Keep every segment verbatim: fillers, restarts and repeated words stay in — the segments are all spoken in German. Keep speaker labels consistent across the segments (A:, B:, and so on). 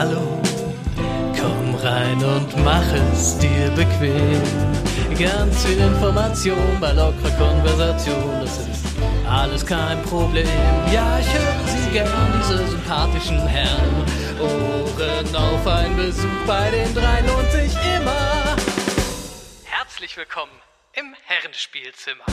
A: Hallo, komm rein und mach es dir bequem. Ganz viel Information bei lockerer Konversation, das ist alles kein Problem. Ja, ich höre Sie gern, diese sympathischen Herren. Ohren auf, ein Besuch bei den dreien lohnt sich immer. Herzlich willkommen im Herrenspielzimmer.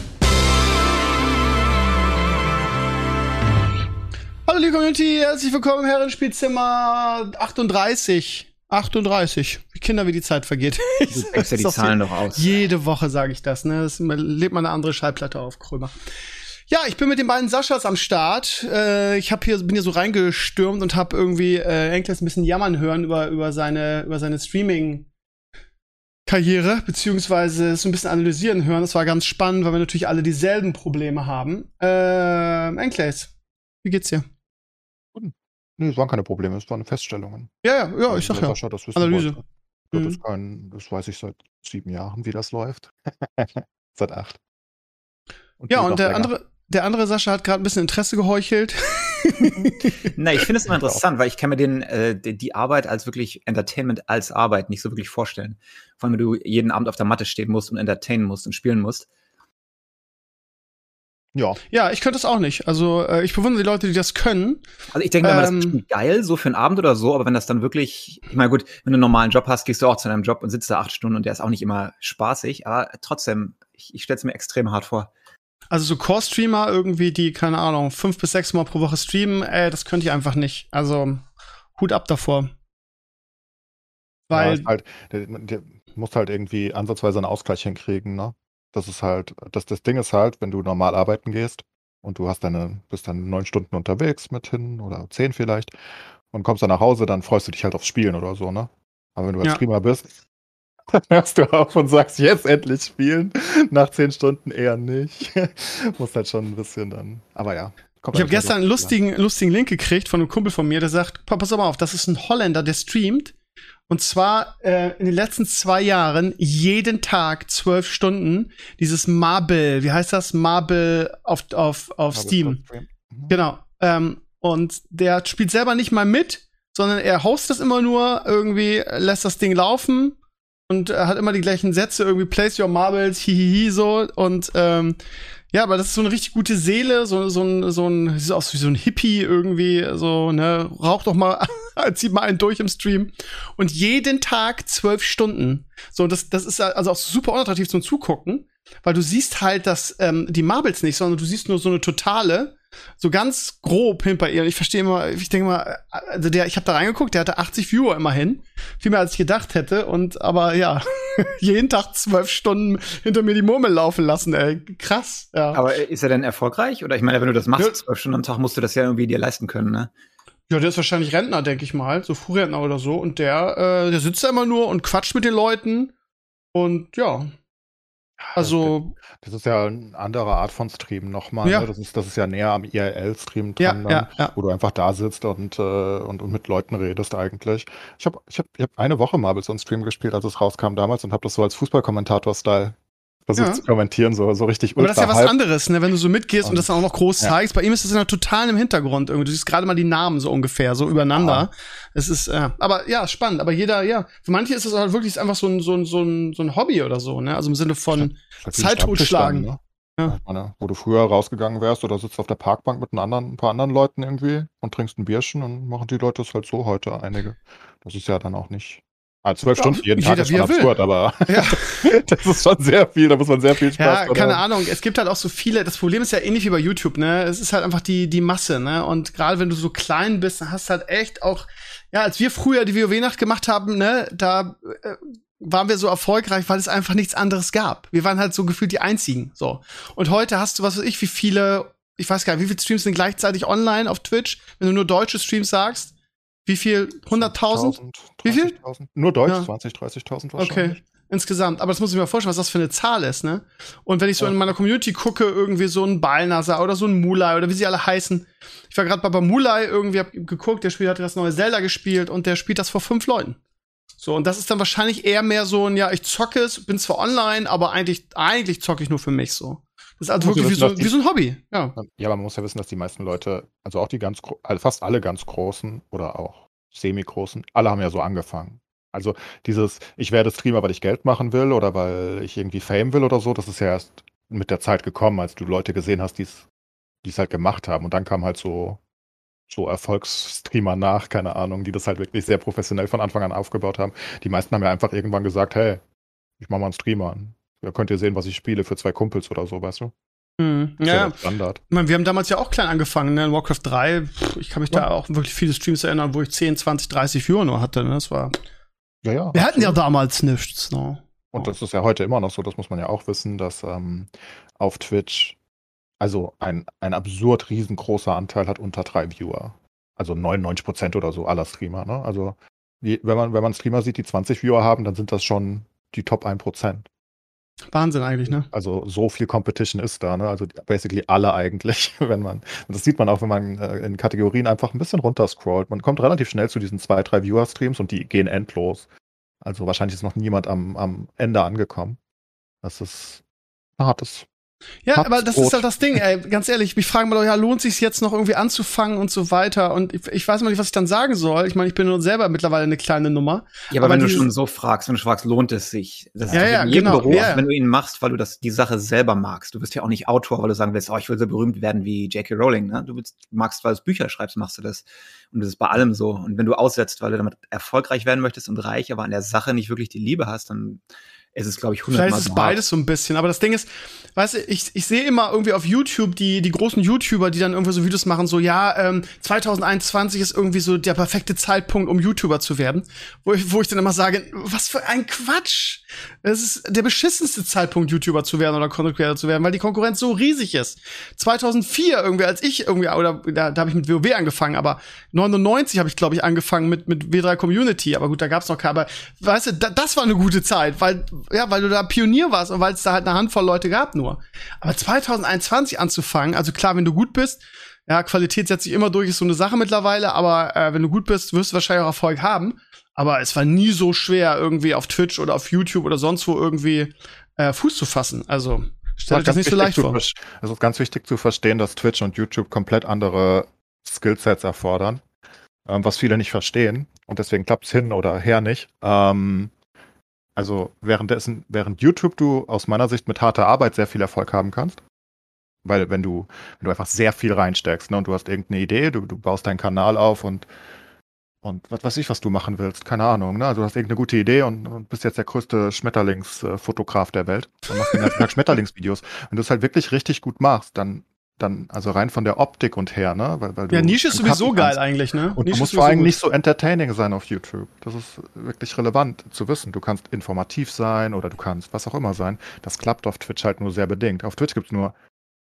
B: Hallo liebe Community, herzlich willkommen im Herrenspielzimmer achtunddreißig. achtunddreißig. Kinder, wie die Zeit vergeht.
C: Du denkst ja die Zahlen doch aus.
B: Jede Woche sage ich das, ne? Das lebt mal eine andere Schallplatte auf, Krömer. Ja, ich bin mit den beiden Saschas am Start. Äh, ich hab hier, bin hier so reingestürmt und habe irgendwie äh, Enkles ein bisschen jammern hören über, über seine, über seine Streaming-Karriere, beziehungsweise so ein bisschen analysieren hören. Das war ganz spannend, weil wir natürlich alle dieselben Probleme haben. Äh, Enkles, wie geht's dir?
D: Nee, es waren keine Probleme, es waren Feststellungen.
B: Ja, ja, ja, ich sag ja.
D: Sascha das wissen
B: Analyse.
D: wollte. Das,
B: Mhm.
D: ist kein, das weiß ich seit sieben Jahren, wie das läuft. Seit acht. Und
B: Ja,
D: die
B: und
D: noch
B: der
D: länger.
B: andere, der andere Sascha hat gerade ein bisschen Interesse geheuchelt.
C: Na, ich finde es immer interessant, weil ich kann mir den, äh, die, die Arbeit als wirklich Entertainment als Arbeit nicht so wirklich vorstellen. Vor allem, wenn du jeden Abend auf der Matte stehen musst und entertainen musst und spielen musst.
D: Ja,
B: Ja, ich könnte es auch nicht. Also, äh, ich bewundere die Leute, die das können.
C: Also ich denke mir,
B: Ähm.
C: das ist bestimmt geil, so für einen Abend oder so, aber wenn das dann wirklich, ich meine, gut, wenn du einen normalen Job hast, gehst du auch zu deinem Job und sitzt da acht Stunden und der ist auch nicht immer spaßig, aber trotzdem, ich, ich stelle es mir extrem hart vor.
B: Also so Core-Streamer irgendwie, die, keine Ahnung, fünf bis sechs Mal pro Woche streamen, ey, das könnte ich einfach nicht. Also, Hut ab davor.
D: ja
B: Weil,
D: ist halt, der, der muss halt irgendwie ansatzweise einen Ausgleich hinkriegen, ne? Das ist halt, das, das Ding ist halt, wenn du normal arbeiten gehst und du hast deine, bist dann neun Stunden unterwegs mit hin oder zehn vielleicht und kommst dann nach Hause, dann freust du dich halt aufs Spielen oder so, ne? Aber wenn du als
B: Ja.
D: Streamer bist, dann hörst du auf und sagst, jetzt endlich spielen. Nach zehn Stunden eher nicht. Muss halt schon ein bisschen dann, aber ja. kommt
B: ich habe
D: eigentlich
B: gestern einen
D: mal
B: lustigen, lustigen Link gekriegt von einem Kumpel von mir, der sagt, pass mal auf, das ist ein Holländer, der streamt. Und zwar äh, in den letzten zwei Jahren jeden Tag zwölf Stunden dieses Marble, wie heißt das? Marble auf, auf, auf
D: durch.
B: Steam.
D: Mhm.
B: Genau. Ähm, und der spielt selber nicht mal mit, sondern er hostet das immer nur irgendwie, lässt das Ding laufen und äh, hat immer die gleichen Sätze, irgendwie place your marbles, hihihi, so. Und ähm, ja, aber das ist so eine richtig gute Seele, so, so ein, so ein, sieht aus wie so ein Hippie irgendwie, so, ne, raucht doch mal, zieht mal einen durch im Stream. Und jeden Tag zwölf Stunden. So, und das, das ist also auch super unattraktiv zum Zugucken, weil du siehst halt, dass ähm, die Marbles nicht, sondern du siehst nur so eine totale, so ganz grob hinter ihr. Und ich verstehe immer, ich denke mal, also der, ich habe da reingeguckt, der hatte achtzig Viewer immerhin. Viel mehr als ich gedacht hätte. Und aber ja, jeden Tag zwölf Stunden hinter mir die Murmel laufen lassen, ey. Krass, ja.
C: Aber ist er denn erfolgreich? Oder ich meine, wenn du das machst,
B: Ja.
C: zwölf Stunden am Tag, musst du das ja irgendwie dir leisten können, ne?
B: Ja, der ist wahrscheinlich Rentner, denke ich mal. So Frührentner oder so. Und der, äh, der sitzt da immer nur und quatscht mit den Leuten. Und ja. Also,
D: Das ist ja eine andere Art von Stream nochmal.
B: Ja.
D: Ne? Das ist, das ist ja näher am I R L-Stream
B: ja,
D: dran, dann,
B: ja, ja.
D: wo du einfach da sitzt und, äh, und, und mit Leuten redest eigentlich. Ich habe ich hab, ich hab eine Woche Marbles on Stream gespielt, als es rauskam damals und habe das so als Fußballkommentator-Style versucht
B: Ja.
D: zu kommentieren, so, so richtig
B: Aber das ist ja was
D: ultra-hype.
B: anderes, ne, wenn du so mitgehst und,
D: Und-
B: das dann auch noch groß
D: ja.
B: zeigst. Bei ihm ist das ja total im Hintergrund irgendwie. Du siehst gerade mal die Namen so ungefähr, so übereinander. Es ist, äh, aber ja, spannend. Aber jeder, ja, für manche ist es halt wirklich einfach so ein, so ein, so ein, so ein Hobby oder so, ne? Also im Sinne von
D: Halt wie ein
B: Zeit
D: Stammtisch
B: totschlagen.
D: dann, ne?
B: Ja.
D: Ich meine, wo du früher rausgegangen wärst oder sitzt auf der Parkbank mit einem anderen, ein paar anderen Leuten irgendwie und trinkst ein Bierchen und machen die Leute das halt so heute, einige. Das ist ja dann auch nicht. Ah, zwölf
B: Ja,
D: Stunden jeden
B: jeder,
D: Tag ist
B: wie
D: schon
B: er will.
D: absurd, aber
B: Ja.
D: das ist schon sehr viel, da muss man sehr viel Spaß
B: Ja,
D: dran
B: keine
D: haben.
B: Ahnung. Es gibt halt auch so viele. Das Problem ist ja ähnlich wie bei YouTube, ne? Es ist halt einfach die, die Masse, ne? Und gerade wenn du so klein bist, dann hast du halt echt auch, ja, als wir früher die WoW-Nacht gemacht haben, ne, da äh, waren wir so erfolgreich, weil es einfach nichts anderes gab. Wir waren halt so gefühlt die Einzigen, so. Und heute hast du, was weiß ich, wie viele, ich weiß gar nicht, wie viele Streams sind gleichzeitig online auf Twitch, wenn du nur deutsche Streams sagst? Wie viel? hunderttausend? Wie viel?
D: dreißigtausend. Nur Deutsch,
B: Ja.
D: zwanzig, dreißigtausend wahrscheinlich.
B: Okay, insgesamt. Aber das muss ich mir vorstellen, was das für eine Zahl ist, ne? Und wenn ich so
D: Ja.
B: in meiner Community gucke, irgendwie so ein Balnasar oder so ein Mulai oder wie sie alle heißen. Ich war gerade bei, bei Mulai irgendwie, hab geguckt, der Spiel hat das neue Zelda gespielt und der spielt das vor fünf Leuten. So, und das ist dann wahrscheinlich eher mehr so ein, ja, ich zocke es, bin zwar online, aber eigentlich, eigentlich zocke ich nur für mich so. Das ist also
D: Muss
B: wirklich
D: wissen,
B: wie, so,
D: dass die-
B: wie so ein Hobby, ja.
D: Ja, aber man muss ja wissen, dass die meisten Leute, also auch die ganz, gro- also fast alle ganz Großen oder auch semi-großen, alle haben ja so angefangen. Also dieses, ich werde Streamer, weil ich Geld machen will oder weil ich irgendwie Fame will oder so, das ist ja erst mit der Zeit gekommen, als du Leute gesehen hast, die es halt gemacht haben. Und dann kam halt so, so Erfolgsstreamer nach, keine Ahnung, die das halt wirklich sehr professionell von Anfang an aufgebaut haben. Die meisten haben ja einfach irgendwann gesagt, hey, ich mache mal einen Streamer an. Da könnt ihr sehen, was ich spiele für zwei Kumpels oder so, weißt du?
B: Hm,
D: Das ist
B: ja,
D: ja der Standard.
B: ich meine, wir haben damals ja auch klein angefangen, ne? In Warcraft drei. Pff, ich kann mich
D: Ja.
B: da auch wirklich viele Streams erinnern, wo ich zehn, zwanzig, dreißig Viewer nur hatte. Ne? Das war.
D: Ja, ja.
B: Wir hatten ja
D: absolut.
B: damals nichts. Ne?
D: Und das ist ja heute immer noch so, das muss man ja auch wissen, dass ähm, auf Twitch also ein, ein absurd riesengroßer Anteil hat unter drei Viewer. Also neunundneunzig Prozent oder so aller Streamer. Ne? Also je, wenn man wenn man Streamer sieht, die zwanzig Viewer haben, dann sind das schon die Top ein Prozent.
B: Wahnsinn eigentlich, ne?
D: Also so viel Competition ist da. Ne? Also basically alle eigentlich, wenn man, und das sieht man auch, wenn man äh, in Kategorien einfach ein bisschen runterscrollt. Man kommt relativ schnell zu diesen zwei, drei Viewer-Streams und die gehen endlos. Also wahrscheinlich ist noch niemand am, am Ende angekommen. Das ist hartes.
B: Ja,
D: Hartes
B: aber das
D: Brot.
B: ist halt das Ding, ey. Ganz ehrlich, mich fragen mal, ja, lohnt sich jetzt noch irgendwie anzufangen und so weiter? Und ich, ich weiß mal nicht, was ich dann sagen soll. Ich meine, ich bin nur selber mittlerweile eine kleine Nummer.
C: Ja, aber,
B: Aber
C: wenn du
B: dieses-
C: schon so fragst, wenn du fragst, lohnt es sich? Das
B: Ja,
C: ist
B: ja,
C: in jedem
B: genau,
C: Beruf,
B: ja.
C: wenn du ihn machst, weil du das, die Sache selber magst. Du bist ja auch nicht Autor, weil du sagen willst, oh, ich will so berühmt werden wie J K Rowling. Ne? Du willst, magst, weil du Bücher schreibst, machst du das. Und das ist bei allem so. Und wenn du aussetzt, weil du damit erfolgreich werden möchtest und reich, aber an der Sache nicht wirklich die Liebe hast, dann ist es, glaube ich,
B: Vielleicht
C: hundertmal
B: ist es
C: so
B: beides so ein bisschen, aber das Ding ist, weißt du, ich, ich sehe immer irgendwie auf YouTube die, die großen YouTuber, die dann irgendwie so Videos machen, so, ja, ähm, zwanzig einundzwanzig ist irgendwie so der perfekte Zeitpunkt, um YouTuber zu werden. Wo ich, wo ich dann immer sage, was für ein Quatsch! Es ist der beschissenste Zeitpunkt, YouTuber zu werden oder Content Creator zu werden, weil die Konkurrenz so riesig ist. zweitausendvier irgendwie, als ich irgendwie, oder da, da habe ich mit WoW angefangen, aber neunundneunzig habe ich, glaube ich, angefangen mit, mit W drei Community, aber gut, da gab's noch keine, aber weißt du, da, das war eine gute Zeit, weil, ja, weil du da Pionier warst und weil es da halt eine Handvoll Leute gab nur. Aber zwanzig einundzwanzig anzufangen, also klar, wenn du gut bist, ja, Qualität setzt sich immer durch, ist so eine Sache mittlerweile, aber äh, wenn du gut bist, wirst du wahrscheinlich auch Erfolg haben. Aber es war nie so schwer, irgendwie auf Twitch oder auf YouTube oder sonst wo irgendwie äh, Fuß zu fassen. Also, stell euch das nicht so leicht vor.
D: Es ist ganz wichtig zu verstehen, dass Twitch und YouTube komplett andere Skillsets erfordern, ähm, was viele nicht verstehen. Und deswegen klappt es hin oder her nicht. Ähm, also währenddessen, während YouTube du aus meiner Sicht mit harter Arbeit sehr viel Erfolg haben kannst. Weil wenn du, wenn du einfach sehr viel reinsteckst, ne, und du hast irgendeine Idee, du, du baust deinen Kanal auf und Und was weiß ich, was du machen willst, keine Ahnung. Ne? Also du hast irgendeine gute Idee und, und bist jetzt der größte Schmetterlingsfotograf der Welt. Dann machst du den ganzen Tag Schmetterlingsvideos. Wenn du es halt wirklich richtig gut machst, dann, dann also rein von der Optik und her, ne? Weil, weil du
B: Ja, Nische ist
D: dann
B: sowieso
D: cutten
B: geil
D: kannst.
B: eigentlich, ne?
D: Und
B: Nische
D: du musst
B: ist
D: vor allem
B: sowieso
D: nicht so entertaining sein auf YouTube. Das ist wirklich relevant zu wissen. Du kannst informativ sein oder du kannst was auch immer sein. Das klappt auf Twitch halt nur sehr bedingt. Auf Twitch gibt es nur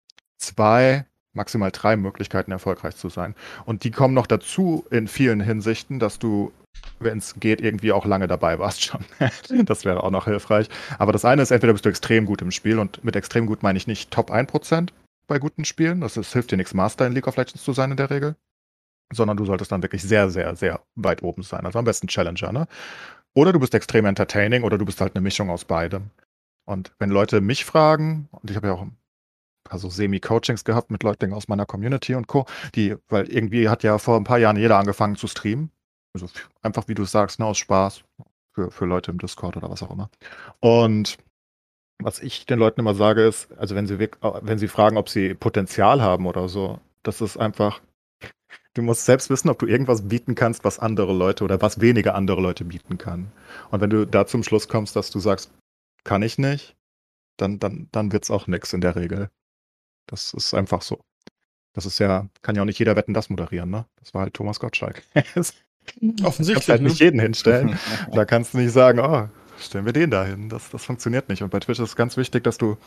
D: zwei, maximal drei Möglichkeiten, erfolgreich zu sein. Und die kommen noch dazu in vielen Hinsichten, dass du, wenn es geht, irgendwie auch lange dabei warst schon. Das wäre auch noch hilfreich. Aber das eine ist, entweder bist du extrem gut im Spiel, und mit extrem gut meine ich nicht Top ein Prozent bei guten Spielen. Das ist, hilft dir nichts, Master in League of Legends zu sein in der Regel. Sondern du solltest dann wirklich sehr, sehr, sehr weit oben sein. Also am besten Challenger, ne? Oder du bist extrem entertaining oder du bist halt eine Mischung aus beidem. Und wenn Leute mich fragen, und ich habe ja auch also Semi-Coachings gehabt mit Leuten aus meiner Community und Co., die, weil irgendwie hat ja vor ein paar Jahren jeder angefangen zu streamen. Also einfach, wie du sagst, ne, aus Spaß für, für Leute im Discord oder was auch immer. Und was ich den Leuten immer sage ist, also wenn sie, wenn sie fragen, ob sie Potenzial haben oder so, das ist einfach, du musst selbst wissen, ob du irgendwas bieten kannst, was andere Leute oder was weniger andere Leute bieten kann. Und wenn du da zum Schluss kommst, dass du sagst, kann ich nicht, dann, dann, dann wird es auch nix in der Regel. Das ist einfach so. Das ist ja, kann ja auch nicht jeder Wetten, das moderieren, ne? Das war halt Thomas Gottschalk.
B: offensichtlich.
D: Du kannst halt
B: Ne?
D: nicht jeden hinstellen. Da kannst du nicht sagen, oh, stellen wir den da hin. Das, das funktioniert nicht. Und bei Twitch ist es ganz wichtig, dass du,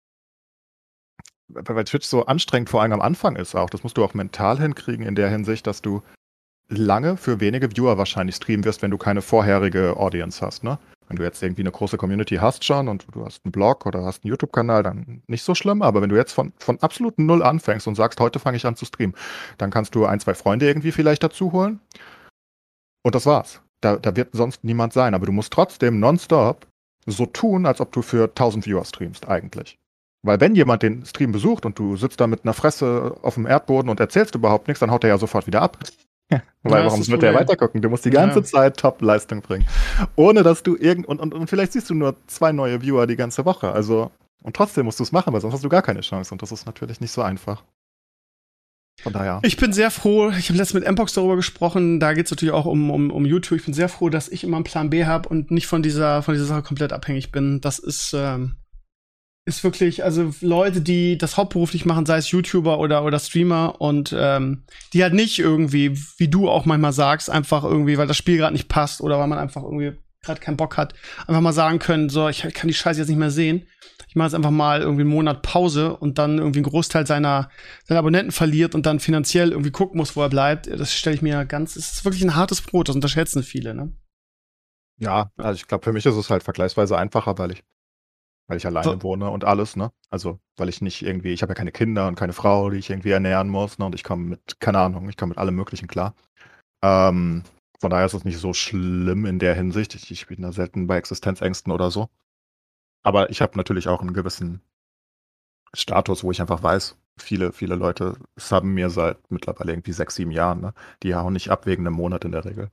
D: weil Twitch so anstrengend vor allem am Anfang ist auch, das musst du auch mental hinkriegen in der Hinsicht, dass du lange für wenige Viewer wahrscheinlich streamen wirst, wenn du keine vorherige Audience hast, ne? Wenn du jetzt irgendwie eine große Community hast schon und du hast einen Blog oder hast einen YouTube-Kanal, dann nicht so schlimm. Aber wenn du jetzt von, von absoluten Null anfängst und sagst, heute fange ich an zu streamen, dann kannst du ein, zwei Freunde irgendwie vielleicht dazu holen. Und das war's. Da, da wird sonst niemand sein. Aber du musst trotzdem nonstop so tun, als ob du für tausend Viewer streamst eigentlich. Weil wenn jemand den Stream besucht und du sitzt da mit einer Fresse auf dem Erdboden und erzählst überhaupt nichts, dann haut er ja sofort wieder ab. Weil
B: Ja,
D: warum
B: das ist
D: wird der
B: Problem.
D: weitergucken? Du musst die ganze
B: Ja.
D: Zeit Top-Leistung bringen. Ohne dass du irgend. Und, und, und vielleicht siehst du nur zwei neue Viewer die ganze Woche. Also. Und trotzdem musst du es machen, weil sonst hast du gar keine Chance. Und das ist natürlich nicht so einfach. Von daher.
B: Ich bin sehr froh, ich habe letztens mit Mpox darüber gesprochen, da geht es natürlich auch um, um, um YouTube. Ich bin sehr froh, dass ich immer einen Plan B habe und nicht von dieser, von dieser Sache komplett abhängig bin. Das ist, ähm, ist wirklich, also Leute, die das hauptberuflich machen, sei es YouTuber oder, oder Streamer und ähm, die halt nicht irgendwie, wie du auch manchmal sagst, einfach irgendwie, weil das Spiel gerade nicht passt oder weil man einfach irgendwie gerade keinen Bock hat, einfach mal sagen können, so, ich kann die Scheiße jetzt nicht mehr sehen. Ich mache jetzt einfach mal irgendwie einen Monat Pause und dann irgendwie einen Großteil seiner, seiner Abonnenten verliert und dann finanziell irgendwie gucken muss, wo er bleibt. Das stelle ich mir ganz, es ist wirklich ein hartes Brot, das unterschätzen viele, ne?
D: Ja, also ich glaube, für mich ist es halt vergleichsweise einfacher, weil ich, weil ich alleine
B: So.
D: wohne und alles, ne? Also, weil ich nicht irgendwie, ich habe ja keine Kinder und keine Frau, die ich irgendwie ernähren muss, ne? Und ich komme mit, keine Ahnung, ich komme mit allem Möglichen klar. Ähm, von daher ist es nicht so schlimm in der Hinsicht. Ich, ich bin da selten bei Existenzängsten oder so. Aber ich habe natürlich auch einen gewissen Status, wo ich einfach weiß, viele, viele Leute subben mir seit mittlerweile irgendwie sechs, sieben Jahren, ne? Die hauen nicht ab wegen einem Monat in der Regel.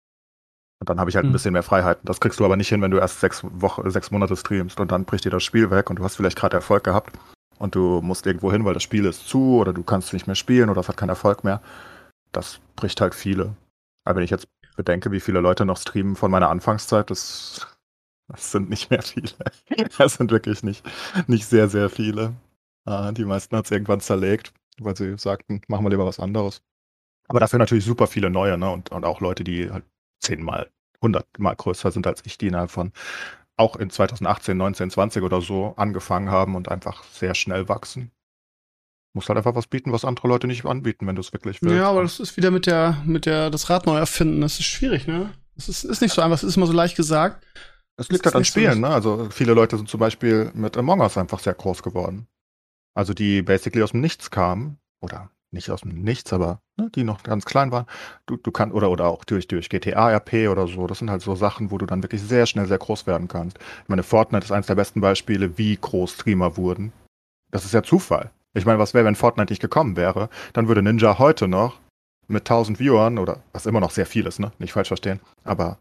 D: Und dann habe ich halt ein
B: Hm.
D: bisschen mehr Freiheiten. Das kriegst du aber nicht hin, wenn du erst sechs Wochen, sechs Monate streamst und dann bricht dir das Spiel weg und du hast vielleicht gerade Erfolg gehabt und du musst irgendwo hin, weil das Spiel ist zu oder du kannst nicht mehr spielen oder es hat keinen Erfolg mehr. Das bricht halt viele. Aber wenn ich jetzt bedenke, wie viele Leute noch streamen von meiner Anfangszeit, das, das sind nicht mehr viele. Das sind wirklich nicht, nicht sehr, sehr viele. Äh, die meisten hat es irgendwann zerlegt, weil sie sagten, machen wir lieber was anderes. Aber dafür natürlich super viele neue, ne? Und, und auch Leute, die halt zehnmal, hundertmal größer sind als ich, die innerhalb von auch in zweitausendachtzehn, neunzehn, zwanzig oder so angefangen haben und einfach sehr schnell wachsen. Musst halt einfach was bieten, was andere Leute nicht anbieten, wenn du es wirklich willst.
B: Ja, aber das ist wieder mit der, mit der, das Rad neu erfinden. Das ist schwierig, ne? Das ist, ist nicht so einfach, es ist immer so leicht gesagt.
D: Es liegt
B: das
D: halt an
B: ist nicht so
D: Spielen, ne? Also viele Leute sind zum Beispiel mit Among Us einfach sehr groß geworden. Also die basically aus dem Nichts kamen, oder nicht aus dem Nichts, aber ne, die noch ganz klein waren. Du, du kannst, oder, oder auch durch, durch G T A R P oder so. Das sind halt so Sachen, wo du dann wirklich sehr schnell sehr groß werden kannst. Ich meine, Fortnite ist eines der besten Beispiele, wie groß Streamer wurden. Das ist ja Zufall. Ich meine, was wäre, wenn Fortnite nicht gekommen wäre? Dann würde Ninja heute noch mit tausend Viewern, oder was immer noch sehr viel ist, ne? Nicht falsch verstehen, aber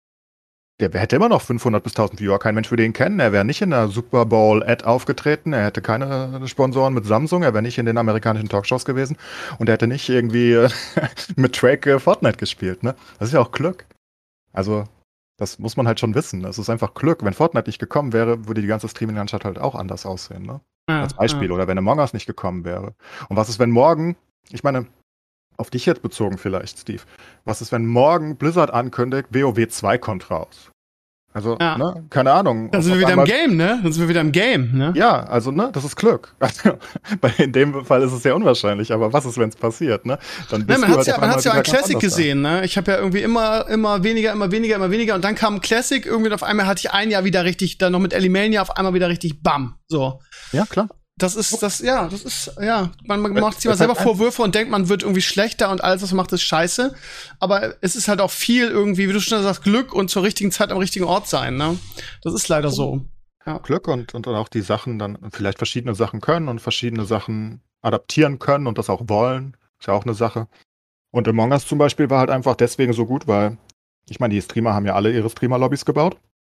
D: der hätte immer noch fünfhundert bis tausend Viewer. Kein Mensch würde ihn kennen. Er wäre nicht in der Super Bowl-Ad aufgetreten. Er hätte keine Sponsoren mit Samsung. Er wäre nicht in den amerikanischen Talkshows gewesen. Und er hätte nicht irgendwie äh, mit Drake äh, Fortnite gespielt. Ne? Das ist ja auch Glück. Also, das muss man halt schon wissen. Das ist einfach Glück. Wenn Fortnite nicht gekommen wäre, würde die ganze Streaming-Landschaft halt auch anders aussehen. Ne?
B: Ja,
D: Als Beispiel.
B: ja.
D: Oder wenn Among Us nicht gekommen wäre. Und was ist, wenn morgen, ich meine, auf dich jetzt bezogen vielleicht, Steve. Was ist, wenn morgen Blizzard ankündigt, WoW zwei kommt raus? Also,
B: Ja.
D: ne, keine Ahnung.
B: Dann sind
D: Auf
B: wir wieder im
D: einmal-
B: Game, ne? Dann sind wir wieder im Game, ne?
D: Ja, also, ne, das ist Glück. Also, bei- in dem Fall ist es sehr unwahrscheinlich, aber was ist, wenn es passiert, ne? Dann
B: Ne,
D: bist
B: man
D: du
B: hat's
D: halt
B: ja,
D: auf
B: man
D: einmal
B: hat's ja
D: wieder
B: an
D: ganz
B: Classic
D: anders da.
B: gesehen, ne? Ich habe ja irgendwie immer, immer weniger, immer weniger, immer weniger und dann kam Classic, irgendwie auf einmal hatte ich ein Jahr wieder richtig, dann noch mit Elimania auf einmal wieder richtig bam. So.
D: Ja, klar.
B: Das ist, das, ja, das ist, ja, man, man
D: Es-
B: macht sich immer
D: es hat
B: selber
D: ein-
B: Vorwürfe und denkt, man wird irgendwie schlechter und alles, was man macht, ist scheiße. Aber es ist halt auch viel irgendwie, wie du schon sagst, Glück und zur richtigen Zeit am richtigen Ort sein, ne? Das ist leider so.
D: Glück und, und dann auch die Sachen dann vielleicht verschiedene Sachen können und verschiedene Sachen adaptieren können und das auch wollen. Ist ja auch eine Sache. Und Among Us zum Beispiel war halt einfach deswegen so gut, weil, ich meine, die Streamer haben ja alle ihre Streamer-Lobbys gebaut.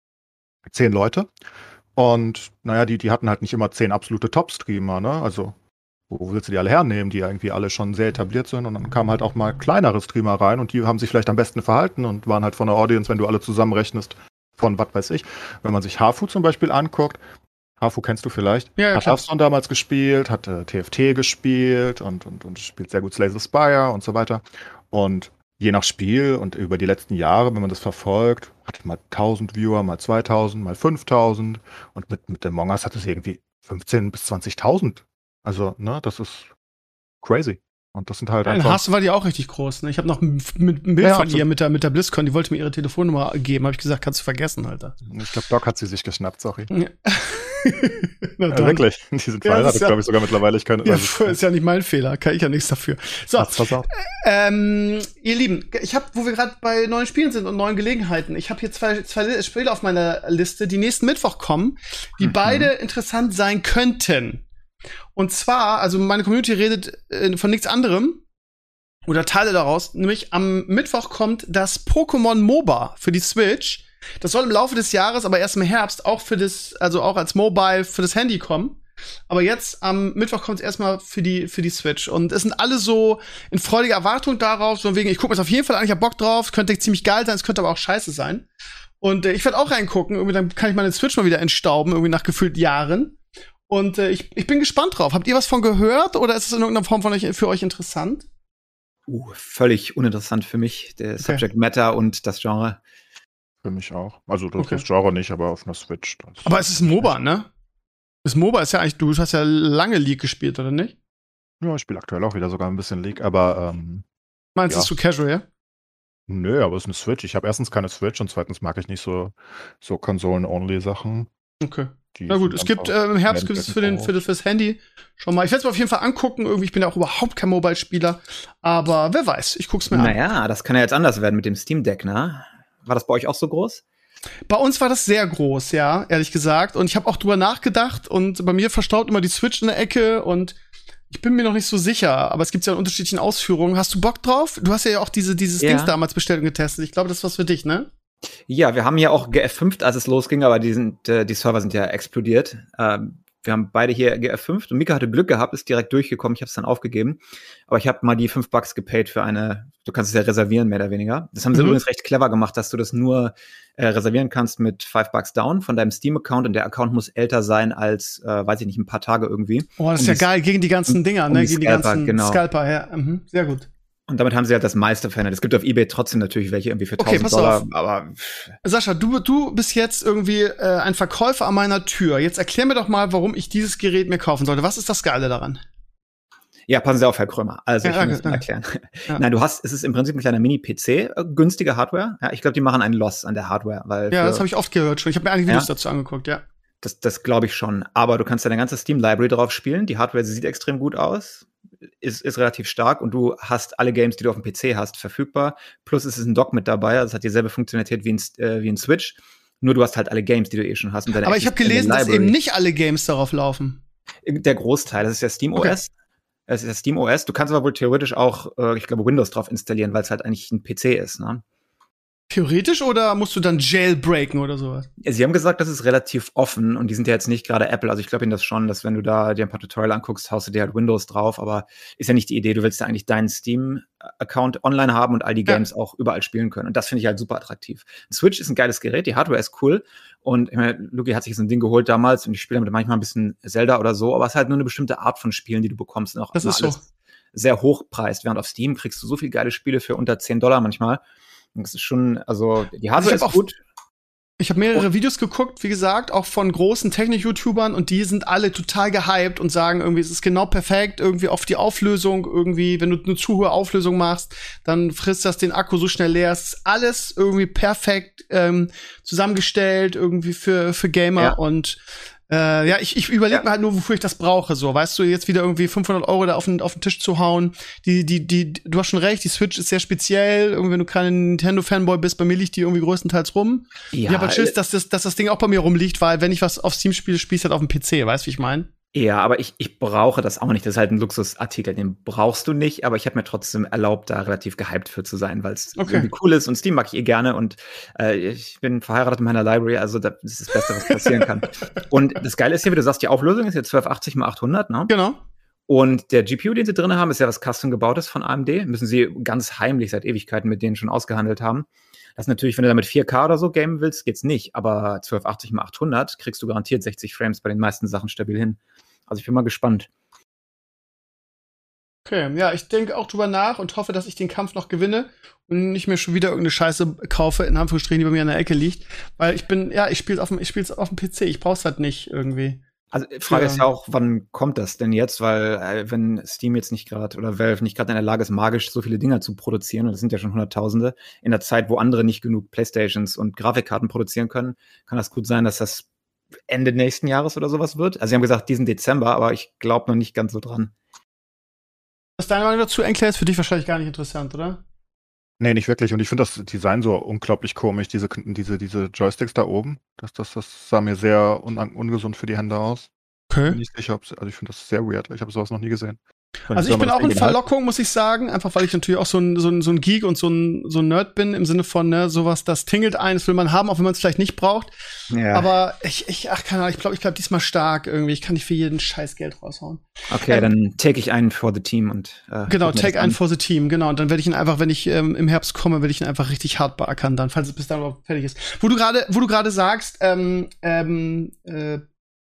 D: Zehn Leute. Und naja, die, die hatten halt nicht immer zehn absolute Top-Streamer, ne? Also, wo willst du die alle hernehmen, die ja irgendwie alle schon sehr etabliert sind? Und dann kamen halt auch mal kleinere Streamer rein und die haben sich vielleicht am besten verhalten und waren halt von der Audience, wenn du alle zusammenrechnest, von was weiß ich. Wenn man sich Hafu zum Beispiel anguckt, Hafu kennst du vielleicht,
B: Ja, ja,
D: hat
B: klar.
D: Hearthstone damals gespielt, hat äh, T F T gespielt und, und, und spielt sehr gut Slay the Spire und so weiter. Und je nach Spiel und über die letzten Jahre, wenn man das verfolgt, hat mal tausend Viewer, mal zweitausend, mal fünftausend und mit, mit Among Us hat es irgendwie fünfzehntausend bis zwanzigtausend. Also, ne, das ist crazy. Und das sind halt
B: In
D: einfach...
B: Hass war die auch richtig groß, ne? Ich habe noch ein, mit, ein Bild
D: Ja,
B: von
D: absolut.
B: ihr mit der, mit der BlizzCon, die wollte mir ihre Telefonnummer geben, habe ich gesagt, kannst du vergessen, Alter.
D: Ich glaube, Doc hat sie sich geschnappt, sorry.
B: Ja. Na
D: Ja,
B: dann.
D: wirklich. Die sind
B: Ja, das
D: verheiratet,
B: ist ja-
D: glaube ich, sogar mittlerweile. Ich kann,
B: Ja,
D: weiß es
B: pf,
D: nicht.
B: ist ja nicht mein Fehler, kann ich ja nichts dafür. So,
D: Hat's versaut.
B: ähm, ihr Lieben, ich habe, wo wir gerade bei neuen Spielen sind und neuen Gelegenheiten, ich habe hier zwei, zwei Spiele auf meiner Liste, die nächsten Mittwoch kommen, die
D: Mhm.
B: beide interessant sein könnten. Und zwar, also meine Community redet äh, von nichts anderem. oder Teile daraus. Nämlich am Mittwoch kommt das Pokémon MOBA für die Switch. Das soll im Laufe des Jahres, aber erst im Herbst, auch für das, also auch als Mobile für das Handy kommen. Aber jetzt am Mittwoch kommt es erstmal für die, für die Switch. Und es sind alle so in freudiger Erwartung darauf, so wegen, ich gucke mir das auf jeden Fall an, ich hab Bock drauf, könnte ziemlich geil sein, es könnte aber auch scheiße sein. Und äh, ich werde auch reingucken, irgendwie dann kann ich meine Switch mal wieder entstauben, irgendwie nach gefühlt Jahren. Und äh, ich, ich bin gespannt drauf. Habt ihr was von gehört oder ist es in irgendeiner Form von euch, für euch interessant?
C: Uh, völlig uninteressant für mich, der
B: Okay.
C: Subject Matter und das Genre.
D: Für mich auch. Also das,
B: Okay.
D: das Genre nicht, aber auf einer Switch. Das
B: Aber es ist ein MOBA, ne? Das MOBA ist ja eigentlich, du hast ja lange League gespielt, oder nicht?
D: Ja, ich spiele aktuell auch wieder sogar ein bisschen League, aber ähm,
B: Meinst du,
D: Ja.
B: ist zu casual, ja?
D: nö, aber es ist eine Switch. Ich habe erstens keine Switch und zweitens mag ich nicht so, so Konsolen-Only-Sachen.
B: Okay.
D: Die
B: Na gut,
D: sind
B: es gibt
D: einfach
B: äh, im Herbst
D: mehr
B: gibt es für den
D: groß.
B: für das fürs Handy schon mal. Ich werde es mir auf jeden Fall angucken. Irgendwie, ich bin ja auch überhaupt kein Mobile-Spieler, aber wer weiß, ich guck's mir an.
C: Naja, das kann ja jetzt anders werden mit dem Steam Deck, ne? War das bei euch auch so groß?
B: Bei uns war das sehr groß, ja, ehrlich gesagt. Und ich habe auch drüber nachgedacht und bei mir verstaut immer die Switch in der Ecke und ich bin mir noch nicht so sicher, aber es gibt ja in unterschiedlichen Ausführungen. Hast du Bock drauf? Du hast ja auch diese, dieses
C: Ja.
B: Dings damals bestellt und getestet. Ich glaube, das ist was für dich, ne?
C: Ja, wir haben ja auch G F fünf, als es losging, aber die, sind, äh, die Server sind ja explodiert. Ähm, wir haben beide hier G F fünf und Mika hatte Glück gehabt, ist direkt durchgekommen. Ich habe es dann aufgegeben. Aber ich habe mal die fünf Bucks gepaid für eine, du kannst es ja reservieren, mehr oder weniger. Das haben sie
B: Mhm.
C: übrigens recht clever gemacht, dass du das nur äh, reservieren kannst mit fünf Bucks down von deinem Steam-Account und der Account muss älter sein als, äh, weiß ich nicht, ein paar Tage irgendwie.
B: Oh, das ist
C: Um
B: ja
C: die-
B: geil, gegen die ganzen Dinger,
C: um
B: ne?
C: die
B: Gegen die
C: Scalper,
B: ganzen
C: genau.
B: Scalper, ja. Mhm. Sehr gut.
C: Und damit haben sie halt das meiste verändert. Es gibt auf eBay trotzdem natürlich welche irgendwie für
B: Okay,
C: tausend
B: pass
C: Dollar,
B: auf.
C: aber pff,
B: Sascha, du, du bist jetzt irgendwie äh, ein Verkäufer an meiner Tür. Jetzt erklär mir doch mal, warum ich dieses Gerät mir kaufen sollte. Was ist das Geile daran?
C: ja, passen Sie auf, Herr Krömer. Also,
B: Ja,
C: ich will
B: danke,
C: das mal
B: danke.
C: erklären.
B: Ja.
C: Nein, du hast, es ist im Prinzip ein kleiner Mini-P C, äh, günstige Hardware. Ja, ich glaube, die machen einen Loss an der Hardware, weil
B: Ja,
C: für,
B: das habe ich oft gehört schon. Ich habe mir einige Videos
C: Ja.
B: dazu angeguckt, ja.
C: das, das glaube ich schon. Aber du kannst deine ganze Steam-Library drauf spielen. Die Hardware sieht extrem gut aus, ist, ist relativ stark und du hast alle Games, die du auf dem P C hast, verfügbar. Plus es ist ein Dock mit dabei, also es hat dieselbe Funktionalität wie ein, äh, wie ein Switch. Nur du hast halt alle Games, die du eh schon hast. Und deine
B: Aber ich habe
C: existierende
B: gelesen, dass
C: Library.
B: eben nicht alle Games darauf laufen.
C: Der Großteil, das ist ja Steam
B: Okay.
C: O S. Es ist ja Steam O S. Du kannst aber wohl theoretisch auch, äh, ich glaube, Windows drauf installieren, weil es halt eigentlich ein P C ist. Ne?
B: Theoretisch oder musst du dann jailbreaken oder sowas?
C: Ja, Sie haben gesagt, das ist relativ offen und die sind ja jetzt nicht gerade Apple. Also ich glaube Ihnen das schon, dass wenn du da dir ein paar Tutorial anguckst, haust du dir halt Windows drauf. Aber ist ja nicht die Idee. Du willst ja eigentlich deinen Steam-Account online haben und all die
B: Ja.
C: Games auch überall spielen können. Und das finde ich halt super attraktiv. Ein Switch ist ein geiles Gerät, die Hardware ist cool. Und ich meine, Luki hat sich so ein Ding geholt damals und ich spiele damit manchmal ein bisschen Zelda oder so. Aber es ist halt nur eine bestimmte Art von Spielen, die du bekommst. Und auch
B: Das
C: immer
B: ist so.
C: alles sehr hochpreist. Während auf Steam kriegst du so viele geile Spiele für unter zehn Dollar manchmal. Und das ist schon, also die Hardware
B: Ich
C: ist
B: hab auch-
C: gut.
B: Ich habe mehrere Videos geguckt, wie gesagt, auch von großen Technik-YouTubern und die sind alle total gehypt und sagen irgendwie, es ist genau perfekt, irgendwie auf die Auflösung, irgendwie, wenn du eine zu hohe Auflösung machst, dann frisst das den Akku so schnell leer. Es ist alles irgendwie perfekt ähm, zusammengestellt, irgendwie für, für Gamer
C: Ja.
B: und äh, ja, ich, ich überlege
C: Ja.
B: mir halt nur, wofür ich das brauche. So, weißt du, jetzt wieder irgendwie fünfhundert Euro da auf den, auf den Tisch zu hauen. Die, die, die, du hast schon recht, die Switch ist sehr speziell. Irgendwie, wenn du kein Nintendo-Fanboy bist, bei mir liegt die irgendwie größtenteils rum. Ich habe halt Schiss, dass das, dass das Ding auch bei mir rumliegt, weil wenn ich was auf Steam spiele, spiele ich halt auf dem P C, weißt du, wie ich meine?
C: Ja, aber ich, ich brauche das auch nicht. Das ist halt ein Luxusartikel, den brauchst du nicht, aber ich habe mir trotzdem erlaubt, da relativ gehypt für zu sein, weil es
B: Okay.
C: irgendwie cool ist und Steam mag ich eh gerne und äh, ich bin verheiratet mit meiner Library, also das ist das Beste, was passieren kann. Und das Geile ist hier, wie du sagst, die Auflösung ist jetzt zwölf achtzig mal achthundert, ne?
B: Genau.
C: Und der G P U, den sie drin haben, ist ja was custom gebautes von A M D. Müssen sie ganz heimlich seit Ewigkeiten mit denen schon ausgehandelt haben. Das ist natürlich, wenn du damit vier K oder so gamen willst, geht's nicht. Aber zwölf achtzig mal achthundert kriegst du garantiert sechzig Frames bei den meisten Sachen stabil hin. Also ich bin mal gespannt.
B: Okay, ja, ich denke auch drüber nach und hoffe, dass ich den Kampf noch gewinne und nicht mehr schon wieder irgendeine Scheiße kaufe, in Anführungsstrichen, die bei mir in der Ecke liegt. Weil ich bin, ja, ich spiele auf dem, ich spiel's auf dem P C. Ich brauch's halt nicht irgendwie.
C: Also die Frage
B: Ja.
C: ist ja auch, wann kommt das denn jetzt? Weil äh, wenn Steam jetzt nicht gerade oder Valve nicht gerade in der Lage ist, magisch so viele Dinger zu produzieren, und das sind ja schon Hunderttausende, in der Zeit, wo andere nicht genug Playstations und Grafikkarten produzieren können, kann das gut sein, dass das Ende nächsten Jahres oder sowas wird. Also sie haben gesagt, diesen Dezember, aber ich glaube noch nicht ganz so dran.
B: Was ist deine Meinung dazu, Enkler? Ist für dich wahrscheinlich gar nicht interessant, oder?
D: Nee, nicht wirklich. Und ich finde das Design so unglaublich komisch, diese, diese, diese Joysticks da oben. Das, das, das sah mir sehr un ungesund für die Hände aus. Bin
B: Okay.
D: nicht sicher, ob's, also ich finde das sehr weird. Ich habe sowas noch nie gesehen.
B: Also ich bin auch in Verlockung, muss ich sagen, einfach weil ich natürlich auch so ein, so ein, so ein Geek und so ein, so ein Nerd bin, im Sinne von, ne, sowas, das tingelt ein, das will man haben, auch wenn man es vielleicht nicht braucht.
C: Ja.
B: Aber ich, ich, ach, keine Ahnung, ich glaube, ich bleib diesmal stark irgendwie. Ich kann nicht für jeden Scheiß Geld raushauen.
C: Okay, ähm, dann take ich einen for the team und äh,
B: genau, take einen for the team, genau. Und dann werde ich ihn einfach, wenn ich ähm, im Herbst komme, werde ich ihn einfach richtig hart beackern, dann, falls es bis dahin überhaupt fertig ist. Wo du gerade, wo du gerade sagst, ähm, ähm, äh,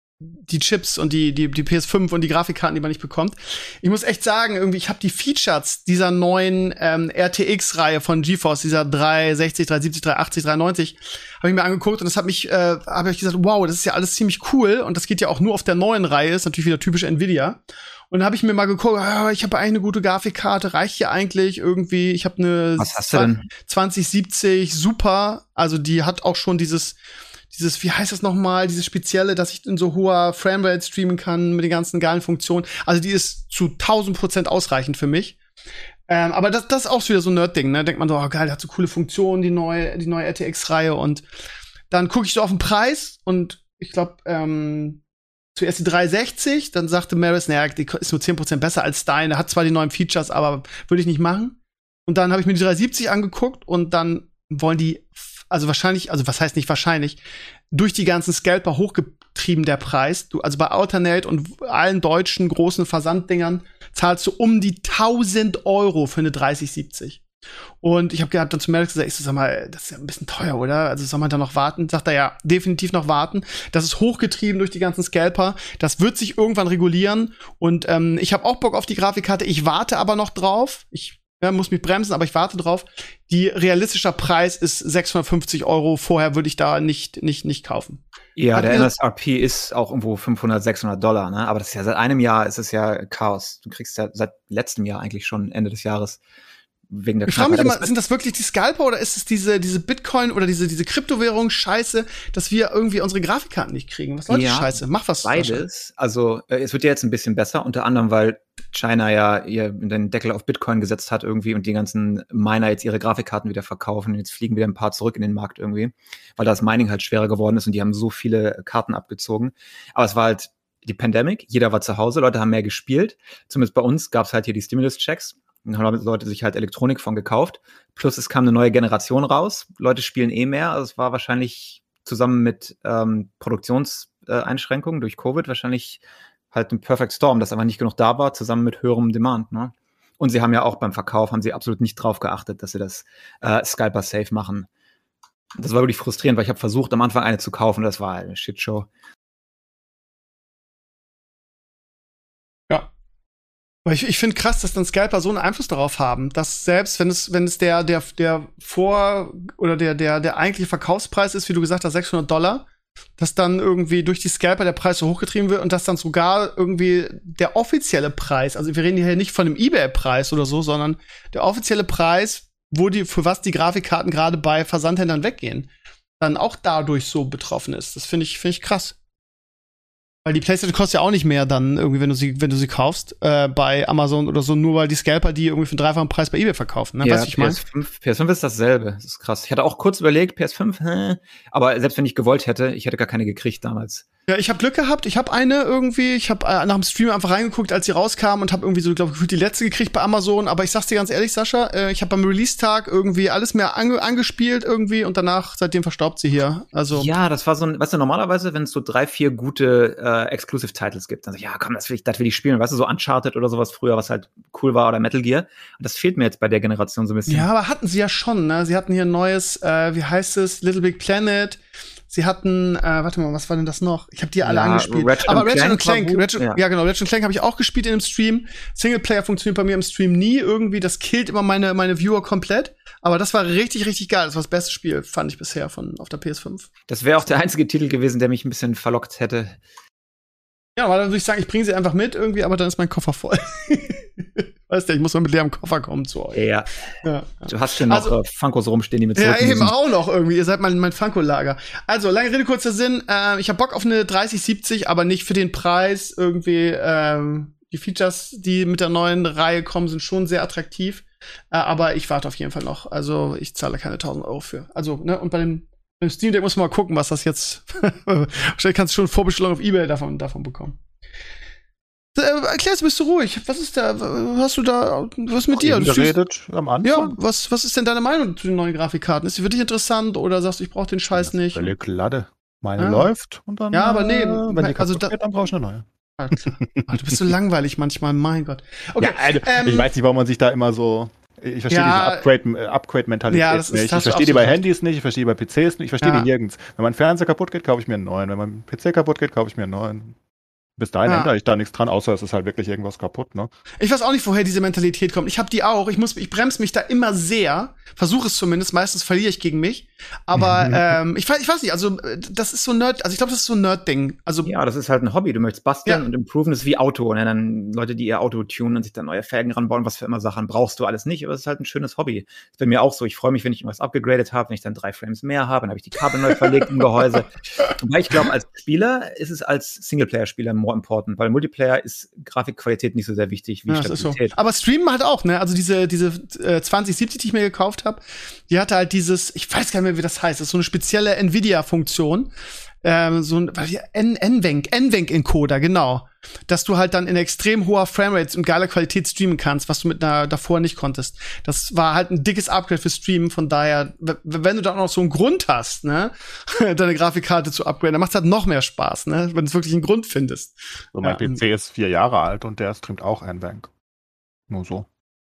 B: die Chips und die, die, die P S fünf und die Grafikkarten, die man nicht bekommt. Ich muss echt sagen, irgendwie, ich habe die Features dieser neuen ähm, R T X-Reihe von GeForce, dieser dreihundertsechzig, dreihundertsiebzig, dreihundertachtzig, dreihundertneunzig, habe ich mir angeguckt und das hat mich, äh, habe ich gesagt, wow, das ist ja alles ziemlich cool und das geht ja auch nur auf der neuen Reihe, ist natürlich wieder typisch Nvidia. Und dann habe ich mir mal geguckt, oh, ich habe eigentlich eine gute Grafikkarte, reicht hier eigentlich irgendwie, ich habe eine
C: Was hast du denn?
B: zwanzig siebzig Super, also die hat auch schon dieses Dieses, wie heißt das nochmal, dieses Spezielle, dass ich in so hoher Framerate streamen kann mit den ganzen geilen Funktionen. Also die ist zu tausend Prozent ausreichend für mich. Ähm, aber das, das ist auch wieder so ein Nerd-Ding, ne? Denkt man so, oh geil, hat so coole Funktionen, die neue, die neue R T X-Reihe. Und dann gucke ich so auf den Preis und ich glaube, ähm, zuerst die dreihundertsechzig, dann sagte Maris, naja, die ist nur zehn Prozent besser als deine, hat zwar die neuen Features, aber würde ich nicht machen. Und dann habe ich mir die dreihundertsiebzig angeguckt und dann wollen die also wahrscheinlich, also was heißt nicht wahrscheinlich, durch die ganzen Scalper hochgetrieben der Preis. Du, also bei Alternate und allen deutschen großen Versanddingern zahlst du um die tausend Euro für eine dreißig siebzig. Und ich habe gehabt dann zu Merrick gesagt, ich so, sag mal, das ist ja ein bisschen teuer, oder? Also soll man da noch warten? Sagt er, ja, definitiv noch warten. Das ist hochgetrieben durch die ganzen Scalper. Das wird sich irgendwann regulieren. Und ähm, ich habe auch Bock auf die Grafikkarte. Ich warte aber noch drauf. Ich Ja, muss mich bremsen, aber ich warte drauf. Die realistischer Preis ist sechshundertfünfzig Euro. Vorher würde ich da nicht, nicht, nicht kaufen.
C: Ja,
B: Hat
C: der
B: mir-
C: M S R P ist auch irgendwo fünfhundert, sechshundert Dollar, ne? Aber das ist ja seit einem Jahr ist es ja Chaos. Du kriegst ja seit letztem Jahr eigentlich schon Ende des Jahres wegen der
B: Ich frage mich
C: Knappheit.
B: immer, sind das wirklich die Scalper oder ist es diese, diese Bitcoin oder diese, diese Kryptowährung Scheiße, dass wir irgendwie unsere Grafikkarten nicht kriegen? Was soll die
C: Ja,
B: Scheiße? Mach was. Sascha.
C: Beides. Also äh, es wird ja jetzt ein bisschen besser, unter anderem, weil China ja ihr den Deckel auf Bitcoin gesetzt hat irgendwie und die ganzen Miner jetzt ihre Grafikkarten wieder verkaufen. Jetzt fliegen wieder ein paar zurück in den Markt irgendwie, weil das Mining halt schwerer geworden ist und die haben so viele Karten abgezogen. Aber es war halt die Pandemic, jeder war zu Hause, Leute haben mehr gespielt. Zumindest bei uns gab es halt hier die Stimulus-Checks. Dann haben Leute sich halt Elektronik von gekauft. Plus es kam eine neue Generation raus. Leute spielen eh mehr. Also es war wahrscheinlich zusammen mit ähm, Produktionseinschränkungen durch Covid wahrscheinlich halt ein Perfect Storm, dass einfach nicht genug da war, zusammen mit höherem Demand. Ne? Und sie haben ja auch beim Verkauf, haben sie absolut nicht drauf geachtet, dass sie das äh, Scalper safe machen. Das war wirklich frustrierend, weil ich habe versucht, am Anfang eine zu kaufen. Das war eine Shitshow.
B: Ja. Aber ich, ich finde krass, dass dann Scalper so einen Einfluss darauf haben, dass selbst wenn es, wenn es der, der, der Vor- oder der, der, der eigentliche Verkaufspreis ist, wie du gesagt hast, sechshundert Dollar, dass dann irgendwie durch die Scalper der Preis so hochgetrieben wird und dass dann sogar irgendwie der offizielle Preis, also wir reden hier nicht von einem eBay-Preis oder so, sondern der offizielle Preis, wo die, für was die Grafikkarten gerade bei Versandhändlern weggehen, dann auch dadurch so betroffen ist. Das finde ich, finde ich krass. Weil die PlayStation kostet ja auch nicht mehr dann irgendwie, wenn du sie, wenn du sie kaufst, äh, bei Amazon oder so, nur weil die Scalper die irgendwie für einen dreifachen Preis bei eBay verkaufen. Ne?
C: Ja,
B: Weißt du, wie ich meine?
C: P S fünf, P S fünf ist dasselbe. Das ist krass. Ich hatte auch kurz überlegt, P S fünf, hä? Aber selbst wenn ich gewollt hätte, ich hätte gar keine gekriegt damals.
B: Ja, ich habe Glück gehabt. Ich habe eine irgendwie, ich habe äh, nach dem Stream einfach reingeguckt, als sie rauskam und habe irgendwie so, glaube ich, die letzte gekriegt bei Amazon. Aber ich sag's dir ganz ehrlich, Sascha, äh, ich habe beim Release-Tag irgendwie alles mehr ange angespielt irgendwie und danach, seitdem verstaubt sie hier. Also
C: Ja, das war so ein, weißt du, normalerweise, wenn es so drei, vier gute äh, Exclusive Titles gibt, dann so, ja, komm, das will ich, das will ich spielen. Weißt du, so Uncharted oder sowas früher, was halt cool war, oder Metal Gear. Und das fehlt mir jetzt bei der Generation so ein bisschen.
B: ja, aber hatten sie ja schon, ne? Sie hatten hier ein neues, äh, wie heißt es, Little Big Planet. Sie hatten, äh, warte mal, was war denn das noch? Ich habe die alle
C: Ja,
B: angespielt.
C: Ratchet
B: aber
C: and
B: Ratchet und
C: Clank
B: Clank,
C: war
B: Ratchet,
C: gut,
B: ja.
C: ja.
B: genau, Ratchet und Clank habe ich auch gespielt in dem Stream. Singleplayer funktioniert bei mir im Stream nie irgendwie. Das killt immer meine, meine Viewer komplett. Aber das war richtig, richtig geil. Das war das beste Spiel, fand ich bisher von auf der P S fünf.
C: Das wäre auch der einzige Titel gewesen, der mich ein bisschen verlockt hätte.
B: Ja, aber dann würde ich sagen, ich bringe sie einfach mit irgendwie, aber dann ist mein Koffer voll. Weißt du, ich muss mal mit leerem Koffer kommen zu euch.
C: Ja.
B: Ja.
C: Du hast schon noch
B: Also-
C: äh, Funkos rumstehen, die mit
B: Ja,
C: zurück
B: eben
C: müssen.
B: auch noch irgendwie. Ihr seid mein, mein Funko-Lager. Also, lange Rede, kurzer Sinn. Äh, ich habe Bock auf eine dreißig siebzig, aber nicht für den Preis. Irgendwie, ähm, die Features, die mit der neuen Reihe kommen, sind schon sehr attraktiv. Äh, aber ich warte auf jeden Fall noch. Also, ich zahle keine tausend Euro für. Also, ne, und bei dem, beim Steam Deck muss man mal gucken, was das jetzt. Wahrscheinlich kannst du schon Vorbestellung auf eBay davon, davon bekommen. Äh, Erklär's, bist du ruhig. Was ist da, hast du da, was ist mit dir?
D: Eben
B: Du stehst-
D: geredet am
B: Ja,
D: Anfang.
B: was, was ist denn deine Meinung zu den neuen Grafikkarten? Ist die für dich interessant oder sagst du, ich brauche den Scheiß nicht?
D: Völlig Lade. Meine
B: Ja.
D: läuft und dann,
B: Ja, aber nee,
D: äh, wenn die
B: also
D: kaputt
B: da-
D: geht, dann brauche ich eine neue.
B: Ah, du bist so langweilig manchmal, mein Gott. Okay,
D: Ja, also,
B: ähm,
D: ich weiß nicht, warum man sich da immer so. Ich verstehe
B: Ja,
D: diese Upgrade, äh, Upgrade-Mentalität
B: ja, das ist-
D: nicht. Ich
B: hast du
D: verstehe die bei
B: absolut
D: Handys nicht, ich verstehe die bei P Cs nicht, ich verstehe
B: Ja.
D: die nirgends. Wenn mein Fernseher kaputt geht, kaufe ich mir einen neuen. Wenn mein P C kaputt geht, kaufe ich mir einen neuen. Bis dahin
B: Ja.
D: ändere ich da nichts dran, außer es ist halt wirklich irgendwas kaputt, ne?
B: Ich weiß auch nicht, woher diese Mentalität kommt. Ich habe die auch. Ich muss, ich bremse mich da immer sehr. Versuche es zumindest. Meistens verliere ich gegen mich. Aber ähm, ich, weiß, ich weiß nicht. Also äh, das ist so Nerd. Also ich glaube, das ist so ein Nerd-Ding. Also
C: Ja, das ist halt ein Hobby. Du möchtest basteln
B: Ja.
C: und improven. Das ist wie Auto. Ne? Dann Leute, die ihr Auto tunen und sich dann neue Felgen ranbauen, was für immer Sachen brauchst du alles nicht. Aber es ist halt ein schönes Hobby. Das ist bei mir auch so. Ich freue mich, wenn ich irgendwas upgegradet habe, wenn ich dann drei Frames mehr habe, dann habe ich die Kabel neu verlegt im Gehäuse. Wobei ich glaube, als Spieler ist es als Singleplayer-Spieler more important, weil Multiplayer ist Grafikqualität nicht so sehr wichtig wie
B: ja, das ist so.
C: Stabilität.
B: Aber Streamen halt auch, ne? Also diese, diese äh, zwanzig siebzig, die ich mir gekauft habe, die hatte halt dieses, ich weiß gar nicht mehr, wie das heißt, das ist so eine spezielle Nvidia-Funktion. Ähm, so ein N- N-Wenk, N-Wenk-Encoder, genau. Dass du halt dann in extrem hoher Framerate und geiler Qualität streamen kannst, was du mit einer davor nicht konntest. Das war halt ein dickes Upgrade für Streamen, von daher, w- wenn du da auch noch so einen Grund hast, ne, deine Grafikkarte zu upgraden, dann macht's halt noch mehr Spaß, ne, wenn du wirklich einen Grund findest.
D: So, mein
B: Ja,
D: P C ist vier Jahre alt und der streamt auch N-Bank. Nur so.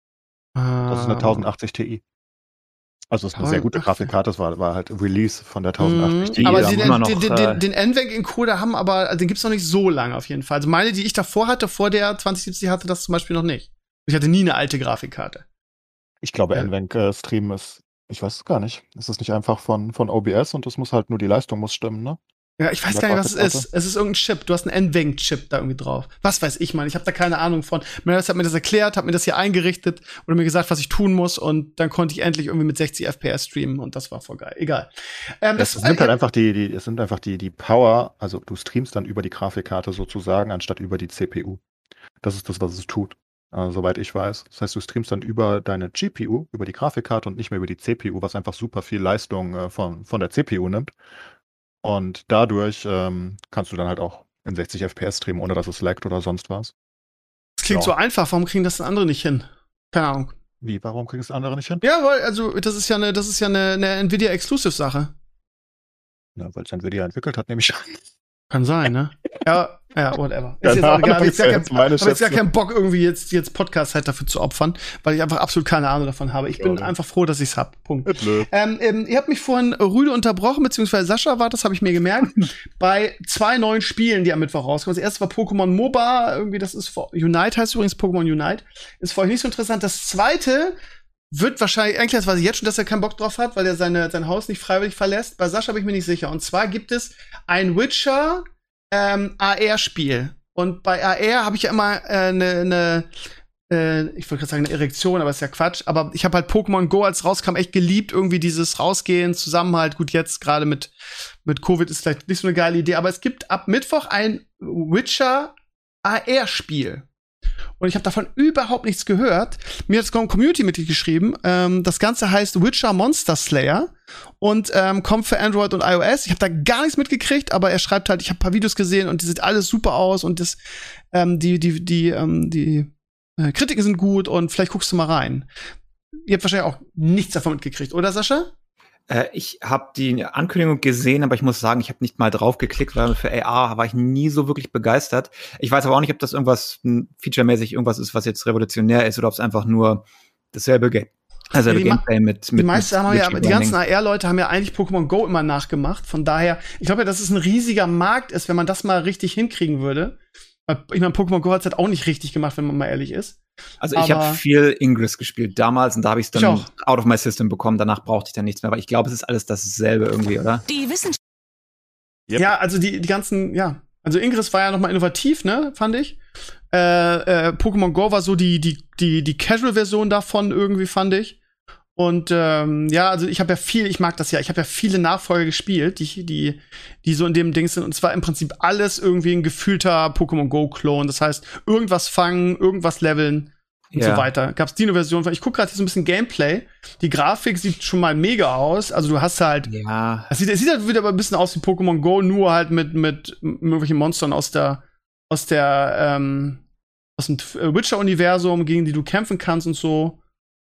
D: Das ist eine tausendachtzig Ti. Also, das ist eine sehr gute
B: tausendachtzig.
D: Grafikkarte. Das war, war halt Release von der tausendachtzig Ti.
B: Mhm. Aber
C: die
B: den,
C: haben immer noch,
B: den, den,
C: äh,
B: den, den N-Wenk-Encoder haben aber, also den gibt's noch nicht so lange auf jeden Fall. Also meine, die ich davor hatte, vor der zwanzig siebzig hatte das zum Beispiel noch nicht. Ich hatte nie eine alte Grafikkarte.
D: Ich glaube,
B: Ja.
D: N-Bank äh, Stream ist, ich weiß es gar nicht. Es ist nicht einfach von, von O B S und es muss halt nur die Leistung muss stimmen, ne?
B: Ja, ich weiß
D: Der
B: gar nicht, was es
D: Grafikkarte.
B: ist. Es ist irgendein Chip. Du hast einen N-Wenk-Chip da irgendwie drauf. Was weiß ich, Mann. Ich habe da keine Ahnung von. Meredith hat mir das erklärt, hat mir das hier eingerichtet oder mir gesagt, was ich tun muss. Und dann konnte ich endlich irgendwie mit sechzig F P S streamen. Und das war voll geil. Egal. Ähm,
D: Es,
B: das,
D: es nimmt halt
B: äh,
D: einfach die, die, es nimmt einfach die, die Power, also du streamst dann über die Grafikkarte sozusagen, anstatt über die C P U. Das ist das, was es tut, äh, soweit ich weiß. Das heißt, du streamst dann über deine G P U, über die Grafikkarte und nicht mehr über die C P U, was einfach super viel Leistung äh, von, von der C P U nimmt. Und dadurch ähm, kannst du dann halt auch in sechzig F P S streamen, ohne dass es laggt oder sonst was.
B: das klingt
D: ja.
B: so einfach. Warum kriegen das denn andere nicht hin? Keine Ahnung.
D: Wie, warum kriegst du andere nicht hin?
B: Ja, weil, also, das ist ja eine, das ist ja eine, eine Nvidia-Exclusive-Sache.
D: Ja, weil es Nvidia entwickelt hat, nehme ich an.
B: Kann sein, ne? Ja, ja, whatever.
D: Ja,
B: Ist jetzt auch egal.
D: das
B: Hab jetzt
D: ist
B: gar,
D: ja
B: kein,
D: jetzt meine
B: hab jetzt gar
D: Schätzung.
B: keinen Bock, irgendwie jetzt, jetzt Podcast-Zeit dafür zu opfern, weil ich einfach absolut keine Ahnung davon habe. Ich bin
D: Ja.
B: einfach froh, dass ich's hab. Punkt.
D: Blöd.
B: Ähm, ähm, ihr habt mich vorhin rüde unterbrochen, beziehungsweise Sascha war das, habe ich mir gemerkt, bei zwei neuen Spielen, die am Mittwoch rauskommen. Das erste war Pokémon MOBA, irgendwie, das ist vor, Unite heißt übrigens Pokémon Unite. Ist für euch nicht so interessant. Das zweite wird wahrscheinlich, eigentlich das weiß ich jetzt schon, dass er keinen Bock drauf hat, weil er seine, sein Haus nicht freiwillig verlässt. Bei Sascha bin ich mir nicht sicher. Und zwar gibt es ein Witcher ähm, A R-Spiel. Und bei A R habe ich ja immer eine, äh, ne, ne, äh, ich wollte gerade sagen, eine Erektion, aber ist ja Quatsch. Aber ich habe halt Pokémon Go, als rauskam, echt geliebt. Irgendwie dieses Rausgehen, Zusammenhalt. Gut, jetzt gerade mit, mit Covid ist vielleicht nicht so eine geile Idee. Aber es gibt ab Mittwoch ein Witcher A R-Spiel. Und ich habe davon überhaupt nichts gehört. Mir hat ein Community-Mitglied geschrieben. Ähm, das Ganze heißt Witcher Monster Slayer und ähm, kommt für Android und iOS. Ich habe da gar nichts mitgekriegt, aber er schreibt halt, ich habe ein paar Videos gesehen und die sieht alles super aus und das, ähm, die, die, die, ähm, die äh, Kritiken sind gut und vielleicht guckst du mal rein. Ihr habt wahrscheinlich auch nichts davon mitgekriegt, oder Sascha?
C: Äh, ich habe die Ankündigung gesehen, aber ich muss sagen, ich habe nicht mal drauf geklickt, weil für A R war ich nie so wirklich begeistert. Ich weiß aber auch nicht, ob das irgendwas m, featuremäßig irgendwas ist, was jetzt revolutionär ist oder ob es einfach nur dasselbe Game, dasselbe
B: Ja, die ma-
C: Gameplay mit, mit
B: Die meisten
C: mit
B: haben ja,
C: Witchy
B: die ganzen
C: Branding.
B: A R-Leute haben ja eigentlich Pokémon Go immer nachgemacht. Von daher, ich glaube ja, dass es ein riesiger Markt ist, wenn man das mal richtig hinkriegen würde. Weil, ich meine, Pokémon Go hat es halt auch nicht richtig gemacht, wenn man mal ehrlich ist.
C: Also ich
B: aber-
C: habe viel Ingress gespielt damals und da habe ich es
B: Ich
C: dann
B: auch.
C: out of my system bekommen. Danach brauchte ich dann nichts mehr, weil ich glaube, es ist alles dasselbe irgendwie, oder?
E: Die Wissenschaft.
D: Yep.
B: Ja, also die, die ganzen, ja. Also Ingress war ja noch mal innovativ, ne, fand ich. Äh, äh, Pokémon Go war so die, die, die, die Casual-Version davon irgendwie, fand ich. Und ähm, ja, also ich habe ja viel, ich mag das ja, ich habe ja viele Nachfolger gespielt, die, die, die so in dem Ding sind. Und zwar im Prinzip alles irgendwie ein gefühlter Pokémon Go-Klon. Das heißt, irgendwas fangen, irgendwas leveln und
C: Ja.
B: so weiter. Gab's Dino-Version. Ich gucke gerade hier so ein bisschen Gameplay. Die Grafik sieht schon mal mega aus. Also du hast halt
C: Ja.
B: es sieht, es sieht halt wieder ein bisschen aus wie Pokémon Go, nur halt mit, mit irgendwelchen Monstern aus der, aus der, ähm, aus dem Witcher-Universum, gegen die du kämpfen kannst und so.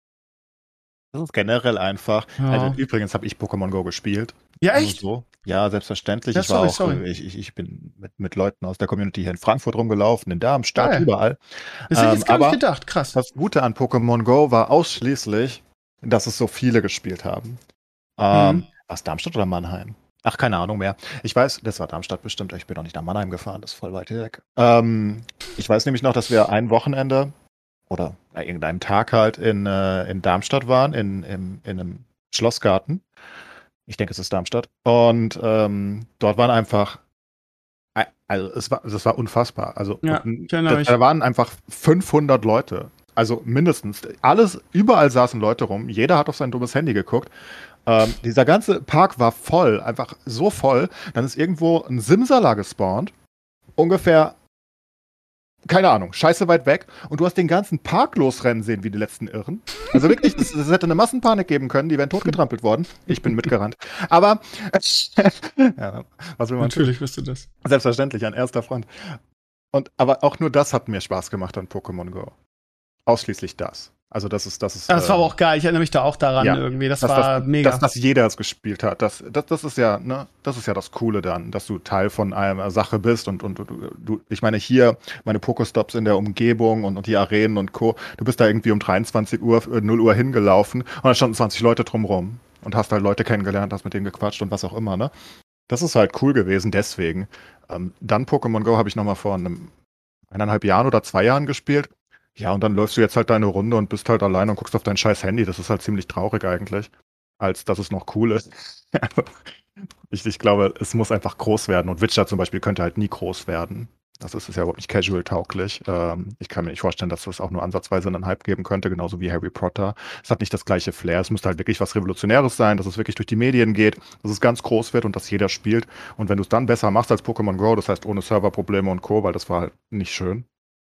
D: Das ist generell einfach.
B: Ja.
D: Also, übrigens habe ich Pokémon Go gespielt.
B: Ja,
D: Nur
B: echt?
D: So. Ja, selbstverständlich.
B: Ja,
D: ich war
B: sorry,
D: auch,
B: sorry.
D: Ich, ich, ich bin mit, mit Leuten aus der Community hier in Frankfurt rumgelaufen, in Darmstadt,
B: Geil.
D: überall.
B: Das hätte ich
D: Ähm,
B: jetzt gar nicht
D: aber
B: gedacht. Krass.
D: das Gute an Pokémon Go war ausschließlich, dass es so viele gespielt haben. Ähm,
B: Mhm.
D: war es Darmstadt oder Mannheim? Ach, keine Ahnung mehr. Ich weiß, das war Darmstadt bestimmt. Ich bin noch nicht nach Mannheim gefahren, das ist voll weit weg. Ähm, ich weiß nämlich noch, dass wir ein Wochenende oder äh, irgendeinem Tag halt in, äh, in Darmstadt waren, in, in, in einem Schlossgarten. Ich denke, es ist Darmstadt. Und ähm, dort waren einfach, äh, also es war, es war unfassbar. Also
B: Ja,
D: und,
B: ich erinnere
D: da,
B: mich.
D: da waren einfach fünfhundert Leute. Also mindestens. Alles, überall saßen Leute rum. Jeder hat auf sein dummes Handy geguckt. Ähm, dieser ganze Park war voll, einfach so voll. Dann ist irgendwo ein Simsala gespawnt. Ungefähr, keine Ahnung, scheiße weit weg. Und du hast den ganzen Park losrennen sehen, wie die letzten Irren. Also wirklich, es hätte eine Massenpanik geben können, die wären totgetrampelt worden. Ich bin mitgerannt. Aber, ja, was will man tun?
B: Natürlich wirst du das.
D: Selbstverständlich, an erster Front. Und, aber auch nur das hat mir Spaß gemacht an Pokémon Go. Ausschließlich das. Also das ist, das ist.
B: Das war
D: äh,
B: aber auch geil. Ich erinnere mich da auch daran
D: ja,
B: irgendwie. Das
D: dass,
B: war
D: dass,
B: mega.
D: Dass, dass jeder es gespielt hat. Das, das, das ist ja, ne, das ist ja das Coole dann, dass du Teil von einer Sache bist und, und, und du, ich meine hier, meine Pokestops in der Umgebung und, und die Arenen und Co. Du bist da irgendwie um dreiundzwanzig Uhr, null Uhr hingelaufen und da standen zwanzig Leute drumrum und hast halt Leute kennengelernt, hast mit denen gequatscht und was auch immer, ne? Das ist halt cool gewesen, deswegen. Ähm, dann Pokémon Go habe ich nochmal vor einem eineinhalb Jahren oder zwei Jahren gespielt. Ja, und dann läufst du jetzt halt deine Runde und bist halt allein und guckst auf dein scheiß Handy. Das ist halt ziemlich traurig eigentlich, als dass es noch cool ist. ich, ich glaube, es muss einfach groß werden. Und Witcher zum Beispiel könnte halt nie groß werden. Das ist, ist ja überhaupt nicht casual-tauglich. Ähm, ich kann mir nicht vorstellen, dass das auch nur ansatzweise einen Hype geben könnte, genauso wie Harry Potter. Es hat nicht das gleiche Flair. Es müsste halt wirklich was Revolutionäres sein, dass es wirklich durch die Medien geht, dass es ganz groß wird und dass jeder spielt. Und wenn du es dann besser machst als Pokémon Go, das heißt ohne Serverprobleme und Co., weil das war halt nicht schön.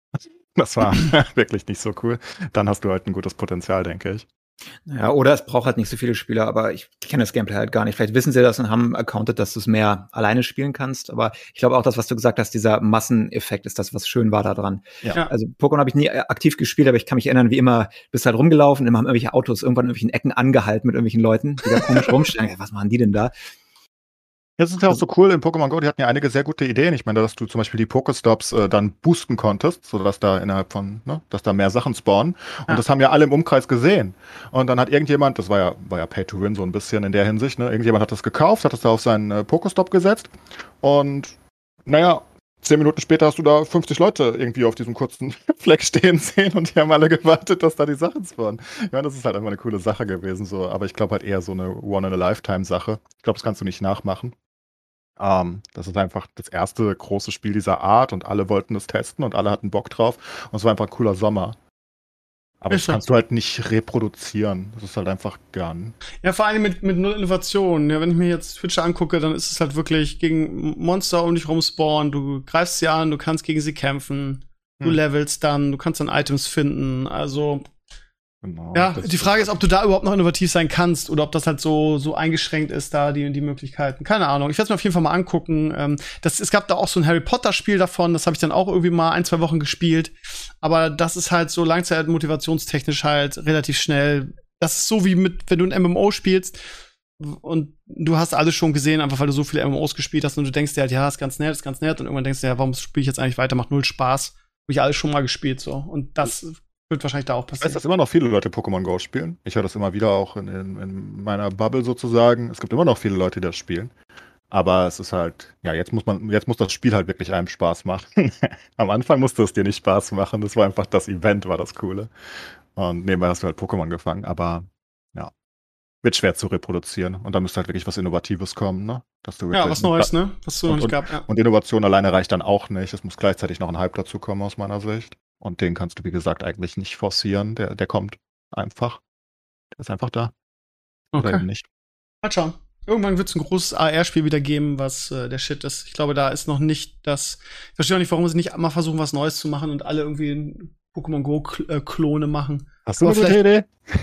D: Das war wirklich nicht so cool. Dann hast du halt ein gutes Potenzial, denke ich.
C: Ja, oder es braucht halt nicht so viele Spieler, aber ich kenne das Gameplay halt gar nicht. Vielleicht wissen sie das und haben accounted, dass du es mehr alleine spielen kannst. Aber ich glaube auch, das, was du gesagt hast, dieser Masseneffekt ist das, was schön war da dran.
B: Ja.
C: Also Pokémon habe ich nie aktiv gespielt, aber ich kann mich erinnern, wie immer, bist halt rumgelaufen, immer haben irgendwelche Autos irgendwann in irgendwelchen Ecken angehalten mit irgendwelchen Leuten, die da komisch rumstehen. Was machen die denn da?
D: Jetzt ist ja auch so cool in Pokémon Go, die hatten ja einige sehr gute Ideen. Ich meine, dass du zum Beispiel die Pokestops äh, dann boosten konntest, sodass da innerhalb von, ne, dass da mehr Sachen spawnen. Und
B: Ja.
D: das haben ja alle im Umkreis gesehen. Und dann hat irgendjemand, das war ja, war ja Pay to Win so ein bisschen in der Hinsicht, ne, irgendjemand hat das gekauft, hat das da auf seinen äh, Pokestop gesetzt. Und naja, zehn Minuten später hast du da fünfzig Leute irgendwie auf diesem kurzen Fleck stehen sehen und die haben alle gewartet, dass da die Sachen spawnen. Ich meine, das ist halt einfach eine coole Sache gewesen, so. Aber ich glaube halt eher so eine One-in-a-Lifetime-Sache. Ich glaube, das kannst du nicht nachmachen. Ähm, das ist einfach das erste große Spiel dieser Art und alle wollten es testen und alle hatten Bock drauf und es war einfach ein cooler Sommer. Aber
B: Ist
D: das
B: so.
D: kannst du halt nicht reproduzieren. Das ist halt einfach Gun.
B: Ja, vor allem mit, mit null Innovation. Ja, wenn ich mir jetzt Twitcher angucke, dann ist es halt wirklich gegen Monster um dich rum spawnen. Du greifst sie an, du kannst gegen sie kämpfen. Du
D: Hm.
B: levelst dann, du kannst dann Items finden. Also,
D: Genau.
B: ja,
D: Das
B: die Frage ist, ob du da überhaupt noch innovativ sein kannst oder ob das halt so, so eingeschränkt ist, da die, die Möglichkeiten. Keine Ahnung. Ich werde es mir auf jeden Fall mal angucken. Ähm, das, es gab da auch so ein Harry Potter-Spiel davon, das habe ich dann auch irgendwie mal ein, zwei Wochen gespielt. Aber das ist halt so langzeitmotivationstechnisch halt relativ schnell. Das ist so wie mit, wenn du ein M M O spielst und du hast alles schon gesehen, einfach weil du so viele M M Os gespielt hast und du denkst dir halt, ja, ist ganz nett, ist ganz nett. Und irgendwann denkst du, ja, warum spiele ich jetzt eigentlich weiter? Macht null Spaß. Habe ich alles schon mal gespielt, so. Und das wird wahrscheinlich da auch
D: Ich weiß,
B: passieren.
D: dass immer noch viele Leute Pokémon Go spielen. Ich höre das immer wieder auch in, in, in meiner Bubble sozusagen. Es gibt immer noch viele Leute, die das spielen. Aber es ist halt, ja, jetzt muss man, jetzt muss das Spiel halt wirklich einem Spaß machen. Am Anfang musste es dir nicht Spaß machen. Das war einfach das Event, war das Coole. Und nebenbei hast du halt Pokémon gefangen. Aber ja, wird schwer zu reproduzieren. Und da müsste halt wirklich was Innovatives kommen, ne? Dass du
B: Ja,
D: wirklich-
B: was Neues, ne? Was so noch
D: Und-
B: nicht gab, ja.
D: Und Innovation alleine reicht dann auch nicht. Es muss gleichzeitig noch ein Hype dazu kommen, aus meiner Sicht. Und den kannst du, wie gesagt, eigentlich nicht forcieren. Der, der kommt einfach. Der ist einfach da. Oder
B: Okay.
D: eben nicht.
B: Mal schauen. Irgendwann wird es ein großes A R-Spiel wieder geben, was äh, der Shit ist. Ich glaube, da ist noch nicht das. Ich verstehe auch nicht, warum sie nicht mal versuchen, was Neues zu machen und alle irgendwie Pokémon Go-Klone machen.
D: Hast du
B: Aber
D: eine gute Idee?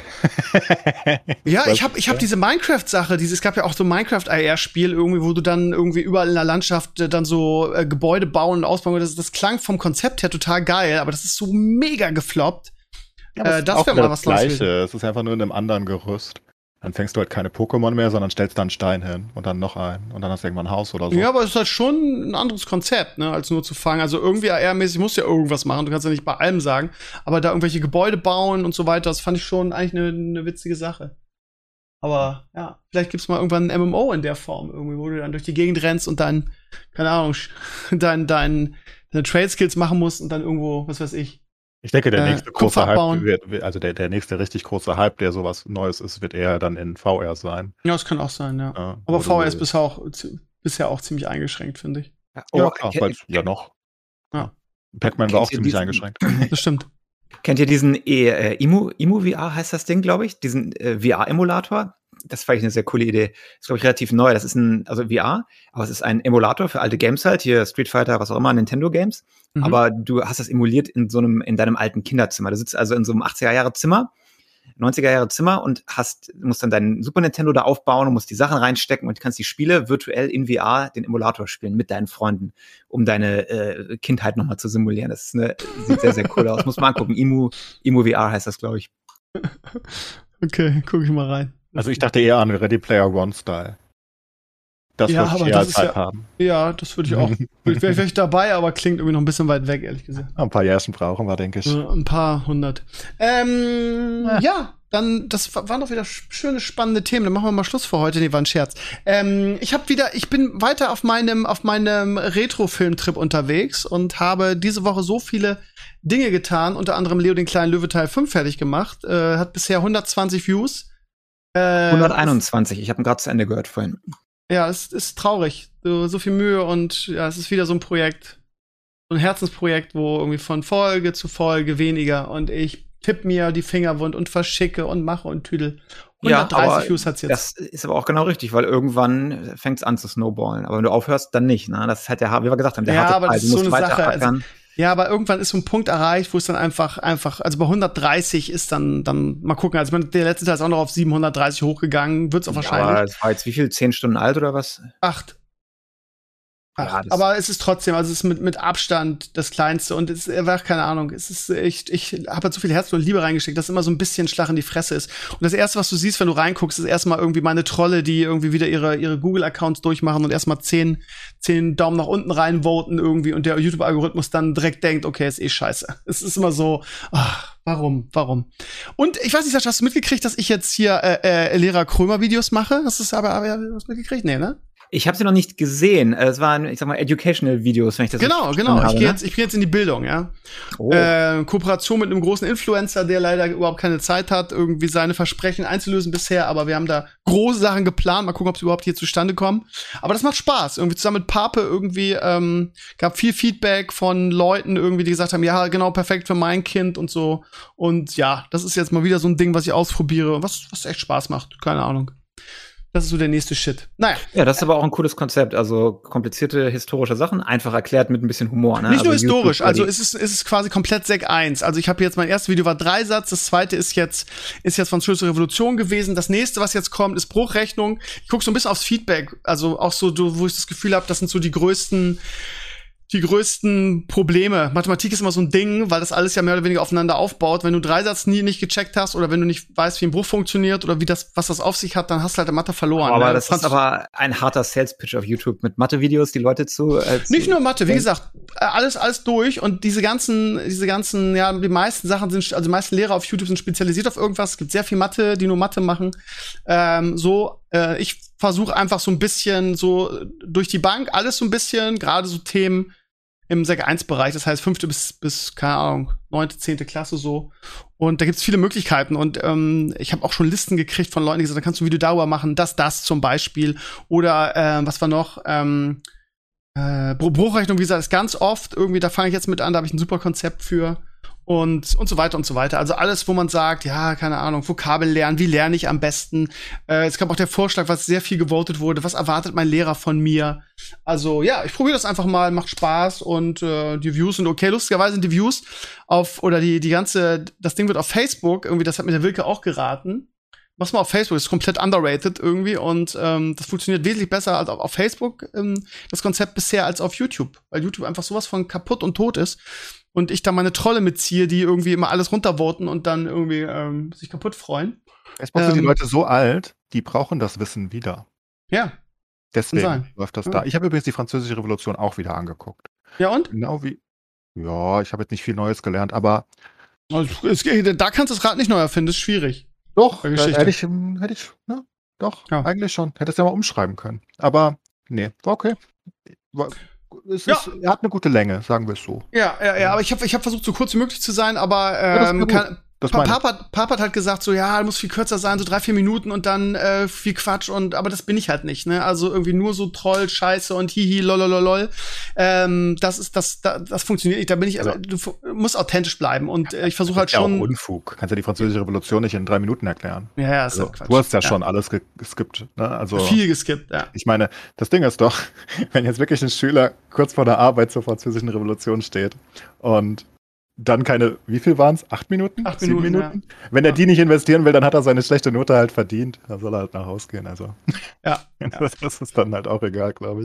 B: Ja,
D: Was?
B: ich habe ich hab diese Minecraft-Sache, dieses, es gab ja auch so Minecraft-I R-Spiel irgendwie, wo du dann irgendwie überall in der Landschaft äh, dann so äh, Gebäude bauen und ausbauen. Das, das klang vom Konzept her total geil, aber das ist so mega gefloppt.
D: Ja, aber
B: Äh,
D: es ist
B: das
D: auch
B: wär
D: wieder
B: mal was Neues
D: Gleiche.
B: gewesen.
D: Es ist einfach nur in einem anderen Gerüst. Dann fängst du halt keine Pokémon mehr, sondern stellst da einen Stein hin und dann noch einen. Und dann hast du irgendwann ein Haus oder so.
B: Ja, aber es ist halt schon ein anderes Konzept, ne, als nur zu fangen. Also irgendwie A R-mäßig musst du ja irgendwas machen. Du kannst ja nicht bei allem sagen. Aber da irgendwelche Gebäude bauen und so weiter, das fand ich schon eigentlich eine ne witzige Sache. Aber ja, vielleicht gibt's mal irgendwann ein M M O in der Form, irgendwie, wo du dann durch die Gegend rennst und dann, keine Ahnung, dein, dein, deine Trade-Skills machen musst und dann irgendwo, was weiß ich.
D: Ich denke, der
B: Äh,
D: nächste
B: Kupfer
D: große
B: abbauen.
D: Hype wird, wird- also der, der nächste richtig große Hype, der sowas Neues ist, wird eher dann in V R sein.
B: Ja, das kann auch sein, ja.
D: Ja,
B: Aber
D: wo
B: V R
D: du-
B: ist bisher auch, bisher auch ziemlich eingeschränkt, finde ich.
C: Oh,
D: Ja, klar,
C: ke-
D: weil ja noch.
B: Ja.
D: Pac-Man war auch
C: Kennt ihr
D: ziemlich
C: diesen-
D: eingeschränkt.
B: Das stimmt.
C: Kennt ihr diesen e, äh, Emu, Emu V R heißt das Ding, glaube ich? Diesen äh, V R-Emulator? Das fand ich eine sehr coole Idee. Ist, glaube ich, relativ neu. Das ist ein, also V R, aber es ist ein Emulator für alte Games halt, hier Street Fighter, was auch immer, Nintendo-Games.
B: Mhm.
C: Aber du hast das emuliert in so einem, in deinem alten Kinderzimmer. Du sitzt also in so einem achtziger-Jahre-Zimmer, neunziger-Jahre-Zimmer und hast, musst dann deinen Super Nintendo da aufbauen und musst die Sachen reinstecken und kannst die Spiele virtuell in V R, den Emulator spielen mit deinen Freunden, um deine äh, Kindheit nochmal zu simulieren. Das ist eine, sieht sehr, sehr cool aus. Muss man angucken. Emu, Emu V R heißt das, glaube ich.
B: Okay, guck ich mal rein.
D: Also ich dachte eher an Ready Player One-Style. Das
B: Ja,
D: wollte ich
B: aber
D: eher
B: das
D: als
B: ist
D: Hype
B: ja-
D: haben.
B: Ja, das würde ich auch. Wäre wär ich dabei, aber klingt irgendwie noch ein bisschen weit weg, ehrlich gesagt.
D: Ein paar Jährchen brauchen wir, denke ich.
B: Ja, ein paar hundert. Ähm,
D: Ja.
B: ja, dann, das wa- waren doch wieder sch- schöne, spannende Themen. Dann machen wir mal Schluss für heute. Nee, war ein Scherz. Ähm, ich habe wieder, ich bin weiter auf meinem, auf meinem Retro-Film-Trip unterwegs und habe diese Woche so viele Dinge getan, unter anderem Leo den kleinen Löwe Teil fünf fertig gemacht. Äh, hat bisher hundertzwanzig Views. Äh,
C: hunderteinundzwanzig. Ich habe ihn gerade zu Ende gehört vorhin.
B: Ja, es ist traurig. So, so viel Mühe und ja, es ist wieder so ein Projekt, so ein Herzensprojekt, wo irgendwie von Folge zu Folge weniger und ich tipp mir die Finger wund und verschicke und mache und tüdel. hundertdreißig Views hat's jetzt.
C: Das ist aber auch genau richtig, weil irgendwann fängt es an zu snowballen. Aber wenn du aufhörst, dann nicht. Ne? Das ist halt der, wie wir gesagt haben, der
B: Ja,
C: harte
B: aber
C: Teil.
B: das
C: Du
B: ist so
C: musst
B: eine
C: weiter
B: Sache, also
C: ackern.
B: Ja, aber irgendwann ist so ein Punkt erreicht, wo es dann einfach, einfach, also bei hundertdreißig ist dann, dann mal gucken. Also ich meine, der letzte Teil ist auch noch auf siebenhundertdreißig hochgegangen, wird's auch
C: Aber
B: wahrscheinlich.
C: es war jetzt wie viel? Zehn Stunden alt oder was?
B: Acht.
C: Ja,
B: Acht.
C: das-
B: Aber es ist trotzdem, also es ist mit, mit Abstand das Kleinste und es ist, ach, keine Ahnung, es ist, ich, ich habe halt so viel Herz und Liebe reingesteckt, dass immer so ein bisschen Schlag in die Fresse ist. Und das Erste, was du siehst, wenn du reinguckst, ist erstmal irgendwie meine Trolle, die irgendwie wieder ihre, ihre Google-Accounts durchmachen und erstmal zehn, zehn Daumen nach unten reinvoten irgendwie und der YouTube-Algorithmus dann direkt denkt, okay, ist eh scheiße. Es ist immer so, ach, warum, warum? Und ich weiß nicht, Sascha, hast du mitgekriegt, dass ich jetzt hier äh, äh, Lehrer Krömer-Videos mache? Hast du es aber, aber hast du mitgekriegt? Nee, ne?
C: Ich habe sie noch nicht gesehen. Es waren, ich sag mal, Educational-Videos, wenn ich das
B: Genau,
C: richtig
B: genau.
C: verstanden
B: Ich
C: habe,
B: gehe
C: ne?
B: jetzt, ich geh jetzt in die Bildung, ja.
C: Oh.
B: Äh, Kooperation mit einem großen Influencer, der leider überhaupt keine Zeit hat, irgendwie seine Versprechen einzulösen bisher. Aber wir haben da große Sachen geplant. Mal gucken, ob sie überhaupt hier zustande kommen. Aber das macht Spaß. Irgendwie zusammen mit Pape irgendwie ähm, gab viel Feedback von Leuten irgendwie, die gesagt haben, ja, genau, perfekt für mein Kind und so. Und ja, das ist jetzt mal wieder so ein Ding, was ich ausprobiere, was, was echt Spaß macht. Keine Ahnung. Das ist so der nächste Shit. Naja.
C: Ja, das ist aber auch ein cooles Konzept. Also komplizierte historische Sachen, einfach erklärt mit ein bisschen Humor. Ne?
B: Nicht nur
C: also
B: historisch,
C: YouTube-
B: also es ist, es ist quasi komplett Sek eins. Also ich habe jetzt, mein erstes Video war Dreisatz, das zweite ist jetzt, ist jetzt Französische Revolution gewesen. Das nächste, was jetzt kommt, ist Bruchrechnung. Ich gucke so ein bisschen aufs Feedback, also auch so, wo ich das Gefühl habe, das sind so die größten, die größten Probleme. Mathematik ist immer so ein Ding, weil das alles ja mehr oder weniger aufeinander aufbaut. Wenn du Dreisatz nie nicht gecheckt hast oder wenn du nicht weißt, wie ein Bruch funktioniert oder wie das, was das auf sich hat, dann hast du halt in Mathe verloren.
C: Aber
B: ne?
C: das ist aber ein harter Sales-Pitch auf YouTube mit Mathe-Videos, die Leute zu. Äh, zu
B: Nicht nur Mathe, wie gesagt, äh, alles, alles durch und diese ganzen, diese ganzen, ja, die meisten Sachen sind, also die meisten Lehrer auf YouTube sind spezialisiert auf irgendwas. Es gibt sehr viel Mathe, die nur Mathe machen. Ähm, so, äh, ich versuche einfach so ein bisschen so durch die Bank, alles so ein bisschen, gerade so Themen im Sek eins Bereich, das heißt fünfte bis, bis, keine Ahnung, neunte, zehnte Klasse so. Und da gibt's viele Möglichkeiten. Und ähm, ich habe auch schon Listen gekriegt von Leuten, die gesagt haben, da kannst du ein Video darüber machen, das, das zum Beispiel. Oder äh, was war noch? Ähm, äh, Bruchrechnung, wie gesagt, ist ganz oft irgendwie, da fange ich jetzt mit an, da habe ich ein super Konzept für. und, und so weiter und so weiter. Also alles, wo man sagt, ja, keine Ahnung, Vokabel lernen, wie lerne ich am besten? Äh, es gab auch der Vorschlag, was sehr viel gewotet wurde, was erwartet mein Lehrer von mir? Also ja, ich probiere das einfach mal, macht Spaß und äh, die Views sind okay. Lustigerweise sind die Views auf, oder die, die ganze, das Ding wird auf Facebook, irgendwie, das hat mir der Wilke auch geraten. Mach's mal auf Facebook, das ist komplett underrated irgendwie und ähm, das funktioniert wesentlich besser als auf, auf Facebook, ähm, das Konzept bisher, als auf YouTube, weil YouTube einfach sowas von kaputt und tot ist und ich da meine Trolle mitziehe, die irgendwie immer alles runtervoten und dann irgendwie ähm, sich kaputt freuen.
D: Facebook sind
B: Ähm,
D: die Leute so alt, die brauchen das Wissen wieder.
B: Ja,
D: Deswegen
B: sein.
D: läuft das
B: Ja.
D: da. Ich habe übrigens die Französische Revolution auch wieder angeguckt.
B: ja und?
D: Genau wie. Ja, ich habe jetzt nicht viel Neues gelernt, aber
B: Also, es, da kannst du das Rad nicht neu erfinden, das ist schwierig.
D: doch,
B: Bei
D: da
B: Geschichte.
D: hätte ich, hm, hätte ich, ne? Doch,
B: Ja.
D: eigentlich schon. Hätte es ja mal umschreiben können. Aber nee, war okay. War, es
B: Ja.
D: ist, er hat eine gute Länge, sagen wir es so.
B: Ja, ja, ja, aber ich habe ich hab versucht, so kurz wie möglich zu sein, aber
D: das ist
B: ähm,
D: gut.
B: kann,
D: Das
B: Pa-
D: meine ich.
B: Papa, Papa hat halt gesagt, so, ja, muss viel kürzer sein, so drei, vier Minuten und dann äh, viel Quatsch und, aber das bin ich halt nicht, ne, also irgendwie nur so Troll, Scheiße und hihi, lolololol, ähm, das ist, das, das, das funktioniert nicht, da bin ich,
D: Also-
B: du f- musst authentisch bleiben und äh, ich versuche halt
D: Das ist ja
B: schon,
D: auch Unfug. Kannst ja die Französische Revolution nicht in drei Minuten erklären.
B: ja, ja, ist
D: Also,
B: halt Quatsch.
D: du hast ja, schon alles ge- geskippt. Ne? Also,
B: viel geskippt, ja.
D: ich meine, das Ding ist doch, wenn jetzt wirklich ein Schüler kurz vor der Arbeit zur Französischen Revolution steht und dann keine, wie viel waren es? Acht Minuten?
B: Acht
D: Sieben
B: Minuten,
D: Wenn er
B: Ja.
D: die nicht investieren will, dann hat er seine schlechte Note halt verdient. Dann soll er halt nach Hause gehen. Also,
B: Ja.
D: das, das ist dann halt auch egal, glaube ich.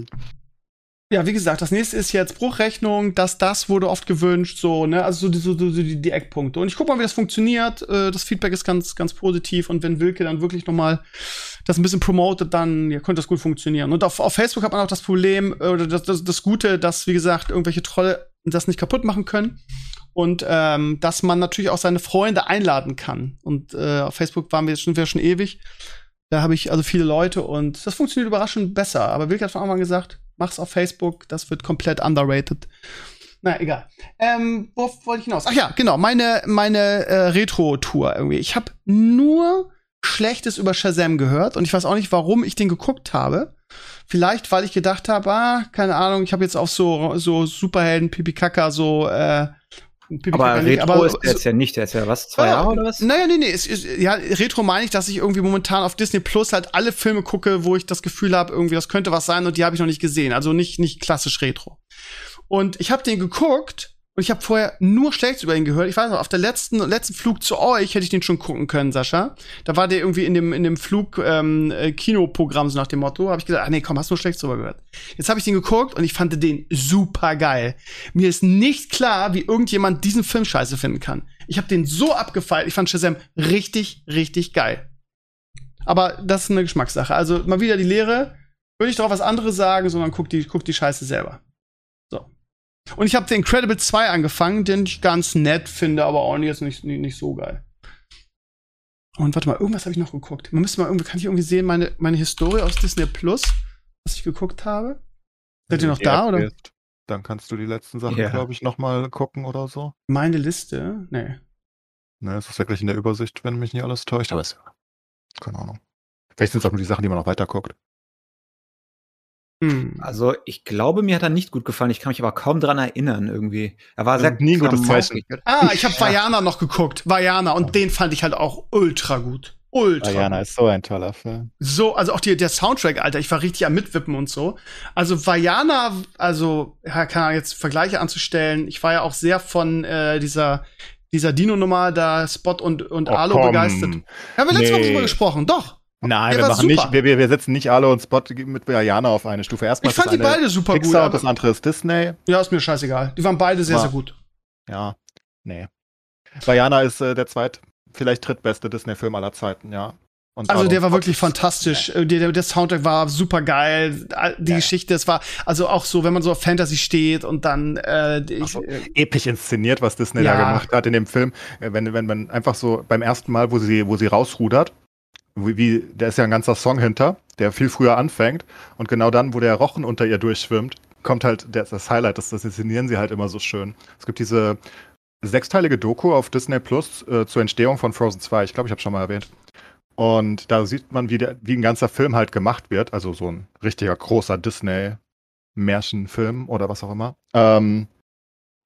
B: Ja, wie gesagt, das nächste ist jetzt Bruchrechnung, das, das wurde oft gewünscht, so, ne, also so, die- so, so die, die Eckpunkte. Und ich guck mal, wie das funktioniert. Äh, das Feedback ist ganz, ganz positiv. Und wenn Wilke dann wirklich noch mal das ein bisschen promotet, dann ja, könnte das gut funktionieren. Und auf, auf Facebook hat man auch das Problem, äh, oder das, das, das Gute, dass, wie gesagt, irgendwelche Trolle das nicht kaputt machen können. Und ähm, dass man natürlich auch seine Freunde einladen kann. Und äh, auf Facebook waren wir jetzt schon, wir schon ewig. Da habe ich also viele Leute und das funktioniert überraschend besser. Aber Wilke hat von Anfang an gesagt, mach's auf Facebook, das wird komplett underrated. Na, egal. Ähm, worauf wollte ich hinaus? Ach ja, genau, meine, meine äh, Retro-Tour irgendwie. Ich habe nur Schlechtes über Shazam gehört und ich weiß auch nicht, warum ich den geguckt habe. Vielleicht, weil ich gedacht habe, ah, keine Ahnung, ich habe jetzt auf so, so Superhelden, Pipi-Kaka, so, äh, Pipi
C: Aber
B: Kaka nicht,
C: Retro ist
B: so-
C: der jetzt ja nicht, der ist ja was, zwei
B: ja,
C: Jahre oder was?
B: Naja, nee, nee. Es ist, ja, Retro meine ich, dass ich irgendwie momentan auf Disney Plus halt alle Filme gucke, wo ich das Gefühl habe, irgendwie, das könnte was sein und die habe ich noch nicht gesehen. Also nicht, nicht klassisch Retro. Und ich habe den geguckt und ich habe vorher nur Schlechtes über ihn gehört. Ich weiß noch, auf der letzten, letzten Flug zu euch hätte ich den schon gucken können, Sascha. Da war der irgendwie in dem, in dem Flug ähm, äh, Kinoprogramm, so nach dem Motto. Habe ich gesagt, ah nee, komm, hast du nur Schlechtes drüber gehört. Jetzt habe ich den geguckt und ich fand den super geil. Mir ist nicht klar, wie irgendjemand diesen Film scheiße finden kann. Ich habe den so abgefeiert. Ich fand Shazam richtig, richtig geil. Aber das ist eine Geschmackssache. Also mal wieder die Lehre. Würde ich doch was anderes sagen, sondern guck die, guck die Scheiße selber. So. Und ich habe The Incredible zwei angefangen, den ich ganz nett finde, aber auch jetzt nicht, nicht, nicht so geil. Und warte mal, irgendwas habe ich noch geguckt. Man müsste mal irgendwie, kann ich irgendwie sehen, meine, meine Historie aus Disney Plus, was ich geguckt habe? Seid ihr noch
D: die
B: da,
D: App
B: oder?
D: ist, Dann kannst du die letzten Sachen,
C: Ja.
D: glaube ich, noch mal gucken oder so.
B: Meine Liste? Nee.
D: Ne, es ist wirklich in der Übersicht, wenn mich nicht alles täuscht. Aber es keine Ahnung. Vielleicht sind es auch nur die Sachen, die man noch weiter guckt.
B: Hm.
C: Also, ich glaube, mir hat er nicht gut gefallen. Ich kann mich aber kaum dran erinnern irgendwie. Er war sehr
D: Nie ein gutes
C: klamaukig.
D: Zeichen.
B: Ah, ich habe Vajana noch geguckt. Vajana. Und den fand ich halt auch ultra gut. Ultra
D: Diana
B: gut.
D: ist so ein toller Film.
B: So, also auch die, der Soundtrack, Alter, ich war richtig am Mitwippen und so. Also Vajana, also, ja, keine Ahnung, jetzt Vergleiche anzustellen. Ich war ja auch sehr von äh, dieser, dieser Dino-Nummer, da Spot und, und
D: Oh,
B: Arlo
D: komm.
B: begeistert. Haben wir letztes Mal
D: Nee.
B: drüber gesprochen, doch.
D: Nein,
B: Der
D: wir
B: war
D: machen
B: super.
D: nicht, wir, wir, wir setzen nicht Arlo und Spot mit Diana auf eine Stufe. Erstmal
B: Ich fand
D: ist
B: die
D: das eine
B: beide super gut.
D: Pixar und
B: Aber,
D: das andere ist Disney.
B: ja, ist mir scheißegal. Die waren beide sehr,
D: War-
B: sehr gut.
D: Ja, nee. Diana ist äh, der zweit, vielleicht drittbeste Disney-Film aller Zeiten, ja. Und
B: Also
D: Arlo
B: der
D: und
B: war
D: Spot
B: wirklich
D: ist-
B: fantastisch. Äh, Der, der Soundtrack war super geil. Die
D: Ja.
B: Geschichte, es war also auch so, wenn man so auf Fantasy steht und dann äh, ich,
D: Ach so.
B: äh,
D: Episch inszeniert, was Disney
B: Ja.
D: da gemacht hat in dem Film. Äh, Wenn, wenn man einfach so beim ersten Mal, wo sie, wo sie rausrudert, wie, wie, da ist ja ein ganzer Song hinter, der viel früher anfängt. Und genau dann, wo der Rochen unter ihr durchschwimmt, kommt halt der, das Highlight, das, das inszenieren sie halt immer so schön. Es gibt diese sechsteilige Doku auf Disney Plus äh, zur Entstehung von Frozen zwei. Ich glaube, ich habe schon mal erwähnt. Und da sieht man, wie, der, wie ein ganzer Film halt gemacht wird. Also so ein richtiger großer Disney-Märchenfilm oder was auch immer. Ähm,